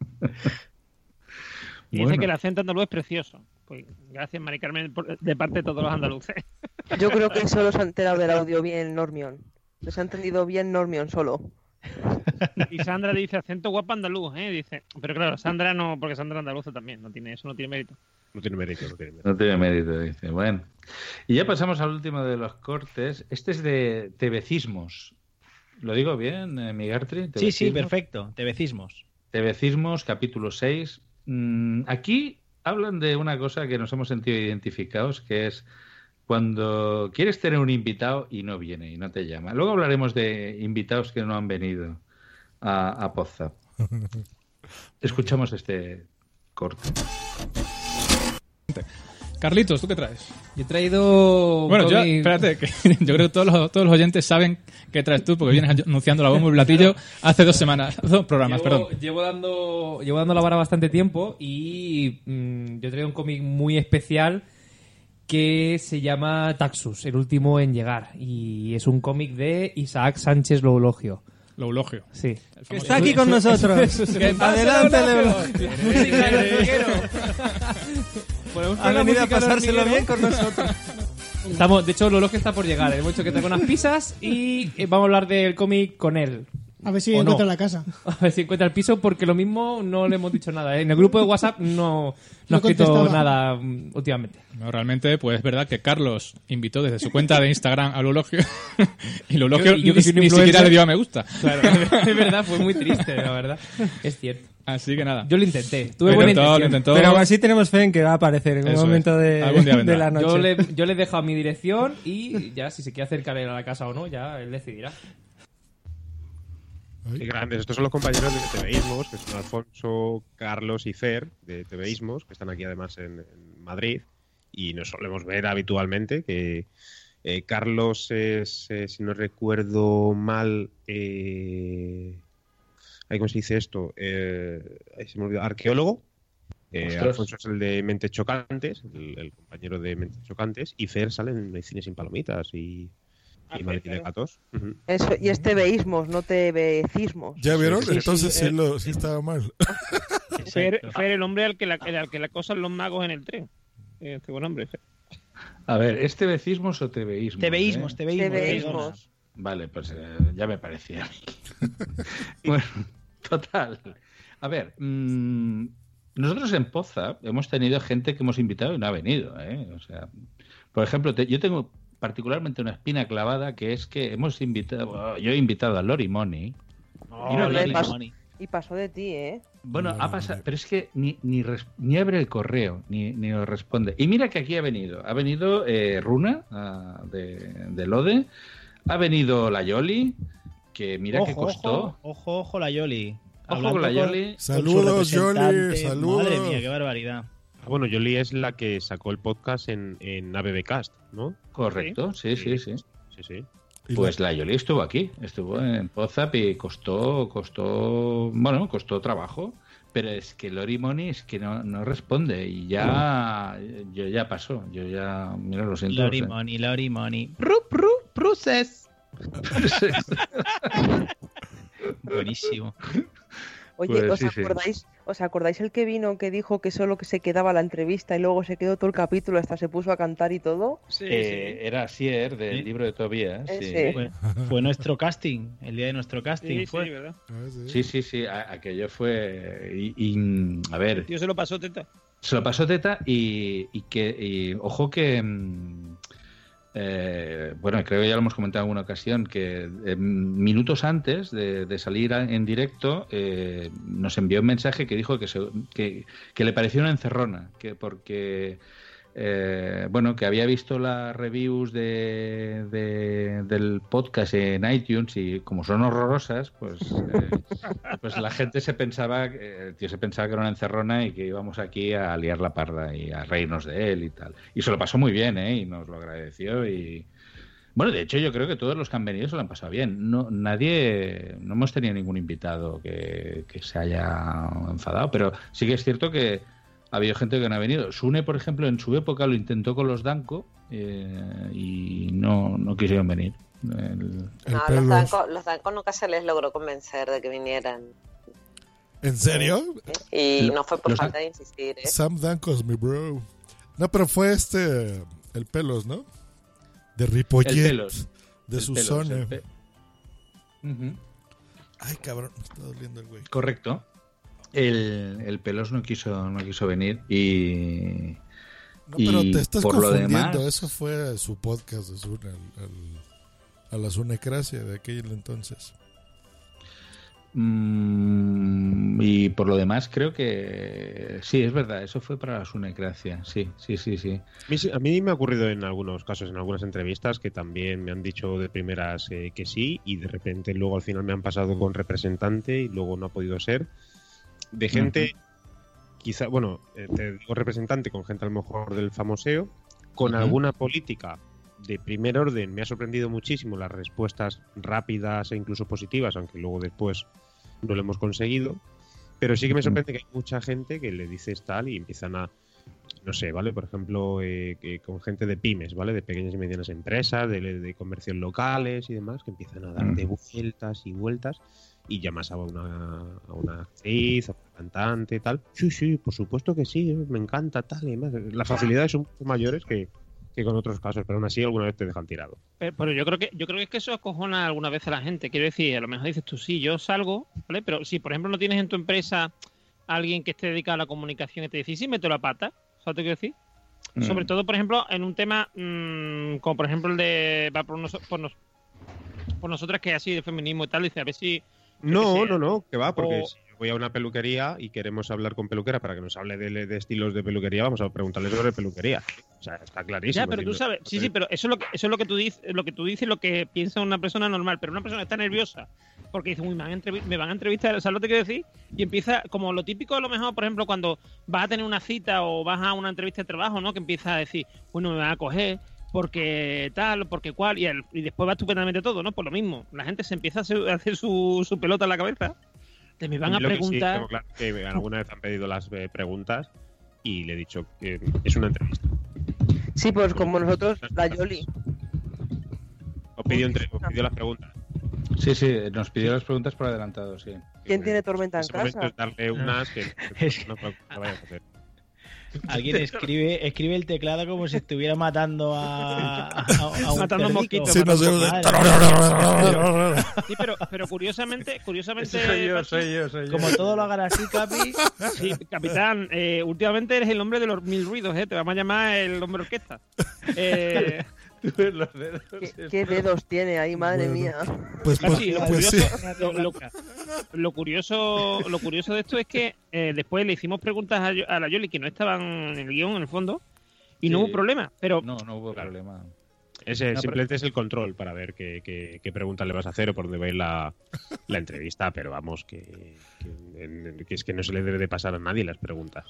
Speaker 5: Y dice
Speaker 3: Bueno.
Speaker 5: que el acento andaluz es precioso. Pues gracias, Mari Carmen, por- de parte de todos los andaluces.
Speaker 10: Yo creo que solo se ha enterado del audio bien Normion. Les ha entendido bien Normion solo.
Speaker 5: Y Sandra dice acento guapa andaluz, ¿eh? Dice, pero claro, Sandra no, porque Sandra es andaluza también, no tiene, eso no tiene mérito.
Speaker 9: No tiene mérito, no tiene mérito.
Speaker 3: No tiene mérito, dice. Bueno. Y ya pasamos al último de los cortes. Este es de tebecismos. ¿Lo digo bien, eh, Migartri?
Speaker 6: Sí, sí,
Speaker 3: ¿Tebecismos?
Speaker 6: perfecto. Tebecismos.
Speaker 3: Tebecismos, capítulo seis. Mm, aquí hablan de una cosa que nos hemos sentido identificados, que es cuando quieres tener un invitado y no viene y no te llama. Luego hablaremos de invitados que no han venido a, a Podzap. Escuchamos este corte.
Speaker 24: Carlitos, ¿tú qué traes?
Speaker 25: Yo he traído... un
Speaker 24: Bueno, yo,
Speaker 25: cómic-
Speaker 24: espérate, que yo creo que todos los, todos los oyentes saben qué traes tú, porque vienes anunciando la bomba y el platillo hace dos semanas, dos programas,
Speaker 25: llevo,
Speaker 24: perdón.
Speaker 25: Llevo dando, llevo dando la vara bastante tiempo y mm, yo he traído un cómic muy especial que se llama Taxus, el último en llegar. Y es un cómic de Isaac Sánchez Loulogio.
Speaker 24: Loulogio.
Speaker 25: Sí. Que está aquí con nosotros. ¿Qué pasa, Adelante, Loulogio? Loulogio. Música de hormiguero. Ha venido a pasárselo bien con nosotros. Estamos, de hecho, Loulogio está por llegar. Hemos dicho que traiga unas pizzas y eh, vamos a hablar del cómic con él.
Speaker 12: A ver si
Speaker 25: o
Speaker 12: encuentra
Speaker 25: no.
Speaker 12: la casa.
Speaker 25: A ver si encuentra el piso, porque lo mismo no le hemos dicho nada. ¿eh? En el grupo de WhatsApp no, no,
Speaker 12: No
Speaker 25: ha escrito
Speaker 12: contestaba.
Speaker 25: nada mm, últimamente.
Speaker 24: No, realmente, pues es verdad que Carlos invitó desde su cuenta de Instagram al Eulogio y el Eulogio
Speaker 25: Yo- yo que
Speaker 24: ni,
Speaker 25: soy un
Speaker 24: ni
Speaker 25: influencer.
Speaker 24: siquiera le dio a me gusta.
Speaker 25: Claro, es verdad, fue muy triste, la verdad. Es cierto.
Speaker 24: Así que nada.
Speaker 25: Yo lo intenté. Tuve
Speaker 24: Lo
Speaker 25: buena
Speaker 24: intentó, lo
Speaker 25: intención.
Speaker 24: intentó.
Speaker 22: Pero aún así tenemos fe en que va a aparecer en un
Speaker 24: Eso es.
Speaker 22: momento de,
Speaker 24: Algún día vendrá.
Speaker 22: de la noche.
Speaker 25: Yo le, yo le he dejado mi dirección y ya, si se quiere acercar él a la casa o no, ya él decidirá.
Speaker 9: Qué grandes. Estos son los compañeros de TVismos, que son Alfonso, Carlos y Fer, de TVismos, que están aquí además en, en Madrid. Y nos solemos ver habitualmente, que eh, Carlos es, eh, si no recuerdo mal, eh, ¿cómo se dice esto? Eh, ahí se me olvidó, arqueólogo. Eh,
Speaker 3: Ostras.
Speaker 9: Alfonso es el de Mentes Chocantes, el, el compañero de Mentes Chocantes. Y Fer sale en Medicina sin Palomitas y, y Maletín de Gatos. Ujú.
Speaker 10: Eso, y es tebeísmos, no tebecismos.
Speaker 7: ¿Ya vieron?
Speaker 5: Sí, sí,
Speaker 7: Entonces
Speaker 5: sí,
Speaker 7: sí,
Speaker 5: eh.
Speaker 7: lo, sí estaba mal.
Speaker 5: Fer, Fer, el hombre al que, la, al que le acosan los magos en el tren. Este buen hombre, Fer.
Speaker 3: A ver, ¿es tebecismos o tebeísmos?
Speaker 12: Tebeísmos,
Speaker 3: eh?
Speaker 12: tebeísmos.
Speaker 10: Tebeísmos.
Speaker 3: Vale, pues eh, ya me parecía a mí. Bueno, total. A ver, mmm, nosotros en Poza hemos tenido gente que hemos invitado y no ha venido, ¿eh? O sea, por ejemplo, te- yo tengo particularmente una espina clavada, que es que hemos invitado, yo he invitado a Lori Money.
Speaker 10: Oh,
Speaker 3: y no
Speaker 10: le
Speaker 3: viene.
Speaker 10: pasó- y pasó de ti, ¿eh?
Speaker 3: Bueno, ha pasado, pero es que ni, ni, res- ni abre el correo, ni, ni lo responde. Y mira que aquí ha venido. Ha venido eh, Runa, ah, de, de Lode. Ha venido la Yoli, que mira que
Speaker 6: Ojo,
Speaker 3: costó.
Speaker 6: Ojo, ojo, ojo, la Yoli.
Speaker 3: Ojo
Speaker 6: Hablando
Speaker 3: con la Yoli.
Speaker 6: su
Speaker 7: Saludos,
Speaker 6: representante.
Speaker 7: Yoli, saludos.
Speaker 6: Madre mía, qué barbaridad.
Speaker 9: Ah, bueno, Yoli es la que sacó el podcast en, en A B B Cast, ¿no?
Speaker 3: Correcto, sí, sí, sí.
Speaker 9: Sí, sí.
Speaker 3: Pues la Yoli estuvo aquí, estuvo en Podzap y costó, costó, bueno, costó trabajo, pero es que Lori Money es que no, no responde y ya, yo ya pasó, yo ya, mira, lo siento.
Speaker 6: Lori
Speaker 3: o sea.
Speaker 6: Money, Lori Money. Pru, pru, process. Buenísimo.
Speaker 10: Oye,
Speaker 3: Pues
Speaker 10: ¿os
Speaker 3: sí, sí.
Speaker 10: acordáis? ¿Os acordáis el que vino que dijo que solo que se quedaba la entrevista y luego se quedó todo el capítulo hasta se puso a cantar y todo?
Speaker 3: Eh, Era Sier del
Speaker 6: Sí.
Speaker 3: libro de Tobías. Sí.
Speaker 10: Ese.
Speaker 6: Fue, fue nuestro casting, el día de nuestro casting.
Speaker 5: Sí, sí,
Speaker 6: fue.
Speaker 5: ¿verdad?
Speaker 3: Sí, sí, sí, a- aquello fue. Y, y, a ver,
Speaker 5: Tío, se lo pasó, teta.
Speaker 3: se lo pasó Teta y, y que, y, ojo que. mm, eh, bueno, creo que ya lo hemos comentado en alguna ocasión, que eh, minutos antes de, de salir a- en directo eh, nos envió un mensaje que dijo que, se- que, que le pareció una encerrona, que porque. Eh, bueno, que había visto las reviews de, de- del podcast en iTunes y como son horrorosas, pues, eh, pues la gente se pensaba, eh, el tío se pensaba que era una encerrona y que íbamos aquí a liar la parda y a reírnos de él y tal. Y se lo pasó muy bien, ¿eh? Y nos lo agradeció y... Bueno, de hecho yo creo que todos los que han venido se lo han pasado bien. No, nadie, no hemos tenido ningún invitado que, que se haya enfadado, pero sí que es cierto que ha habido gente que no ha venido. Sune, por ejemplo, en su época lo intentó con los Danko eh, y no, no quisieron venir. El-
Speaker 8: No, los Danco, los Danco nunca se les logró convencer de que vinieran.
Speaker 7: ¿En serio?
Speaker 8: Y no fue por
Speaker 7: Los-
Speaker 8: falta de insistir, ¿eh?
Speaker 7: Sam Dancos, mi bro. No, pero fue este. El Pelos, ¿no? De Ripollet.
Speaker 3: El Pelos.
Speaker 7: De
Speaker 3: El
Speaker 7: su
Speaker 3: Pelos,
Speaker 7: zona.
Speaker 3: el pe- Ujú.
Speaker 7: Ay, cabrón, me está doliendo el güey.
Speaker 3: Correcto. El, el Pelos no quiso, no quiso venir y...
Speaker 7: No, pero
Speaker 3: y
Speaker 7: te estás
Speaker 3: por lo
Speaker 7: confundiendo.
Speaker 3: demás-
Speaker 7: Eso fue su podcast de Zuna, al- al- a la Zunecracia de aquel entonces.
Speaker 3: Mm, y por lo demás creo que sí, es verdad, eso fue para la Sunecracia, sí, sí, sí, sí.
Speaker 9: A mí, sí- a mí me ha ocurrido en algunos casos, en algunas entrevistas, que también me han dicho de primeras eh, que sí y de repente luego al final me han pasado con representante y luego no ha podido ser. De gente, quizá, bueno, eh, te digo representante con gente a lo mejor del famoseo, con
Speaker 3: Ujú.
Speaker 9: alguna política de primer orden. Me ha sorprendido muchísimo las respuestas rápidas e incluso positivas, aunque luego después no lo hemos conseguido. Pero sí que me sorprende que hay mucha gente que le dices tal y empiezan a, no sé, ¿vale? Por ejemplo, eh, que con gente de pymes, ¿vale? De pequeñas y medianas empresas, de, de comercios locales y demás, que empiezan a darte vueltas y vueltas y llamas a una, a una actriz, a una cantante y tal. Sí, sí, por supuesto que sí, me encanta tal y demás. Las facilidades son mucho mayores que, que con otros casos, pero aún así alguna vez te dejan tirado.
Speaker 5: Pero, pero yo creo que yo creo que es que eso acojona algunas veces a la gente. Quiero decir, a lo mejor dices tú, sí, yo salgo, ¿vale? Pero si, por ejemplo, no tienes en tu empresa a alguien que esté dedicado a la comunicación y te dice, sí, meto la pata, ¿sabes lo que quiero decir? Mm. Sobre todo, por ejemplo, en un tema mmm, como, por ejemplo, el de... Va por, nos, por, nos, por nosotras, que es así de feminismo y tal, dice, a ver si...
Speaker 9: No, no, no, que va, porque o... si yo voy a una peluquería y queremos hablar con peluquera para que nos hable de, de estilos de peluquería, vamos a preguntarle sobre peluquería. O sea, está clarísimo.
Speaker 5: Ya, pero tú sabes, sí, sí, pero eso es lo que, eso es lo que tú dices, lo que tú dices, lo que piensa una persona normal, pero una persona está nerviosa porque dice, uy, me van a, entrev- me van a entrevistar, ¿sabes lo que quiero decir? Y empieza, como lo típico a lo mejor, por ejemplo, cuando vas a tener una cita o vas a una entrevista de trabajo, ¿no? Que empieza a decir, bueno, me van a coger porque tal, porque cual, y, el, y después va estupendamente todo, ¿no? Por lo mismo, la gente se empieza a hacer, a hacer su, su pelota en la cabeza, te me van a preguntar...
Speaker 9: Sí, claro, que alguna vez han pedido las eh, preguntas y le he dicho que es una entrevista.
Speaker 10: Sí, pues como nosotros, la Yoli.
Speaker 9: Os pidió, entre, os pidió las preguntas.
Speaker 3: Sí, sí, nos pidió las preguntas por adelantado, sí.
Speaker 10: ¿Quién tiene tormenta en casa?
Speaker 9: Es darle unas que no, no, no vayas a hacer.
Speaker 6: Alguien escribe escribe el teclado como si estuviera matando a, a, a un
Speaker 5: matando mosquitos.
Speaker 7: Sí, no sé.
Speaker 5: Sí, pero, pero curiosamente, curiosamente
Speaker 3: soy yo, soy yo, soy yo.
Speaker 6: Como todo lo hagan así, Capi.
Speaker 5: Sí, capitán, eh, últimamente eres el hombre de los mil ruidos, ¿eh? Te vamos a llamar el hombre orquesta. Eh...
Speaker 3: Los dedos.
Speaker 10: ¿Qué, ¿Qué dedos tiene ahí, madre
Speaker 7: bueno,
Speaker 10: mía?
Speaker 7: Pues, pues,
Speaker 5: sí, lo,
Speaker 7: pues
Speaker 5: curioso,
Speaker 7: sí.
Speaker 5: lo, lo, lo curioso lo curioso de esto es que eh, después le hicimos preguntas a, a la Yoli que no estaban en el guión, en el fondo, y sí. no hubo problema. Pero
Speaker 3: no, no hubo claro. problema.
Speaker 9: Ese
Speaker 3: no,
Speaker 9: simplemente pero... es el control para ver qué, qué, qué preguntas le vas a hacer o por dónde va a ir la, la entrevista, pero vamos, que, que, que es que no se le debe de pasar a nadie las preguntas.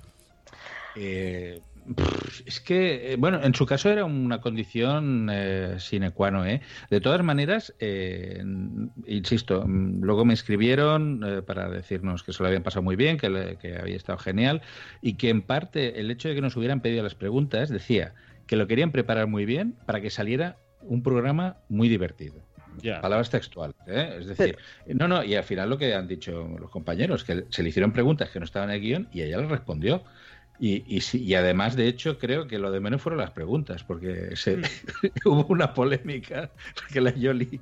Speaker 3: Eh, es que, eh, bueno, en su caso era una condición eh, sine qua non, ¿eh? De todas maneras, eh, insisto, luego me escribieron eh, para decirnos que se lo habían pasado muy bien, que, le, que había estado genial y que en parte el hecho de que nos hubieran pedido las preguntas decía que lo querían preparar muy bien para que saliera un programa muy divertido.
Speaker 9: Yeah.
Speaker 3: Palabras textuales, ¿eh? Es decir, no, no, y al final lo que han dicho los compañeros, que se le hicieron preguntas que no estaban en el guión y ella les respondió. Y, y, y además, de hecho, creo que lo de menos fueron las preguntas, porque se, mm. hubo una polémica, porque la Yoli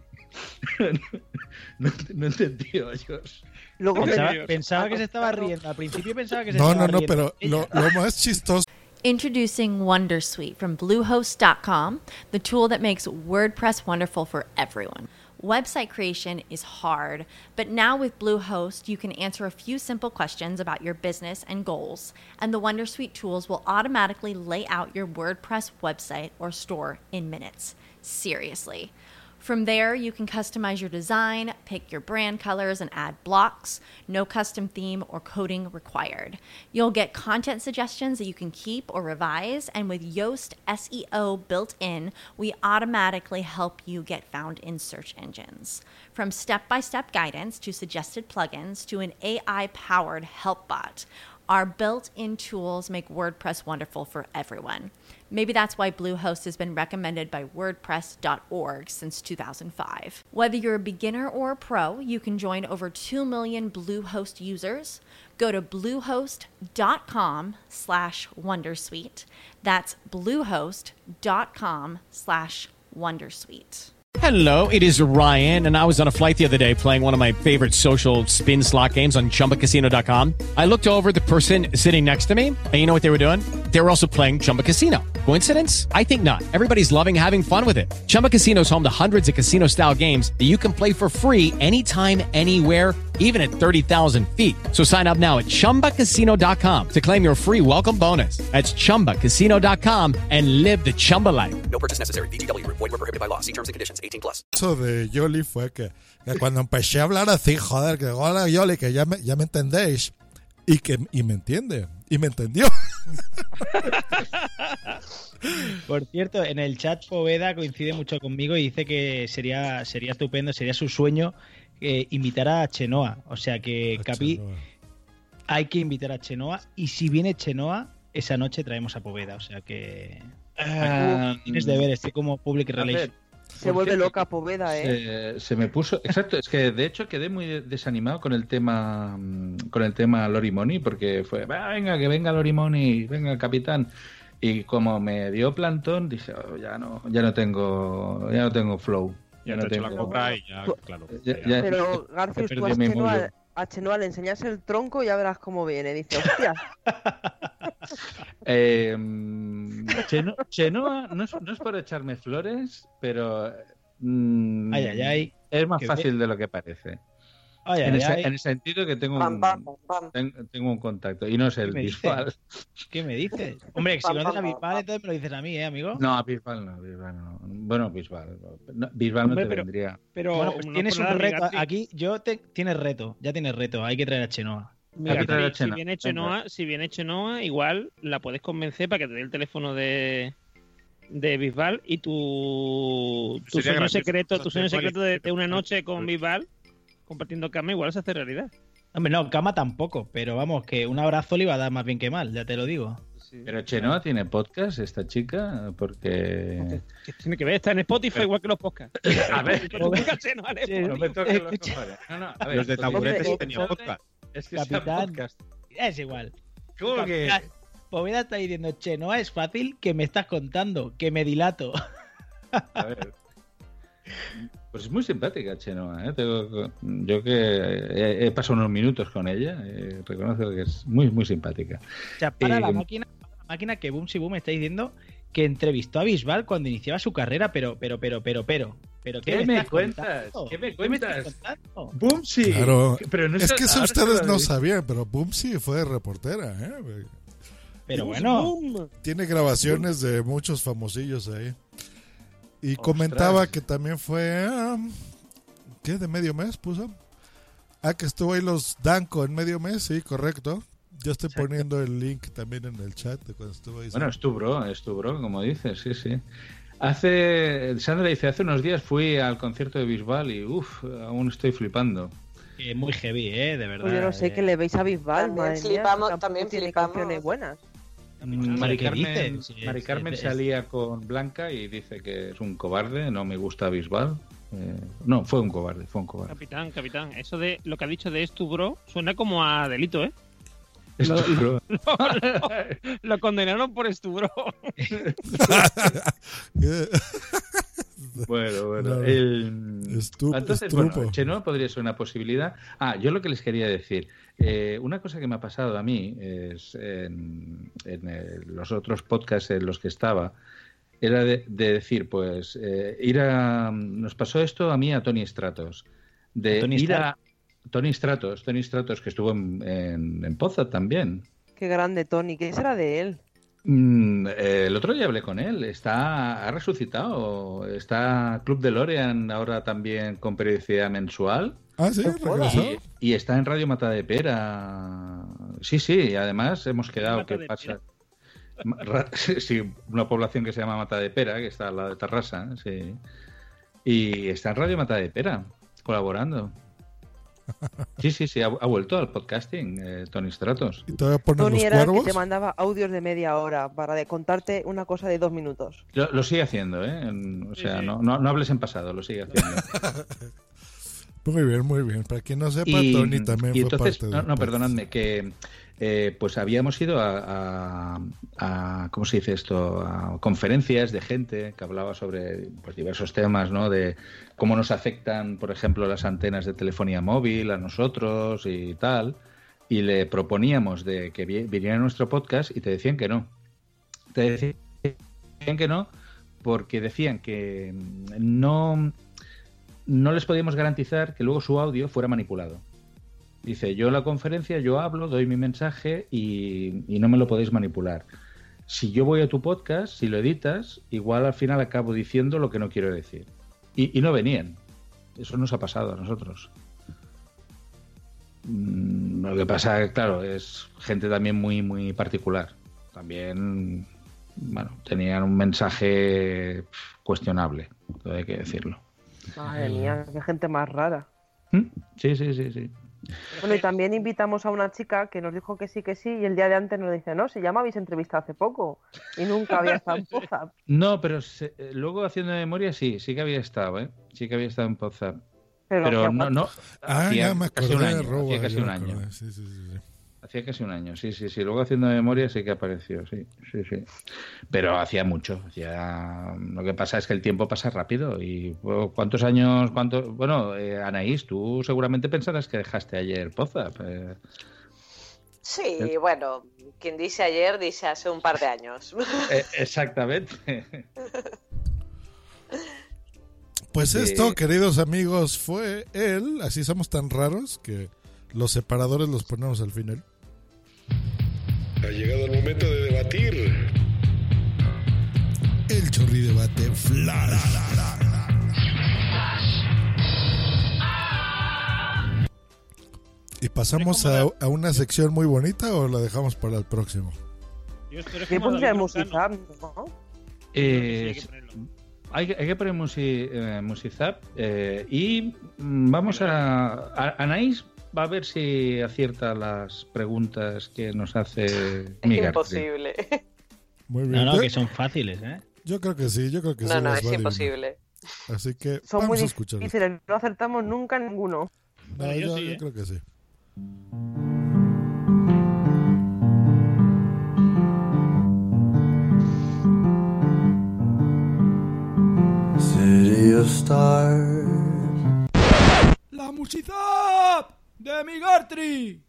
Speaker 3: no, no entendió a ellos.
Speaker 6: Luego pensaba, pensaba que se estaba riendo, al principio pensaba que se
Speaker 7: no,
Speaker 6: estaba
Speaker 7: no,
Speaker 6: riendo.
Speaker 7: No, no, pero lo, lo más chistoso.
Speaker 1: Introducing Wondersuite from Bluehost dot com, the tool that makes WordPress wonderful for everyone. Website creation is hard, but now with Bluehost, you can answer a few simple questions about your business and goals, and the Wondersuite tools will automatically lay out your WordPress website or store in minutes. Seriously. From there, you can customize your design, pick your brand colors, and add blocks. No custom theme or coding required. You'll get content suggestions that you can keep or revise, and with Yoast S E O built in, we automatically help you get found in search engines. From step-by-step guidance to suggested plugins to an A I-powered help bot, our built-in tools make WordPress wonderful for everyone. Maybe that's why Bluehost has been recommended by WordPress dot org since two thousand five. Whether you're a beginner or a pro, you can join over two million Bluehost users. Go to bluehost.com slash wondersuite. That's bluehost.com slash wondersuite.
Speaker 16: Hello, it is Ryan, and I was on a flight the other day playing one of my favorite social spin slot games on Chumba Casino dot com. I looked over at the person sitting next to me, and you know what they were doing? They were also playing Chumba Casino. Coincidence? I think not. Everybody's loving having fun with it. Chumba Casino is home to hundreds of casino-style games that you can play for free anytime, anywhere, even at thirty thousand feet. So sign up now at Chumba Casino dot com to claim your free welcome bonus. That's Chumba Casino dot com and live the Chumba life.
Speaker 17: No purchase necessary. V G W. Void where prohibited by law. See terms and conditions. eighteen plus.
Speaker 7: Eso de Yoli fue que, que cuando empecé a hablar así, joder, que hola Yoli, que ya me, ya me entendéis. Y que y me entiende. Y me entendió.
Speaker 6: Por cierto, en el chat Poveda coincide mucho conmigo y dice que sería sería estupendo, sería su sueño eh, invitar a Chenoa. O sea que, a Capi, Chenoa. Hay que invitar a Chenoa. Y si viene Chenoa, esa noche traemos a Poveda. O sea que... Uh, tienes de ver, estoy como public relation.
Speaker 10: Se vuelve loca Poveda, ¿eh?
Speaker 3: Se, se me puso... Exacto, es que de hecho quedé muy desanimado con el tema con el tema Lori Money, porque fue, venga, que venga Lori Money, venga, capitán. Y como me dio plantón, dije, oh, ya no, ya no tengo, ya no tengo flow.
Speaker 9: Ya,
Speaker 3: Ya
Speaker 9: te
Speaker 3: no
Speaker 9: he hecho
Speaker 3: tengo.
Speaker 9: la coca y ya, claro.
Speaker 3: Ya- ya-
Speaker 10: Pero,
Speaker 3: he
Speaker 10: Garfield, tú
Speaker 3: perdido
Speaker 10: a
Speaker 3: mi
Speaker 10: Chenoa,
Speaker 3: mojo.
Speaker 10: a Chenoa le enseñas el tronco y ya verás cómo viene. Dice, hostia.
Speaker 3: Eh, Cheno- Chenoa no es, no es por echarme flores, pero mm,
Speaker 6: Ay, ay, ay.
Speaker 3: es más
Speaker 6: Qué
Speaker 3: fácil
Speaker 6: bien.
Speaker 3: de lo que parece.
Speaker 6: Ay,
Speaker 3: en,
Speaker 6: ay,
Speaker 3: ese-
Speaker 6: ay.
Speaker 3: en el sentido que tengo
Speaker 10: Pam,
Speaker 3: un,
Speaker 10: pam, pam, pam.
Speaker 3: ten- tengo un contacto y no es el
Speaker 6: me dices?
Speaker 3: Bisbal.
Speaker 6: ¿Qué me dices? Hombre, que si
Speaker 10: Pam,
Speaker 6: conoces a
Speaker 10: pam, pam,
Speaker 6: Bisbal, entonces me lo dices a mí, ¿eh, amigo?
Speaker 3: No, a Bisbal no, Bisbal no. Bueno, Bisbal. No, Bisbal no
Speaker 5: Hombre,
Speaker 3: te
Speaker 5: pero-
Speaker 3: vendría.
Speaker 5: Pero
Speaker 6: Bueno, pues
Speaker 5: no
Speaker 6: tienes
Speaker 5: por
Speaker 6: un
Speaker 5: nada,
Speaker 6: reto.
Speaker 5: Migasti-
Speaker 6: Aquí yo te tienes reto, ya tienes reto. Hay que traer a Chenoa.
Speaker 5: Migasti,
Speaker 3: Aquí trae la
Speaker 5: si
Speaker 3: Chenoa.
Speaker 5: viene Chenoa, si viene Chenoa, igual la puedes convencer para que te dé el teléfono de de Bisbal y tu, tu
Speaker 9: Sería
Speaker 5: sueño
Speaker 9: gracioso.
Speaker 5: secreto, tu sueño
Speaker 9: Entonces,
Speaker 5: secreto
Speaker 9: vale,
Speaker 5: de, de una
Speaker 9: vale.
Speaker 5: noche con Bisbal compartiendo cama igual se hace realidad.
Speaker 6: Hombre, no, cama tampoco, pero vamos, que un abrazo le iba a dar más bien que mal, ya te lo digo.
Speaker 3: Pero Chenoa tiene podcast, esta chica, porque...
Speaker 5: ¿Qué tiene que ver? Está en Spotify igual que los podcasts.
Speaker 3: A ver,
Speaker 5: Pero busca Chenoa en
Speaker 6: Sí,
Speaker 5: Spotify.
Speaker 3: no me toques los
Speaker 6: Escucha.
Speaker 3: cojones. No, no, a ver,
Speaker 9: Los de
Speaker 3: porque-
Speaker 9: taburete sí
Speaker 10: Hombre,
Speaker 9: tenían podcast.
Speaker 3: Es que sea
Speaker 6: Capitán.
Speaker 3: podcast.
Speaker 6: Es igual.
Speaker 3: ¿Cómo que...?
Speaker 6: Capitán, Poveda está diciendo, Chenoa es fácil, que me estás contando, que me dilato.
Speaker 3: A ver. Pues es muy simpática Chenoa, ¿eh? Tengo- yo que he, he pasado unos minutos con ella, eh, reconozco que es muy, muy simpática.
Speaker 6: O sea, para
Speaker 3: Eh,
Speaker 6: la máquina, para la máquina que Boom Si Boom está diciendo que entrevistó a Bisbal cuando iniciaba su carrera, pero, pero, pero, pero, pero. pero
Speaker 3: ¿Qué me
Speaker 6: estás
Speaker 3: cuentas?
Speaker 6: contando?
Speaker 3: ¿Qué me
Speaker 6: estás
Speaker 3: cuentas?
Speaker 6: contando?
Speaker 3: ¡Boom, sí!
Speaker 7: Claro.
Speaker 3: Pero no
Speaker 7: es
Speaker 3: sé-
Speaker 7: que eso
Speaker 3: ahora
Speaker 7: ustedes
Speaker 3: se lo
Speaker 7: no
Speaker 3: digo.
Speaker 7: sabían, pero Boomsy fue reportera, ¿eh?
Speaker 6: Pero bueno,
Speaker 7: Tiene grabaciones de muchos famosillos ahí. Y
Speaker 3: Ostras.
Speaker 7: comentaba que también fue... ah, ¿qué? ¿De medio mes puso? Ah, que estuvo ahí los Danco en medio mes, sí, correcto. Yo estoy
Speaker 3: Exacto.
Speaker 7: poniendo el link también en el chat de cuando estuvo ahí.
Speaker 3: Bueno, es tu bro, es tu bro, como dices, sí, sí. Hace, Sandra dice, hace unos días fui al concierto de Bisbal y uff, aún estoy flipando.
Speaker 6: eh, muy heavy, ¿eh? De verdad.
Speaker 10: Pues yo no sé
Speaker 6: eh.
Speaker 10: qué le veis a Bisbal,
Speaker 8: También
Speaker 10: madre mía,
Speaker 8: flipamos-
Speaker 10: tampoco
Speaker 8: también
Speaker 10: tiene
Speaker 8: flipamos.
Speaker 10: canciones buenas.
Speaker 3: Mm, Mari
Speaker 6: ¿qué
Speaker 3: Carmen,
Speaker 6: dices? Sí,
Speaker 3: Mari
Speaker 6: sí,
Speaker 3: Carmen
Speaker 6: es-
Speaker 3: se alía con Blanca y dice que es un cobarde, no me gusta Bisbal. Eh, no, fue un cobarde, fue un cobarde.
Speaker 5: Capitán, capitán, eso de lo que ha dicho de es tu bro suena como a delito, ¿eh?
Speaker 3: Es
Speaker 5: Lo,
Speaker 3: tu bro.
Speaker 5: lo- lo- lo condenaron por estubro.
Speaker 3: Bueno, bueno.
Speaker 7: No,
Speaker 3: el-
Speaker 7: estu-
Speaker 3: Entonces,
Speaker 7: estrupo.
Speaker 3: bueno, Chenoa podría ser una posibilidad. Ah, yo lo que les quería decir. eh, una cosa que me ha pasado a mí es en, en, eh, los otros podcasts en los que estaba, era de, de decir, pues, eh, ir a... Nos pasó esto a mí a Tony Stratos. De
Speaker 6: ¿A Tony
Speaker 3: ir
Speaker 6: Strat?
Speaker 3: a... Tony Stratos, Tony Stratos, que estuvo en, en, en Poza también.
Speaker 10: Qué grande, Tony. ¿Qué será de él?
Speaker 3: Mm, eh, el otro día hablé con él, está ha resucitado, está Club de Lorean ahora también con periodicidad mensual
Speaker 7: Ah, sí, regresó.
Speaker 3: y, y está en Radio Matadepera. Sí, sí, y además hemos quedado que
Speaker 5: Matadepera.
Speaker 3: pasa. Ma- ra- Sí, una población que se llama Matadepera, que está al lado de Tarrasa, sí. Y está en Radio Matadepera, colaborando. Sí, sí, sí, ha, ha vuelto al podcasting, eh, Tony Stratos.
Speaker 7: ¿Y todavía ponen
Speaker 10: Tony
Speaker 7: los
Speaker 10: era el que
Speaker 7: cuervos?
Speaker 10: te mandaba audios de media hora para de contarte una cosa de dos minutos.
Speaker 3: Lo, lo sigue haciendo, ¿eh? En- o
Speaker 5: Sí,
Speaker 3: sea,
Speaker 5: sí.
Speaker 3: no, no, no hables en pasado, lo sigue haciendo.
Speaker 7: Muy bien, muy bien. Para quien no sepa,
Speaker 3: Y,
Speaker 7: Tony también
Speaker 3: y
Speaker 7: fue
Speaker 3: entonces,
Speaker 7: parte
Speaker 3: no,
Speaker 7: del
Speaker 3: no,
Speaker 7: podcast.
Speaker 3: perdonadme, que eh, pues habíamos ido a, a- a- ¿cómo se dice esto? A conferencias de gente que hablaba sobre pues, diversos temas, ¿no? De cómo nos afectan, por ejemplo, las antenas de telefonía móvil a nosotros y tal. Y le proponíamos de que vi- viniera a nuestro podcast y te decían que no. Te decían que no porque decían que no... no les podíamos garantizar que luego su audio fuera manipulado. Dice, yo en la conferencia, yo hablo, doy mi mensaje y, y no me lo podéis manipular. Si yo voy a tu podcast, si lo editas, igual al final acabo diciendo lo que no quiero decir. Y, y no venían. Eso nos ha pasado a nosotros. Mm, Lo que pasa, claro, es gente también muy, muy particular. También, bueno, tenían un mensaje pf, cuestionable, todo hay que decirlo.
Speaker 10: Madre mía, qué gente más rara.
Speaker 3: ¿Mm? Sí, sí, sí, sí.
Speaker 10: Bueno, y también invitamos a una chica que nos dijo que sí, que sí, y el día de antes nos dice, no, si ya me habéis entrevistado hace poco, y nunca había estado en Poza.
Speaker 3: No, pero se- eh, luego haciendo memoria sí, sí que había estado, ¿eh? Sí que había estado en Poza.
Speaker 10: Pero
Speaker 3: Pero
Speaker 10: hacía
Speaker 3: no,
Speaker 10: cuánto.
Speaker 3: no.
Speaker 7: Ah,
Speaker 3: hacía
Speaker 7: ya me
Speaker 3: casi
Speaker 7: acordé
Speaker 3: un
Speaker 7: de
Speaker 3: año.
Speaker 7: Robo,
Speaker 3: hacía casi
Speaker 7: ya
Speaker 3: un
Speaker 7: me
Speaker 3: año.
Speaker 7: acordé, sí, sí, sí, sí.
Speaker 3: Hacía casi un año, sí, sí, sí. Luego haciendo memoria sí que apareció, sí, sí, sí. Pero hacía mucho, hacía... Lo que pasa es que el tiempo pasa rápido y bueno, ¿cuántos años? Cuántos? Bueno, eh, Anaís, tú seguramente pensarás que dejaste ayer Podzap. Eh...
Speaker 8: Sí, ¿Eh? Bueno, quien dice ayer dice hace un par de años.
Speaker 3: Eh, exactamente.
Speaker 7: Pues esto, sí. Queridos amigos, fue él. Así somos tan raros que los separadores los ponemos al final.
Speaker 22: Ha llegado el momento de debatir.
Speaker 7: El Chorri Debate Flash. ¿Y pasamos a, a una sección muy bonita o la dejamos para el próximo?
Speaker 10: ¿Qué pondría de música? ¿No?
Speaker 3: Eh, hay, hay que poner musi, eh, Musizap eh, y vamos a, a Anaís va a ver si acierta las preguntas que nos hace Miguel.
Speaker 8: Es imposible.
Speaker 7: Muy bien.
Speaker 6: No, no, que son fáciles, ¿eh?
Speaker 7: Yo creo que sí, yo creo que
Speaker 8: no,
Speaker 7: sí.
Speaker 8: No, no, es imposible.
Speaker 7: Así que
Speaker 10: son
Speaker 7: vamos
Speaker 10: muy
Speaker 7: a escuchar.
Speaker 10: difíciles, no acertamos nunca ninguno.
Speaker 7: No, bueno, yo, yo, sí, yo ¿eh? creo que sí.
Speaker 12: City of Stars.
Speaker 22: La Musizap de Migartri.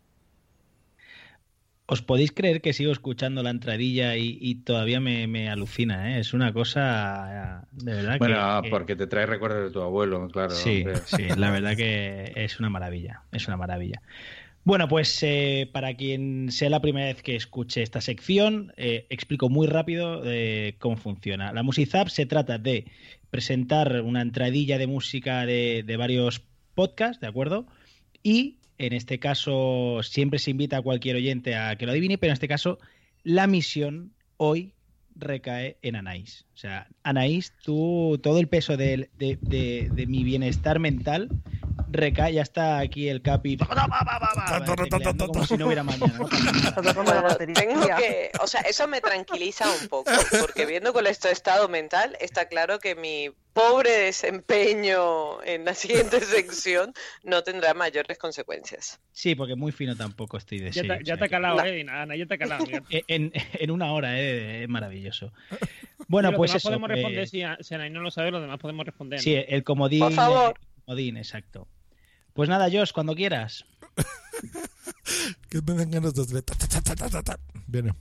Speaker 6: ¿Os podéis creer que sigo escuchando la entradilla y, y todavía me, me alucina? ¿eh? Es una cosa de verdad
Speaker 3: bueno,
Speaker 6: que...
Speaker 3: Bueno, porque te trae recuerdos de tu abuelo, claro.
Speaker 6: Sí,
Speaker 3: hombre.
Speaker 6: sí, la verdad que es una maravilla, es una maravilla. Bueno, pues eh, para quien sea la primera vez que escuche esta sección, eh, explico muy rápido eh, cómo funciona. La Musizap se trata de presentar una entradilla de música de, de varios podcasts, ¿de acuerdo? Y en este caso siempre se invita a cualquier oyente a que lo adivine, pero en este caso la misión hoy recae en Anaís. O sea, Anaís, tú, todo el peso de, de, de, de mi bienestar mental recae, ya está aquí el Capi como si no hubiera mañana, ¿no?
Speaker 8: Bueno, tengo que, o sea, eso me tranquiliza un poco, porque viendo con este estado mental, está claro que mi pobre desempeño en la siguiente sección no tendrá mayores consecuencias.
Speaker 6: Sí, porque muy fino tampoco estoy de
Speaker 5: Ya,
Speaker 6: sí,
Speaker 5: te,
Speaker 6: o
Speaker 5: ya
Speaker 6: sea,
Speaker 5: te ha calado,
Speaker 8: no.
Speaker 5: eh, Ana, ya te ha calado.
Speaker 6: En, en una hora, eh, es maravilloso. Bueno,
Speaker 5: sí,
Speaker 6: pues
Speaker 5: eso.
Speaker 6: eso.
Speaker 5: Podemos
Speaker 6: pues...
Speaker 5: responder, si, si Anaí no lo sabe, los demás podemos responder. ¿no?
Speaker 6: Sí, el comodín.
Speaker 8: Por favor.
Speaker 6: El comodín, exacto. Pues nada, Josh, cuando quieras.
Speaker 7: Que me den ganas de hacer... Viene.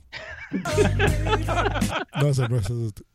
Speaker 7: No sé, no sé.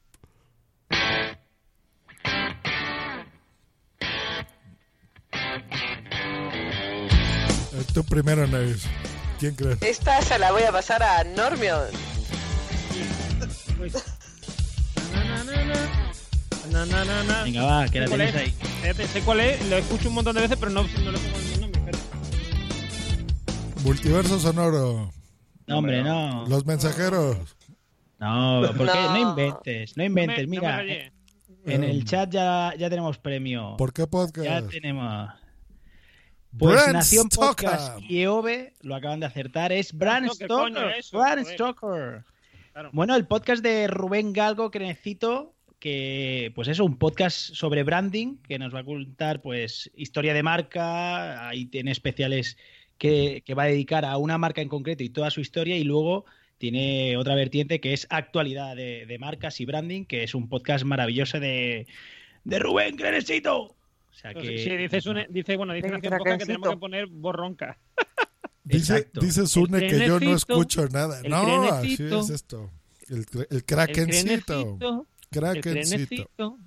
Speaker 7: Tú primero, Anaís. ¿Quién crees?
Speaker 8: Esta se la voy a pasar a Normion.
Speaker 5: Pues... Na, na, na, na. Na, na, na, na.
Speaker 6: Venga, va, que la tenéis ahí.
Speaker 5: Fíjate, sé cuál es, lo escucho un montón de veces, pero no, no le pongo el nombre. Pero...
Speaker 7: Multiverso sonoro.
Speaker 6: No, hombre, no.
Speaker 7: Los mensajeros.
Speaker 6: No, porque
Speaker 8: No.
Speaker 6: no inventes, no inventes.
Speaker 5: No me-
Speaker 6: Mira,
Speaker 5: no me rayé.
Speaker 6: en el chat ya, ya tenemos premio.
Speaker 7: ¿Por qué podcast?
Speaker 6: Ya tenemos. Pues
Speaker 7: Bram
Speaker 6: Nación
Speaker 7: Stoker.
Speaker 6: Podcast y E O B E lo acaban de acertar. Es Bram
Speaker 5: Stoker,
Speaker 6: Stoker.
Speaker 5: coño, eso,
Speaker 6: Bram
Speaker 5: joder.
Speaker 6: Stoker.
Speaker 5: Claro.
Speaker 6: Bueno, el podcast de Rubén Galgo Crenecito, que pues eso, un podcast sobre branding, que nos va a contar pues historia de marca, ahí tiene especiales que, que va a dedicar a una marca en concreto y toda su historia, y luego tiene otra vertiente que es actualidad de, de marcas y branding, que es un podcast maravilloso de, de Rubén Crenecito. O sea que...
Speaker 5: Sí, dice, Sune, dice, bueno, dice
Speaker 10: Venga,
Speaker 5: Nación Podcast que
Speaker 10: Craquencito.
Speaker 5: tenemos que poner borronca.
Speaker 7: Dice,
Speaker 6: Exacto.
Speaker 7: dice Sune
Speaker 5: El
Speaker 7: que yo no
Speaker 5: crenecito,
Speaker 7: escucho nada.
Speaker 5: el
Speaker 7: No, así
Speaker 5: crenecito.
Speaker 7: es esto. El, cre- el
Speaker 5: El
Speaker 7: krakencito.
Speaker 5: crenecito, el
Speaker 7: Krakencito.
Speaker 5: crenecito.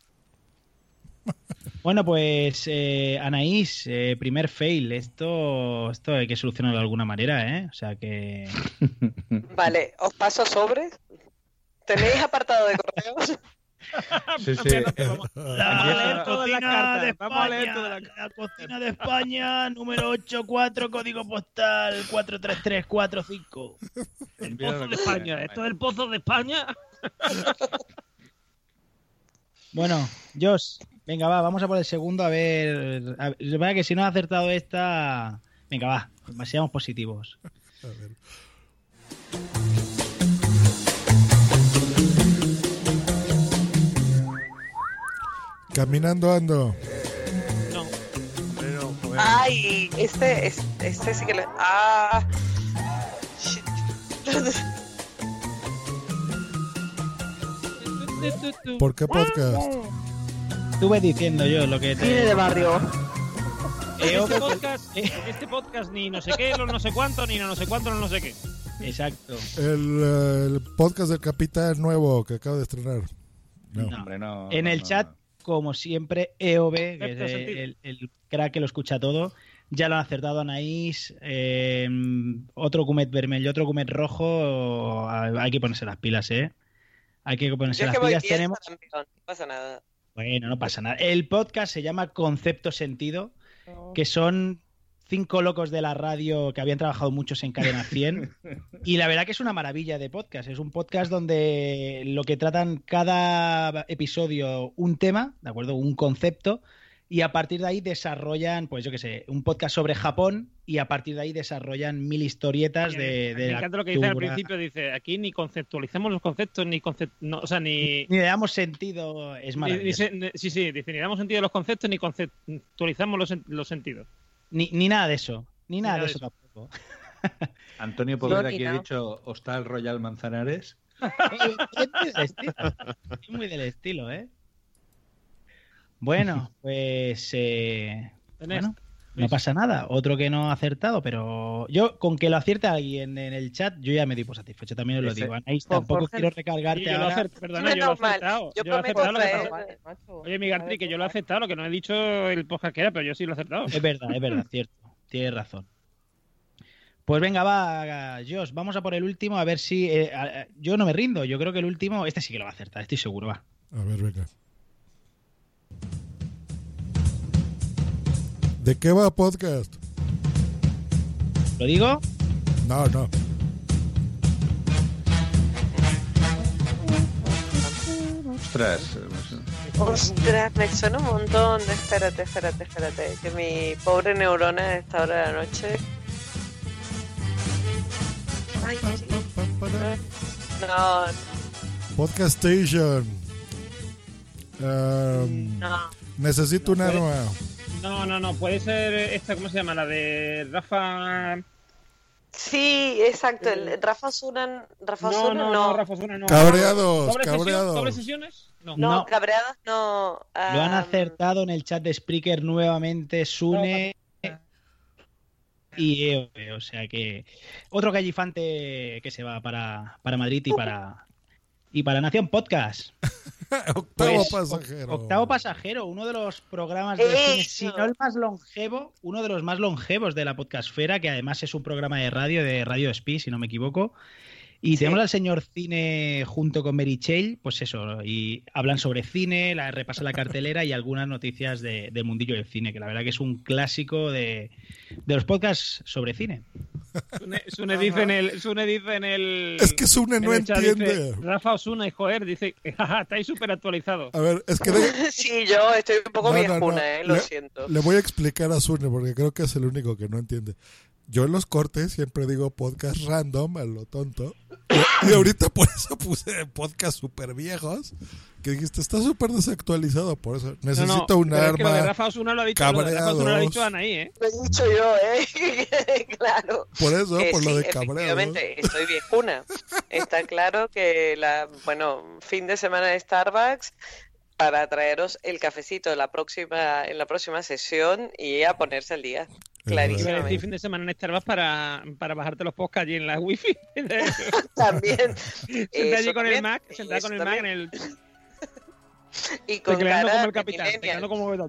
Speaker 6: Bueno, pues eh, Anaís, eh, primer fail. Esto, esto hay que solucionarlo de alguna manera, ¿eh? O sea que...
Speaker 8: Vale, os paso sobre. ¿Tenéis apartado de correos?
Speaker 3: Sí, sí.
Speaker 5: Vamos a leer todas las cartas. Vamos a leer todas las cartas.
Speaker 6: La cocina de España, número ochenta y cuatro, código postal cuatro tres tres cuatro cinco.
Speaker 5: El pozo de España. Esto es el pozo de España.
Speaker 6: Bueno, Josh, venga, va, vamos a por el segundo, a ver... A ver, es verdad que si no has acertado esta... Venga, va, seamos positivos.
Speaker 7: A ver. Caminando ando.
Speaker 5: No.
Speaker 8: Ay, este, es- este sí que le... Ah,
Speaker 7: ¿Por qué podcast?
Speaker 6: Estuve diciendo yo lo que te...
Speaker 10: Cine de barrio.
Speaker 5: En este podcast, en este podcast ni no sé qué, no, no sé cuánto, ni no, no sé cuánto, no, no sé qué.
Speaker 6: Exacto.
Speaker 7: El, eh, el podcast del Capitán nuevo que acabo de estrenar. No.
Speaker 3: No, hombre, no.
Speaker 6: En
Speaker 3: no,
Speaker 6: el
Speaker 3: no,
Speaker 6: chat,
Speaker 3: no.
Speaker 6: como siempre, E O B, que es
Speaker 5: Perfecto sentido.
Speaker 6: el, el crack que lo escucha todo, ya lo han acertado Anaís, eh, otro cumet vermelho, otro cumet rojo, hay que ponerse las pilas, ¿eh? Hay que ponerse
Speaker 8: Yo es
Speaker 6: las
Speaker 8: que voy
Speaker 6: pilas.
Speaker 8: diez,
Speaker 6: Tenemos...
Speaker 8: campeón, no pasa nada.
Speaker 6: Bueno, no pasa nada. El podcast se llama Concepto Sentido, que son cinco locos de la radio que habían trabajado muchos en Cadena cien. Y la verdad que es una maravilla de podcast. Es un podcast donde lo que tratan cada episodio un tema, ¿de acuerdo? Un concepto. Y a partir de ahí desarrollan, pues yo qué sé, un podcast sobre Japón y a partir de ahí desarrollan mil historietas de, de
Speaker 5: Me
Speaker 6: la
Speaker 5: encanta lo que dice al
Speaker 6: cultura.
Speaker 5: principio, dice, aquí ni conceptualicemos los conceptos, ni concept... no, o sea, ni...
Speaker 6: Ni le damos sentido, es
Speaker 5: ni- ni
Speaker 6: maravilloso.
Speaker 5: se- ni- sí, sí, dice, ni damos sentido a los conceptos, ni conceptualizamos los, sen- los sentidos.
Speaker 6: Ni, ni nada de eso, ni nada, de eso tampoco.
Speaker 3: Antonio Poveda
Speaker 6: No, ni
Speaker 3: aquí ha
Speaker 6: nada.
Speaker 3: dicho Hostal Royal Manzanares.
Speaker 6: Es muy del estilo, es muy del estilo, ¿eh? Bueno, pues eh, bueno, no pasa nada. Otro que no ha acertado, pero yo con que lo acierte alguien en el chat, yo ya me di por satisfecho. También os lo
Speaker 3: Ese-
Speaker 6: digo. Anaís,
Speaker 3: Pues,
Speaker 6: tampoco
Speaker 3: Jorge,
Speaker 6: quiero recargarte
Speaker 5: Sí, yo lo
Speaker 6: ahora.
Speaker 5: acert- perdona, yo lo he acertado. Yo, lo he acertado. Lo que pasa- Oye, mi Gartri, que yo lo he aceptado, lo que no he dicho el podcast que era, pero yo sí lo he acertado.
Speaker 6: Es verdad, es verdad, cierto. Tienes razón. Pues venga, va, Josh, vamos a por el último, a ver si... eh, a- a- yo no me rindo, yo creo que el último... Este sí que lo va a acertar, estoy seguro, va.
Speaker 7: A ver, venga. ¿De qué va podcast?
Speaker 6: ¿Lo digo?
Speaker 7: No, no.
Speaker 3: Ostras.
Speaker 8: Ostras, me suena un montón. Espérate, espérate, espérate. Que mi pobre neurona a esta hora de la noche. Ay, sí. No,
Speaker 7: Podcast Station. Um,
Speaker 8: no.
Speaker 7: Necesito un
Speaker 5: No puede-
Speaker 7: arma.
Speaker 5: No, no, no, puede ser esta, ¿cómo se llama? La de Rafa...
Speaker 8: Sí, exacto. El Rafa Osuna, Rafa
Speaker 5: No,
Speaker 8: Osuna
Speaker 5: no,
Speaker 8: no.
Speaker 5: no, Rafa Osuna no.
Speaker 7: Cabreados,
Speaker 5: ¿Doble sesión?
Speaker 7: cabreados.
Speaker 5: ¿Doble sesiones? No.
Speaker 8: No,
Speaker 6: No.
Speaker 8: cabreados no.
Speaker 6: Lo han
Speaker 8: ah,
Speaker 6: acertado en el chat de Spreaker nuevamente Sune y E O B, o sea que otro gallifante que se va para, para Madrid y para y para Nación Podcast.
Speaker 7: Octavo
Speaker 6: Pues,
Speaker 7: pasajero.
Speaker 6: Octavo pasajero, uno de los programas de cine,
Speaker 8: Eso.
Speaker 6: si no el más longevo, uno de los más longevos de la podcastfera, que además es un programa de radio, de Radio Speed, si no me equivoco. Y tenemos al señor Cine junto con Mary Chale, pues eso, y hablan sobre cine, la, repasan la cartelera y algunas noticias de- del mundillo del cine, que la verdad que es un clásico de, de los podcasts sobre cine.
Speaker 5: Sune, Sune dice en el... Sune dice en el
Speaker 7: Es que Sune
Speaker 5: en
Speaker 7: no
Speaker 5: el chat,
Speaker 7: entiende.
Speaker 5: dice, Rafa Osuna y joder, dice, jaja, estáis súper actualizados.
Speaker 7: A ver, es que... de-
Speaker 8: Sí, yo estoy un poco
Speaker 7: No, no,
Speaker 8: viejuna,
Speaker 7: no.
Speaker 8: eh, lo
Speaker 7: Le-
Speaker 8: siento.
Speaker 7: Le voy a explicar a Sune porque creo que es el único que no entiende. Yo en los cortes siempre digo podcast random a lo tonto. Y, y ahorita por eso puse podcast súper viejos. Que dijiste, está súper desactualizado. Por eso necesito
Speaker 5: No, no,
Speaker 7: un
Speaker 5: pero es que lo de
Speaker 7: arma.
Speaker 5: Rafa Osuna lo ha dicho, lo de Rafa Osuna lo ha dicho
Speaker 7: cabreados.
Speaker 5: Anaí, ¿eh?
Speaker 8: Lo he dicho yo, ¿eh? Claro.
Speaker 7: Por eso,
Speaker 8: Que
Speaker 7: por lo
Speaker 8: sí,
Speaker 7: de cabreados.
Speaker 8: efectivamente, estoy viejuna. Está claro que la, bueno, fin de semana de Starbucks para traeros el cafecito en la próxima, en la próxima sesión y a ponerse al día.
Speaker 5: Iba a decir
Speaker 8: Clarísimamente.
Speaker 5: fin de semana en Starbucks para, para bajarte los podcasts allí en la wifi.
Speaker 8: También.
Speaker 5: Sentada allí
Speaker 8: Eso
Speaker 5: con el
Speaker 8: también,
Speaker 5: Mac, sentada
Speaker 8: eso
Speaker 5: con el Mac en
Speaker 8: también.
Speaker 5: el...
Speaker 8: Y con
Speaker 5: tecleando
Speaker 8: cara
Speaker 5: como el
Speaker 8: de
Speaker 5: capitán,
Speaker 8: millennial.
Speaker 5: tecleando como...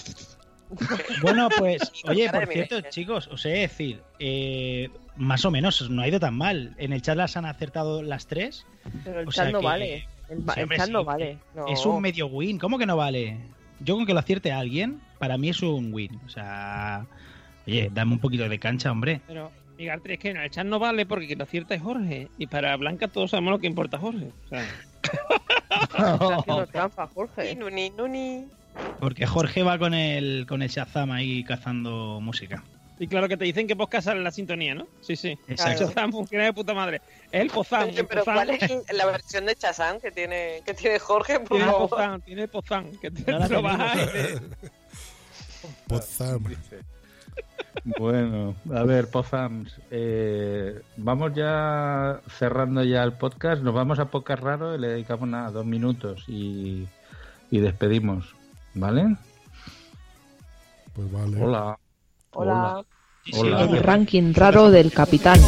Speaker 6: Bueno, pues, oye,
Speaker 8: cara
Speaker 6: por
Speaker 8: de
Speaker 6: cierto,
Speaker 8: millennial.
Speaker 6: chicos, os he de decir, eh, más o menos, no ha ido tan mal. En el chat las han acertado las tres.
Speaker 10: Pero el
Speaker 6: O
Speaker 10: chat
Speaker 6: sea
Speaker 10: no
Speaker 6: que-
Speaker 10: vale. El,
Speaker 6: Sí,
Speaker 10: el
Speaker 6: hombre,
Speaker 10: chat
Speaker 6: sí,
Speaker 10: no
Speaker 6: que
Speaker 10: vale. No.
Speaker 6: Es un medio win. ¿Cómo que no vale? Yo con que lo acierte a alguien, para mí es un win. O sea, oye, dame un poquito de cancha, hombre.
Speaker 5: Pero, mi Gartri, es que no, el chat no vale porque quien lo acierta es Jorge. Y para Blanca todos sabemos lo que importa Jorge. O sea,
Speaker 10: Está haciendo trampa, Jorge.
Speaker 8: Nuni, nuni.
Speaker 6: Porque Jorge va con el, con el Shazam ahí cazando música.
Speaker 5: y claro que te dicen que podcast sale en la sintonía, ¿no? Sí, sí.
Speaker 6: Exacto.
Speaker 5: Shazam funciona de puta madre. Es el Pozán.
Speaker 8: Oye,
Speaker 5: el
Speaker 8: pero
Speaker 5: Pozán.
Speaker 8: ¿cuál es la versión de Shazam que tiene, que tiene Jorge? Por
Speaker 5: Tiene el
Speaker 8: favor.
Speaker 5: Pozán, tiene el Pozán. Que te,
Speaker 6: No la
Speaker 5: te lo
Speaker 6: tenemos.
Speaker 5: bajas y te-
Speaker 7: Pozam.
Speaker 3: Bueno, a ver, Pozams, eh, vamos ya cerrando ya el podcast. Nos vamos a Podcast Raro y le dedicamos nada, dos minutos y, y despedimos, ¿vale?
Speaker 7: Pues vale.
Speaker 3: Hola.
Speaker 10: Hola.
Speaker 3: Hola.
Speaker 10: El ranking raro del capitán.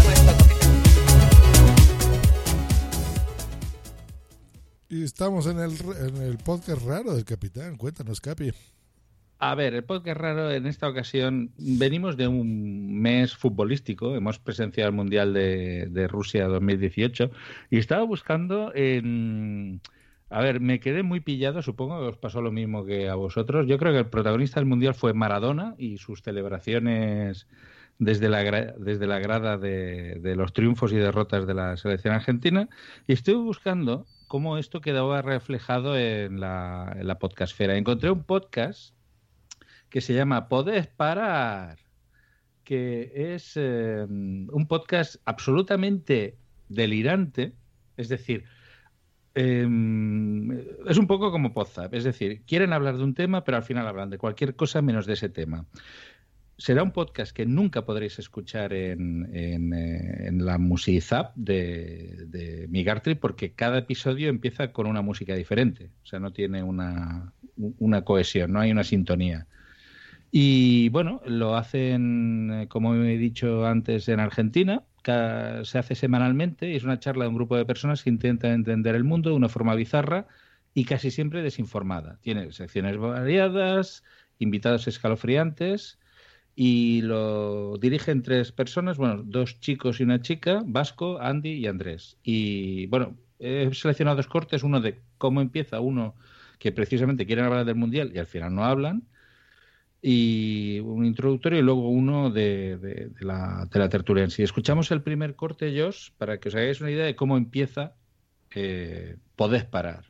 Speaker 7: Y estamos en el, en el podcast raro del capitán. Cuéntanos, Capi.
Speaker 3: A ver, el podcast raro en esta ocasión, venimos de un mes futbolístico, hemos presenciado el Mundial de, de Rusia dos mil dieciocho y estaba buscando en... A ver, me quedé muy pillado, supongo que os pasó lo mismo que a vosotros. Yo creo que el protagonista del Mundial fue Maradona y sus celebraciones desde la, gra- desde la grada de, de los triunfos y derrotas de la selección argentina, y estuve buscando cómo esto quedaba reflejado en la, en la podcastfera. Encontré un podcast que se llama Podés Parar, que es eh, un podcast absolutamente delirante, es decir, eh, es un poco como Podzap, es decir, quieren hablar de un tema, pero al final hablan de cualquier cosa menos de ese tema. Será un podcast que nunca podréis escuchar en, en, eh, en la Musizap de, de Migartri, porque cada episodio empieza con una música diferente, o sea, no tiene una, una cohesión, no hay una sintonía. Y bueno, lo hacen, como he dicho antes, en Argentina. Se hace semanalmente y es una charla de un grupo de personas que intentan entender el mundo de una forma bizarra y casi siempre desinformada. Tiene secciones variadas, invitados escalofriantes y lo dirigen tres personas, bueno, dos chicos y una chica, Vasco, Andy y Andrés. Y bueno, he seleccionado dos cortes, uno de cómo empieza, uno que precisamente quieren hablar del Mundial y al final no hablan, y un introductorio y luego uno de, de, de, la, de la tertulia en sí. Escuchamos el primer corte, Josh, para que os hagáis una idea de cómo empieza eh, Podés Parar.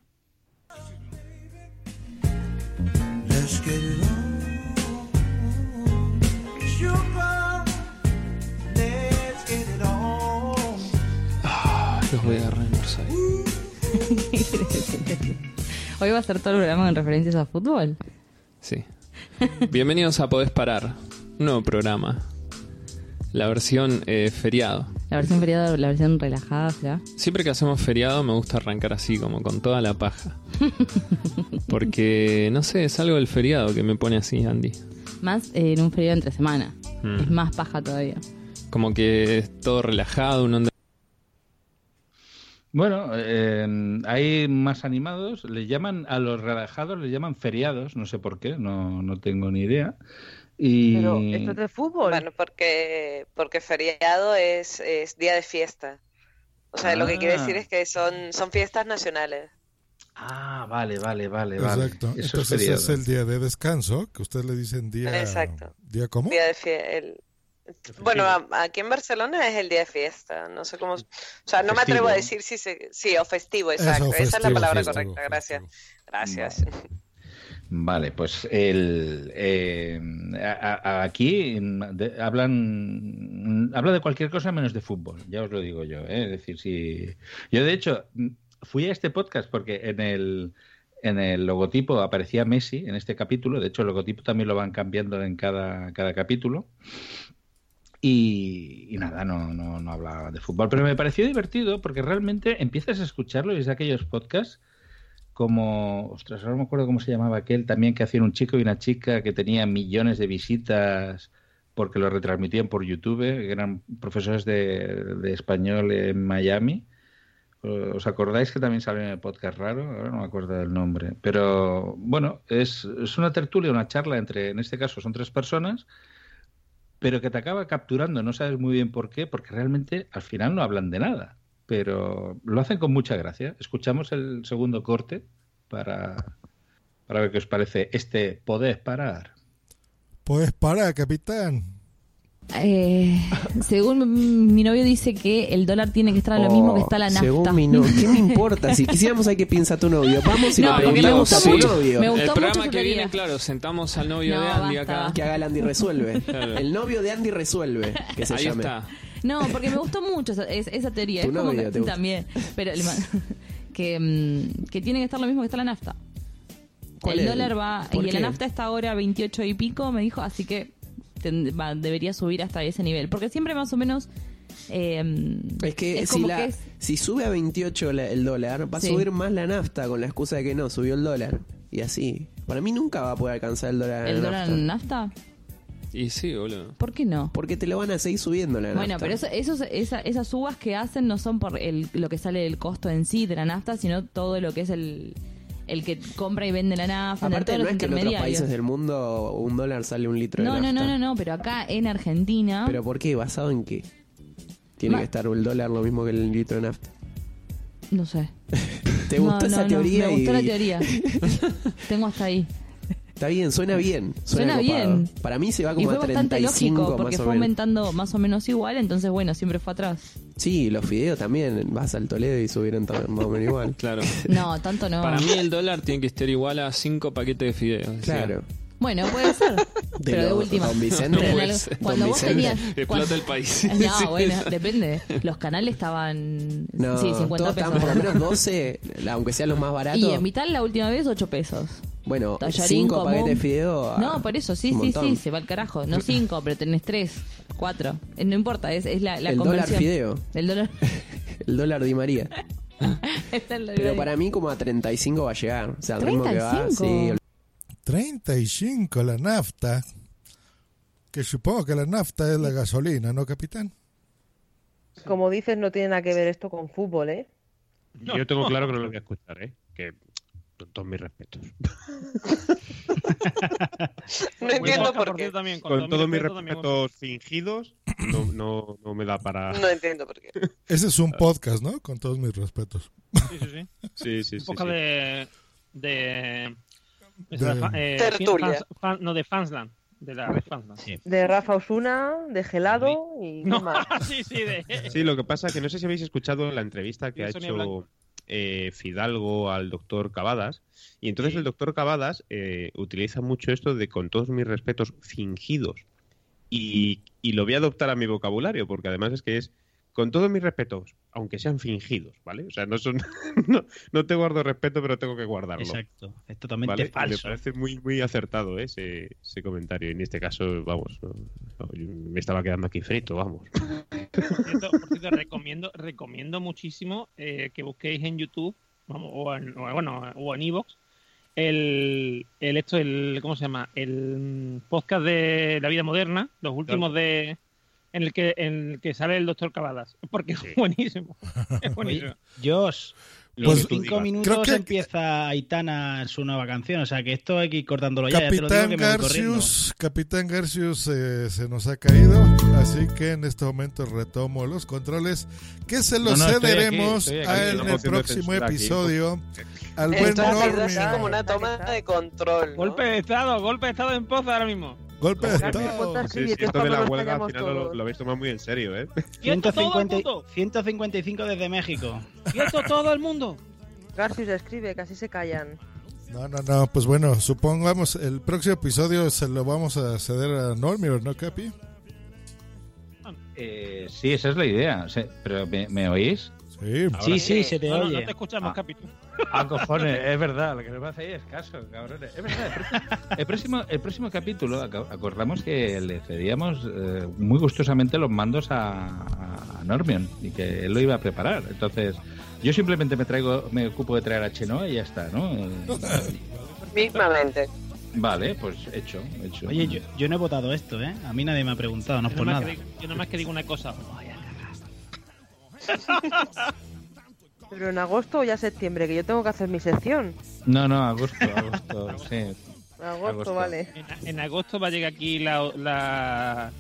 Speaker 12: Ah, los voy a agarrar en Orsay.
Speaker 15: Hoy va a ser todo el programa en referencias a fútbol.
Speaker 12: Sí. Bienvenidos a Podés Parar, un nuevo programa. La versión eh, feriado.
Speaker 15: La versión feriado, la versión relajada, ¿será?
Speaker 12: Siempre que hacemos feriado me gusta arrancar así, como con toda la paja. Porque, no sé, es algo del feriado que me pone así, Andy.
Speaker 15: Más eh, en un feriado entre semana.
Speaker 12: Mm.
Speaker 15: Es más paja todavía.
Speaker 12: Como que es todo relajado, un onda.
Speaker 3: Bueno, eh, hay más animados, les llaman a los relajados, les llaman feriados, no sé por qué, no, no tengo ni idea. Y...
Speaker 10: Pero esto es de fútbol.
Speaker 8: Bueno, porque, porque feriado es, es día de fiesta. O sea,
Speaker 3: Ah.
Speaker 8: lo que quiere decir es que son, son fiestas nacionales.
Speaker 3: Ah, vale, vale, vale, vale.
Speaker 7: Exacto.
Speaker 3: Eso
Speaker 7: Entonces
Speaker 3: feriado.
Speaker 7: es el día de descanso, que ustedes le dicen día...
Speaker 8: Exacto.
Speaker 7: ¿Día cómo?
Speaker 8: Día de fie- el- Bueno, a- aquí en Barcelona es el día de fiesta. No sé cómo. O sea, no me atrevo a decir si se. Sí, o festivo, exacto.
Speaker 3: Eso,
Speaker 8: Esa es la
Speaker 3: festivo,
Speaker 8: palabra
Speaker 3: festivo,
Speaker 8: correcta. Gracias. Gracias.
Speaker 3: Vale, pues el, eh, a- a- aquí de- hablan habla de cualquier cosa menos de fútbol, ya os lo digo yo, ¿eh? Es decir, si yo de hecho fui a este podcast porque en el en el logotipo aparecía Messi en este capítulo, de hecho el logotipo también lo van cambiando en cada, cada capítulo. Y, y nada, no, no, no hablaba de fútbol, pero me pareció divertido porque realmente empiezas a escucharlo y es de aquellos podcasts como, ostras, ahora no me acuerdo cómo se llamaba aquel, también que hacían un chico y una chica que tenía millones de visitas porque lo retransmitían por YouTube, que eran profesores de, de español en Miami. ¿Os acordáis que también salió en el podcast raro? Ahora no me acuerdo del nombre. Pero bueno, es, es una tertulia, una charla entre, en este caso son tres personas, pero que te acaba capturando, no sabes muy bien por qué, porque realmente al final no hablan de nada, pero lo hacen con mucha gracia. Escuchamos el segundo corte para, para ver qué os parece este Podés Parar.
Speaker 7: Pues para, capitán.
Speaker 15: Eh, según mi novio dice que el dólar tiene que estar a lo mismo que está la nafta.
Speaker 18: Según mi novio, ¿qué me importa? Si quisiéramos hay que piensa tu novio. Vamos y
Speaker 15: No,
Speaker 18: le
Speaker 15: porque me
Speaker 18: preguntamos
Speaker 15: gustó
Speaker 18: a tu
Speaker 15: mucho.
Speaker 18: novio.
Speaker 15: Me gustó
Speaker 12: El
Speaker 15: mucho
Speaker 12: programa
Speaker 15: su
Speaker 12: que
Speaker 15: teoría.
Speaker 12: viene, claro, sentamos al novio
Speaker 15: No,
Speaker 12: de Andy
Speaker 15: basta,
Speaker 12: acá.
Speaker 15: basta.
Speaker 18: Que haga el Andy Resuelve.
Speaker 12: Claro.
Speaker 18: El novio de Andy Resuelve, que se
Speaker 12: Ahí
Speaker 18: llame.
Speaker 12: está.
Speaker 15: No, porque me gustó mucho esa, es- esa teoría.
Speaker 18: Tu
Speaker 15: Es como
Speaker 18: novio
Speaker 15: que-
Speaker 18: te gusta.
Speaker 15: también. Pero el ma- que, mm, que tiene que estar lo mismo que está la nafta.
Speaker 18: ¿Cuál
Speaker 15: El
Speaker 18: es?
Speaker 15: dólar va.
Speaker 18: ¿Por
Speaker 15: Y
Speaker 18: qué?
Speaker 15: la nafta está ahora veintiocho y pico, me dijo, así que ten- va, debería subir hasta ese nivel. Porque siempre más o menos... eh,
Speaker 18: Es que,
Speaker 15: es
Speaker 18: si,
Speaker 15: como
Speaker 18: la-
Speaker 15: que es-
Speaker 18: si sube a veintiocho la- el dólar, va a
Speaker 15: Sí.
Speaker 18: subir más la nafta con la excusa de que no, subió el dólar. Y así. Para mí nunca va a poder alcanzar el dólar.
Speaker 15: ¿El
Speaker 18: la
Speaker 15: dólar
Speaker 18: nafta.
Speaker 15: en nafta?
Speaker 12: Y sí, boludo.
Speaker 15: ¿Por qué no?
Speaker 18: Porque te lo van a seguir subiendo la
Speaker 15: Bueno,
Speaker 18: nafta.
Speaker 15: pero eso, esos, esa- esas subas que hacen no son por el, lo que sale del costo en sí de la nafta, sino todo lo que es el, el que compra y vende la nafta,
Speaker 18: Aparte,
Speaker 15: todos
Speaker 18: no
Speaker 15: los
Speaker 18: es que en otros
Speaker 15: intermediarios.
Speaker 18: países del mundo un dólar sale un litro
Speaker 15: No,
Speaker 18: de
Speaker 15: no,
Speaker 18: nafta.
Speaker 15: no, no, no, pero acá en Argentina...
Speaker 18: ¿Pero por qué? ¿Basado en qué? Tiene
Speaker 15: Ma-
Speaker 18: que estar el dólar lo mismo que el litro de nafta.
Speaker 15: No sé.
Speaker 18: ¿Te
Speaker 15: No,
Speaker 18: gustó
Speaker 15: no,
Speaker 18: esa
Speaker 15: no,
Speaker 18: teoría?
Speaker 15: me gustó
Speaker 18: y-
Speaker 15: la teoría. Tengo hasta ahí.
Speaker 18: Está bien, suena bien.
Speaker 15: Suena
Speaker 18: copado.
Speaker 15: bien.
Speaker 18: Para mí se va
Speaker 15: Y
Speaker 18: como
Speaker 15: fue
Speaker 18: a
Speaker 15: bastante
Speaker 18: treinta y cinco
Speaker 15: lógico, porque
Speaker 18: más o
Speaker 15: fue
Speaker 18: menos.
Speaker 15: aumentando más o menos igual, entonces bueno, siempre fue atrás.
Speaker 18: Sí, los fideos también. Vas al Toledo y subieron to- más o menos igual.
Speaker 12: Claro.
Speaker 15: No, tanto no.
Speaker 12: Para mí el dólar tiene que estar igual a cinco paquetes de fideos.
Speaker 18: Claro.
Speaker 15: Bueno, puede ser. pero de
Speaker 18: lo-
Speaker 15: última.
Speaker 18: Don Vicente.
Speaker 15: Pero en
Speaker 18: No
Speaker 15: algo-
Speaker 18: puede ser.
Speaker 15: cuando
Speaker 18: Don
Speaker 15: vos
Speaker 18: Vicente.
Speaker 15: tenías.
Speaker 12: Explota
Speaker 15: cuando-
Speaker 12: el país.
Speaker 15: No,
Speaker 12: Sí.
Speaker 15: bueno, depende. Los canales estaban.
Speaker 18: No,
Speaker 15: sí, cincuenta
Speaker 18: todos
Speaker 15: pesos.
Speaker 18: están por lo menos doce, aunque sean los más baratos.
Speaker 15: Y en Vital la última vez ocho pesos.
Speaker 18: Bueno,
Speaker 15: Tallarín
Speaker 18: cinco
Speaker 15: común.
Speaker 18: paquetes de fideo.
Speaker 15: No, por eso, sí,
Speaker 18: un
Speaker 15: sí,
Speaker 18: montón.
Speaker 15: sí, se va al carajo. No cinco, pero tenés tres, cuatro. Eh, No importa, es, es la, la
Speaker 18: El dólar
Speaker 15: conversión.
Speaker 18: fideo.
Speaker 15: El dólar.
Speaker 18: El dólar Di María.
Speaker 15: Está el
Speaker 18: Pero
Speaker 15: dólar.
Speaker 18: para mí como a treinta y cinco va a llegar. O sea, al ritmo que va,
Speaker 15: ¿treinta y cinco?
Speaker 18: sí.
Speaker 7: treinta y cinco la nafta. Que supongo que la nafta es la gasolina, ¿no, capitán?
Speaker 10: Como dices, no tiene nada que ver esto con fútbol, ¿eh?
Speaker 9: Yo tengo claro que no lo voy a escuchar, ¿eh? Que con todos mis respetos.
Speaker 8: No entiendo por qué.
Speaker 5: También,
Speaker 9: Con todos mis
Speaker 5: respeto, también,
Speaker 9: respetos fingidos, no, no, no me da para...
Speaker 8: No entiendo por qué.
Speaker 7: Ese es un podcast, ¿no? Con todos mis respetos.
Speaker 5: Sí, sí, sí.
Speaker 9: Sí, sí,
Speaker 5: Un
Speaker 9: sí.
Speaker 5: poco
Speaker 9: sí.
Speaker 5: de... de...
Speaker 7: De-
Speaker 5: esa fa- eh,
Speaker 8: Tertulia.
Speaker 5: fans- fan- no, de Fansland. De la red Fansland.
Speaker 10: De Rafa Osuna, de Gelado y
Speaker 5: No,
Speaker 10: ¿qué más?
Speaker 5: sí, sí, de...
Speaker 9: Sí, lo que pasa es que no sé si habéis escuchado la entrevista que
Speaker 5: Sí,
Speaker 9: ha
Speaker 5: Sonia
Speaker 9: hecho
Speaker 5: Blanco.
Speaker 9: eh, Fidalgo al doctor Cavadas. Y entonces el doctor Cavadas eh, utiliza mucho esto de con todos mis respetos fingidos. Y, y lo voy a adoptar a mi vocabulario, porque además es que es con todos mis respetos, aunque sean fingidos, ¿vale? O sea, no son no, no te guardo respeto, pero tengo que guardarlo.
Speaker 6: Exacto, es totalmente
Speaker 9: ¿Vale?
Speaker 6: falso.
Speaker 9: Me parece muy muy acertado, ¿eh? ese, ese comentario. Y en este caso, vamos, no- no, yo me estaba quedando aquí frito, vamos.
Speaker 5: Por cierto, por cierto, recomiendo, recomiendo muchísimo eh, que busquéis en YouTube, vamos, o en, o, bueno, o en iVoox, el, el esto, el, ¿cómo se llama? El podcast de la vida moderna, los últimos de en el que en el que sale el doctor Cavadas, porque es buenísimo. Es buenísimo.
Speaker 6: Josh,
Speaker 9: Lo
Speaker 6: en
Speaker 9: que tú
Speaker 6: cinco
Speaker 9: digas.
Speaker 6: minutos
Speaker 7: Creo que-
Speaker 6: empieza Aitana su nueva canción, o sea que esto hay que ir cortándolo ya, ya te lo digo
Speaker 7: Capitán
Speaker 6: que me voy corriendo.
Speaker 7: Garcius, Capitán Garcius eh, se nos ha caído, así que en este momento retomo los controles que se los
Speaker 3: No, no, estoy
Speaker 7: cederemos
Speaker 3: aquí, estoy aquí,
Speaker 7: a- en
Speaker 9: estamos
Speaker 7: el
Speaker 9: haciendo
Speaker 7: próximo
Speaker 9: censura aquí.
Speaker 7: episodio al buen
Speaker 8: Esto ha sido así
Speaker 7: Normio.
Speaker 8: como una toma de control, ¿no?
Speaker 5: Golpe de estado, golpe de estado en Poza ahora mismo.
Speaker 7: Golpe de
Speaker 10: Gracias,
Speaker 7: estado.
Speaker 10: ponte
Speaker 9: Sí,
Speaker 10: así,
Speaker 9: sí,
Speaker 10: que es
Speaker 9: esto de
Speaker 10: cuando
Speaker 9: la
Speaker 10: nos
Speaker 9: huelga al
Speaker 10: callamos
Speaker 9: final lo,
Speaker 10: todos.
Speaker 9: lo habéis tomado muy en serio, ¿eh?
Speaker 5: ¡Quieto todo el
Speaker 6: ciento cincuenta,
Speaker 5: mundo!
Speaker 6: ciento cincuenta y cinco desde México.
Speaker 5: ¡Quieto todo el mundo!
Speaker 10: Garcius escribe, que así se callan.
Speaker 7: No, no, no, pues bueno, supongamos el próximo episodio se lo vamos a ceder a Normio, ¿no, Capi?
Speaker 3: Eh, sí, esa es la idea. Sí, pero ¿me, me oís?
Speaker 7: Sí,
Speaker 6: Sí, sí, se te
Speaker 5: No, no,
Speaker 6: oye.
Speaker 5: no te escuchamos,
Speaker 3: Ah.
Speaker 5: capítulo.
Speaker 3: Ah, cojones, es verdad, lo que nos hace ahí es caso, cabrones. Es verdad, el próximo, el próximo, el próximo capítulo ac- acordamos que le cedíamos eh, muy gustosamente los mandos a, a Normion y que él lo iba a preparar. Entonces, yo simplemente me traigo, me ocupo de traer a Chenoa y ya está, ¿no? Eh,
Speaker 8: Mismamente.
Speaker 3: Vale, pues hecho, hecho.
Speaker 6: Oye, yo, yo no he votado esto, ¿eh? A mí nadie me ha preguntado, no es
Speaker 5: Yo
Speaker 6: por
Speaker 5: nomás
Speaker 6: nada.
Speaker 5: que digo- yo nomás que digo una cosa.
Speaker 10: Pero en agosto o ya septiembre, que yo tengo que hacer mi sección.
Speaker 3: No, no, agosto, agosto, sí.
Speaker 10: Agosto,
Speaker 3: Agosto.
Speaker 10: vale.
Speaker 5: En, en agosto va a llegar aquí la la,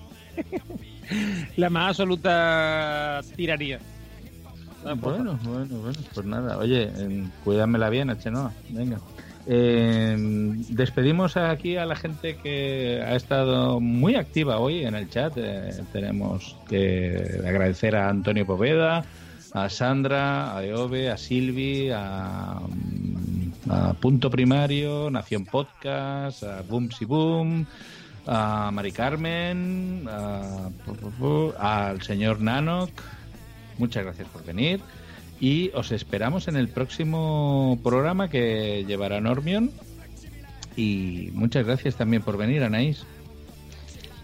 Speaker 5: la más absoluta tiraría.
Speaker 3: Bueno, bueno, bueno, pues nada. Oye, eh, cuídamela bien, Chenoa. Venga. Eh, despedimos aquí a la gente que ha estado muy activa hoy en el chat. Eh, tenemos que agradecer a Antonio Poveda, a Sandra, a Eove, a Silvi, a, a Punto Primario, Nación Podcast, a Boom Si Boom, a Mari Carmen, a- al señor Nanok. Muchas gracias por venir y os esperamos en el próximo programa que llevará Normion. Y muchas gracias también por venir, Anaís.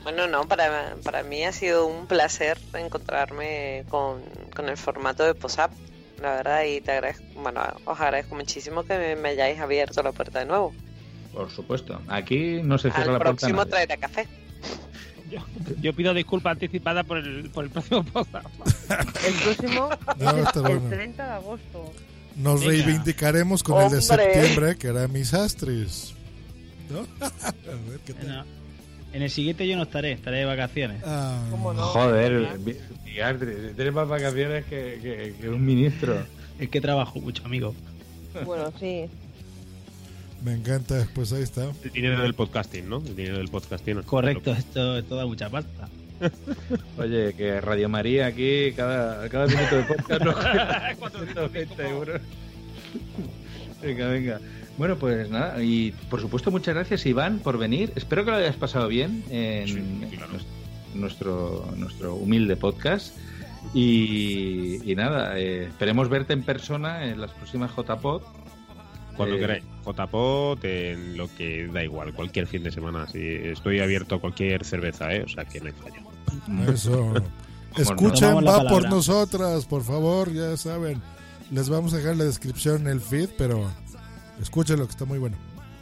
Speaker 8: Bueno, no, para, para mí ha sido un placer encontrarme con, con el formato de Post-Up, la verdad, y te agradezco, bueno, os agradezco muchísimo que me, me hayáis abierto la puerta de nuevo.
Speaker 3: Por supuesto. Aquí no se cierra
Speaker 8: Al
Speaker 3: la puerta.
Speaker 8: próximo
Speaker 3: a nadie.
Speaker 8: traeré café.
Speaker 5: Yo, yo pido disculpas anticipadas por el, por el próximo Post-Up.
Speaker 10: El próximo
Speaker 7: No,
Speaker 10: es
Speaker 7: está
Speaker 10: el
Speaker 7: bueno.
Speaker 10: treinta de agosto.
Speaker 7: Nos
Speaker 5: Venga.
Speaker 7: reivindicaremos con el de
Speaker 8: ¡Hombre!
Speaker 7: septiembre, que era mis Astris. ¿No? A ver qué tal.
Speaker 6: No. En el siguiente yo no estaré, estaré de vacaciones.
Speaker 7: Ah,
Speaker 10: ¿Cómo no?
Speaker 3: Joder, Migarte, tienes más vacaciones que, que, que un ministro.
Speaker 6: Es que trabajo mucho, amigo.
Speaker 10: Bueno, sí.
Speaker 7: me encanta, pues ahí está.
Speaker 9: El dinero del podcasting, ¿no? El dinero del podcasting.
Speaker 6: Correcto, esto, esto da mucha pasta.
Speaker 3: Oye, que Radio María aquí, cada, cada minuto de podcast nos cuesta cuatrocientos veinte euros. Venga, venga. Bueno, pues nada, y por supuesto muchas gracias, Iván, por venir. Espero que lo hayas pasado bien en
Speaker 9: Sí, claro.
Speaker 3: nuestro, nuestro humilde podcast. Y, y nada, eh, esperemos verte en persona en las próximas J P O D.
Speaker 9: Cuando
Speaker 3: Eh,
Speaker 9: queráis. J P O D, en lo que da igual, cualquier fin de semana. Sí, estoy abierto a cualquier cerveza, ¿eh? O sea que no hay fallo.
Speaker 7: Eso.
Speaker 3: no?
Speaker 7: Escuchen,
Speaker 6: Tomamos la
Speaker 7: va por
Speaker 6: palabra.
Speaker 7: nosotras, por favor, ya saben. Les vamos a dejar en la descripción el feed, pero escúchenlo, que está muy bueno.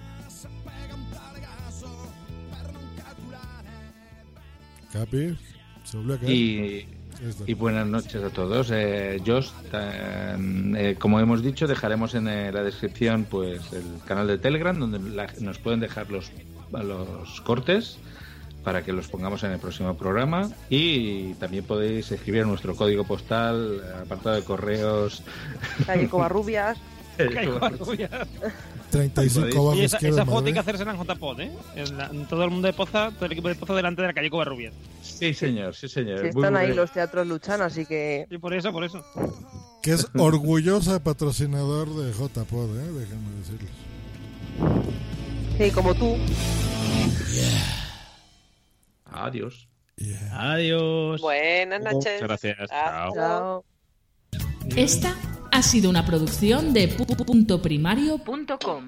Speaker 7: Capi, se volvió a caer.
Speaker 3: Y,
Speaker 7: Ahí está.
Speaker 3: y buenas noches a todos. Eh, Josh, tan- eh, como hemos dicho, dejaremos en eh, la descripción pues el canal de Telegram donde la- nos pueden dejar los, los cortes para que los pongamos en el próximo programa, y también podéis escribir en nuestro código postal, apartado de correos.
Speaker 10: Calle Covarrubias.
Speaker 7: treinta y cinco
Speaker 5: Y
Speaker 7: bajo
Speaker 5: esa,
Speaker 7: izquierda,
Speaker 5: esa foto
Speaker 7: madre.
Speaker 5: hay que hacerse en J P O D, ¿eh? En, la- en todo el mundo de Poza, todo el equipo de Poza delante de la calle Covarrubias.
Speaker 3: Sí, señor, sí, señor.
Speaker 10: Si
Speaker 3: Muy,
Speaker 10: están
Speaker 3: muy
Speaker 10: ahí
Speaker 3: bien.
Speaker 10: los teatros Luchan, así que...
Speaker 5: Y por eso, por eso.
Speaker 7: Que es orgullosa patrocinador de J P O D, ¿eh? Déjenme decirles.
Speaker 10: Sí, como tú.
Speaker 3: Adiós.
Speaker 6: Adiós.
Speaker 8: Buenas noches.
Speaker 9: Muchas gracias.
Speaker 8: Hasta
Speaker 9: Chao.
Speaker 8: luego.
Speaker 2: Esta ha sido una producción de punto primario punto com.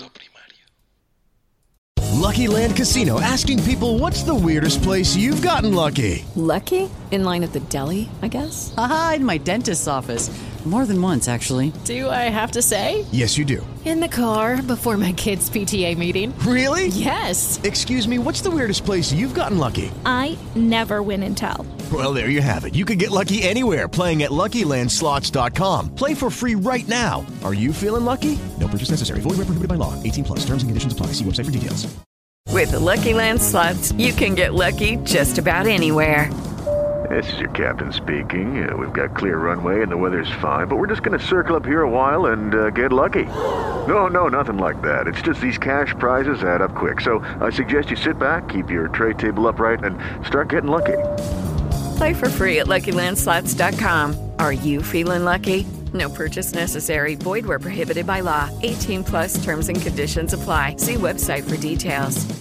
Speaker 4: Lucky Land Casino, asking people, what's the weirdest place you've gotten lucky?
Speaker 19: Lucky? In line at the deli, I guess?
Speaker 20: Aha, in my dentist's office. More than once, actually.
Speaker 19: Do I have to say?
Speaker 4: Yes, you do.
Speaker 19: In the car before my kids' P T A meeting.
Speaker 4: Really?
Speaker 19: Yes.
Speaker 4: Excuse me, what's the weirdest place you've gotten lucky?
Speaker 21: I never win and tell.
Speaker 4: Well, there you have it. You can get lucky anywhere, playing at Lucky Land Slots dot com. Play for free right now. Are you feeling lucky? No purchase necessary. Void where prohibited by law. eighteen plus. Terms and conditions apply. See website for details.
Speaker 26: With the Lucky Land Slots, you can get lucky just about anywhere.
Speaker 27: This is your captain speaking. Uh, we've got clear runway and the weather's fine, but we're just going to circle up here a while and uh, get lucky. No, no, nothing like that. It's just these cash prizes add up quick. So I suggest you sit back, keep your tray table upright, and start getting lucky.
Speaker 26: Play for free at Lucky Land Slots dot com. Are you feeling lucky? No purchase necessary. Void where prohibited by law. eighteen plus terms and conditions apply. See website for details.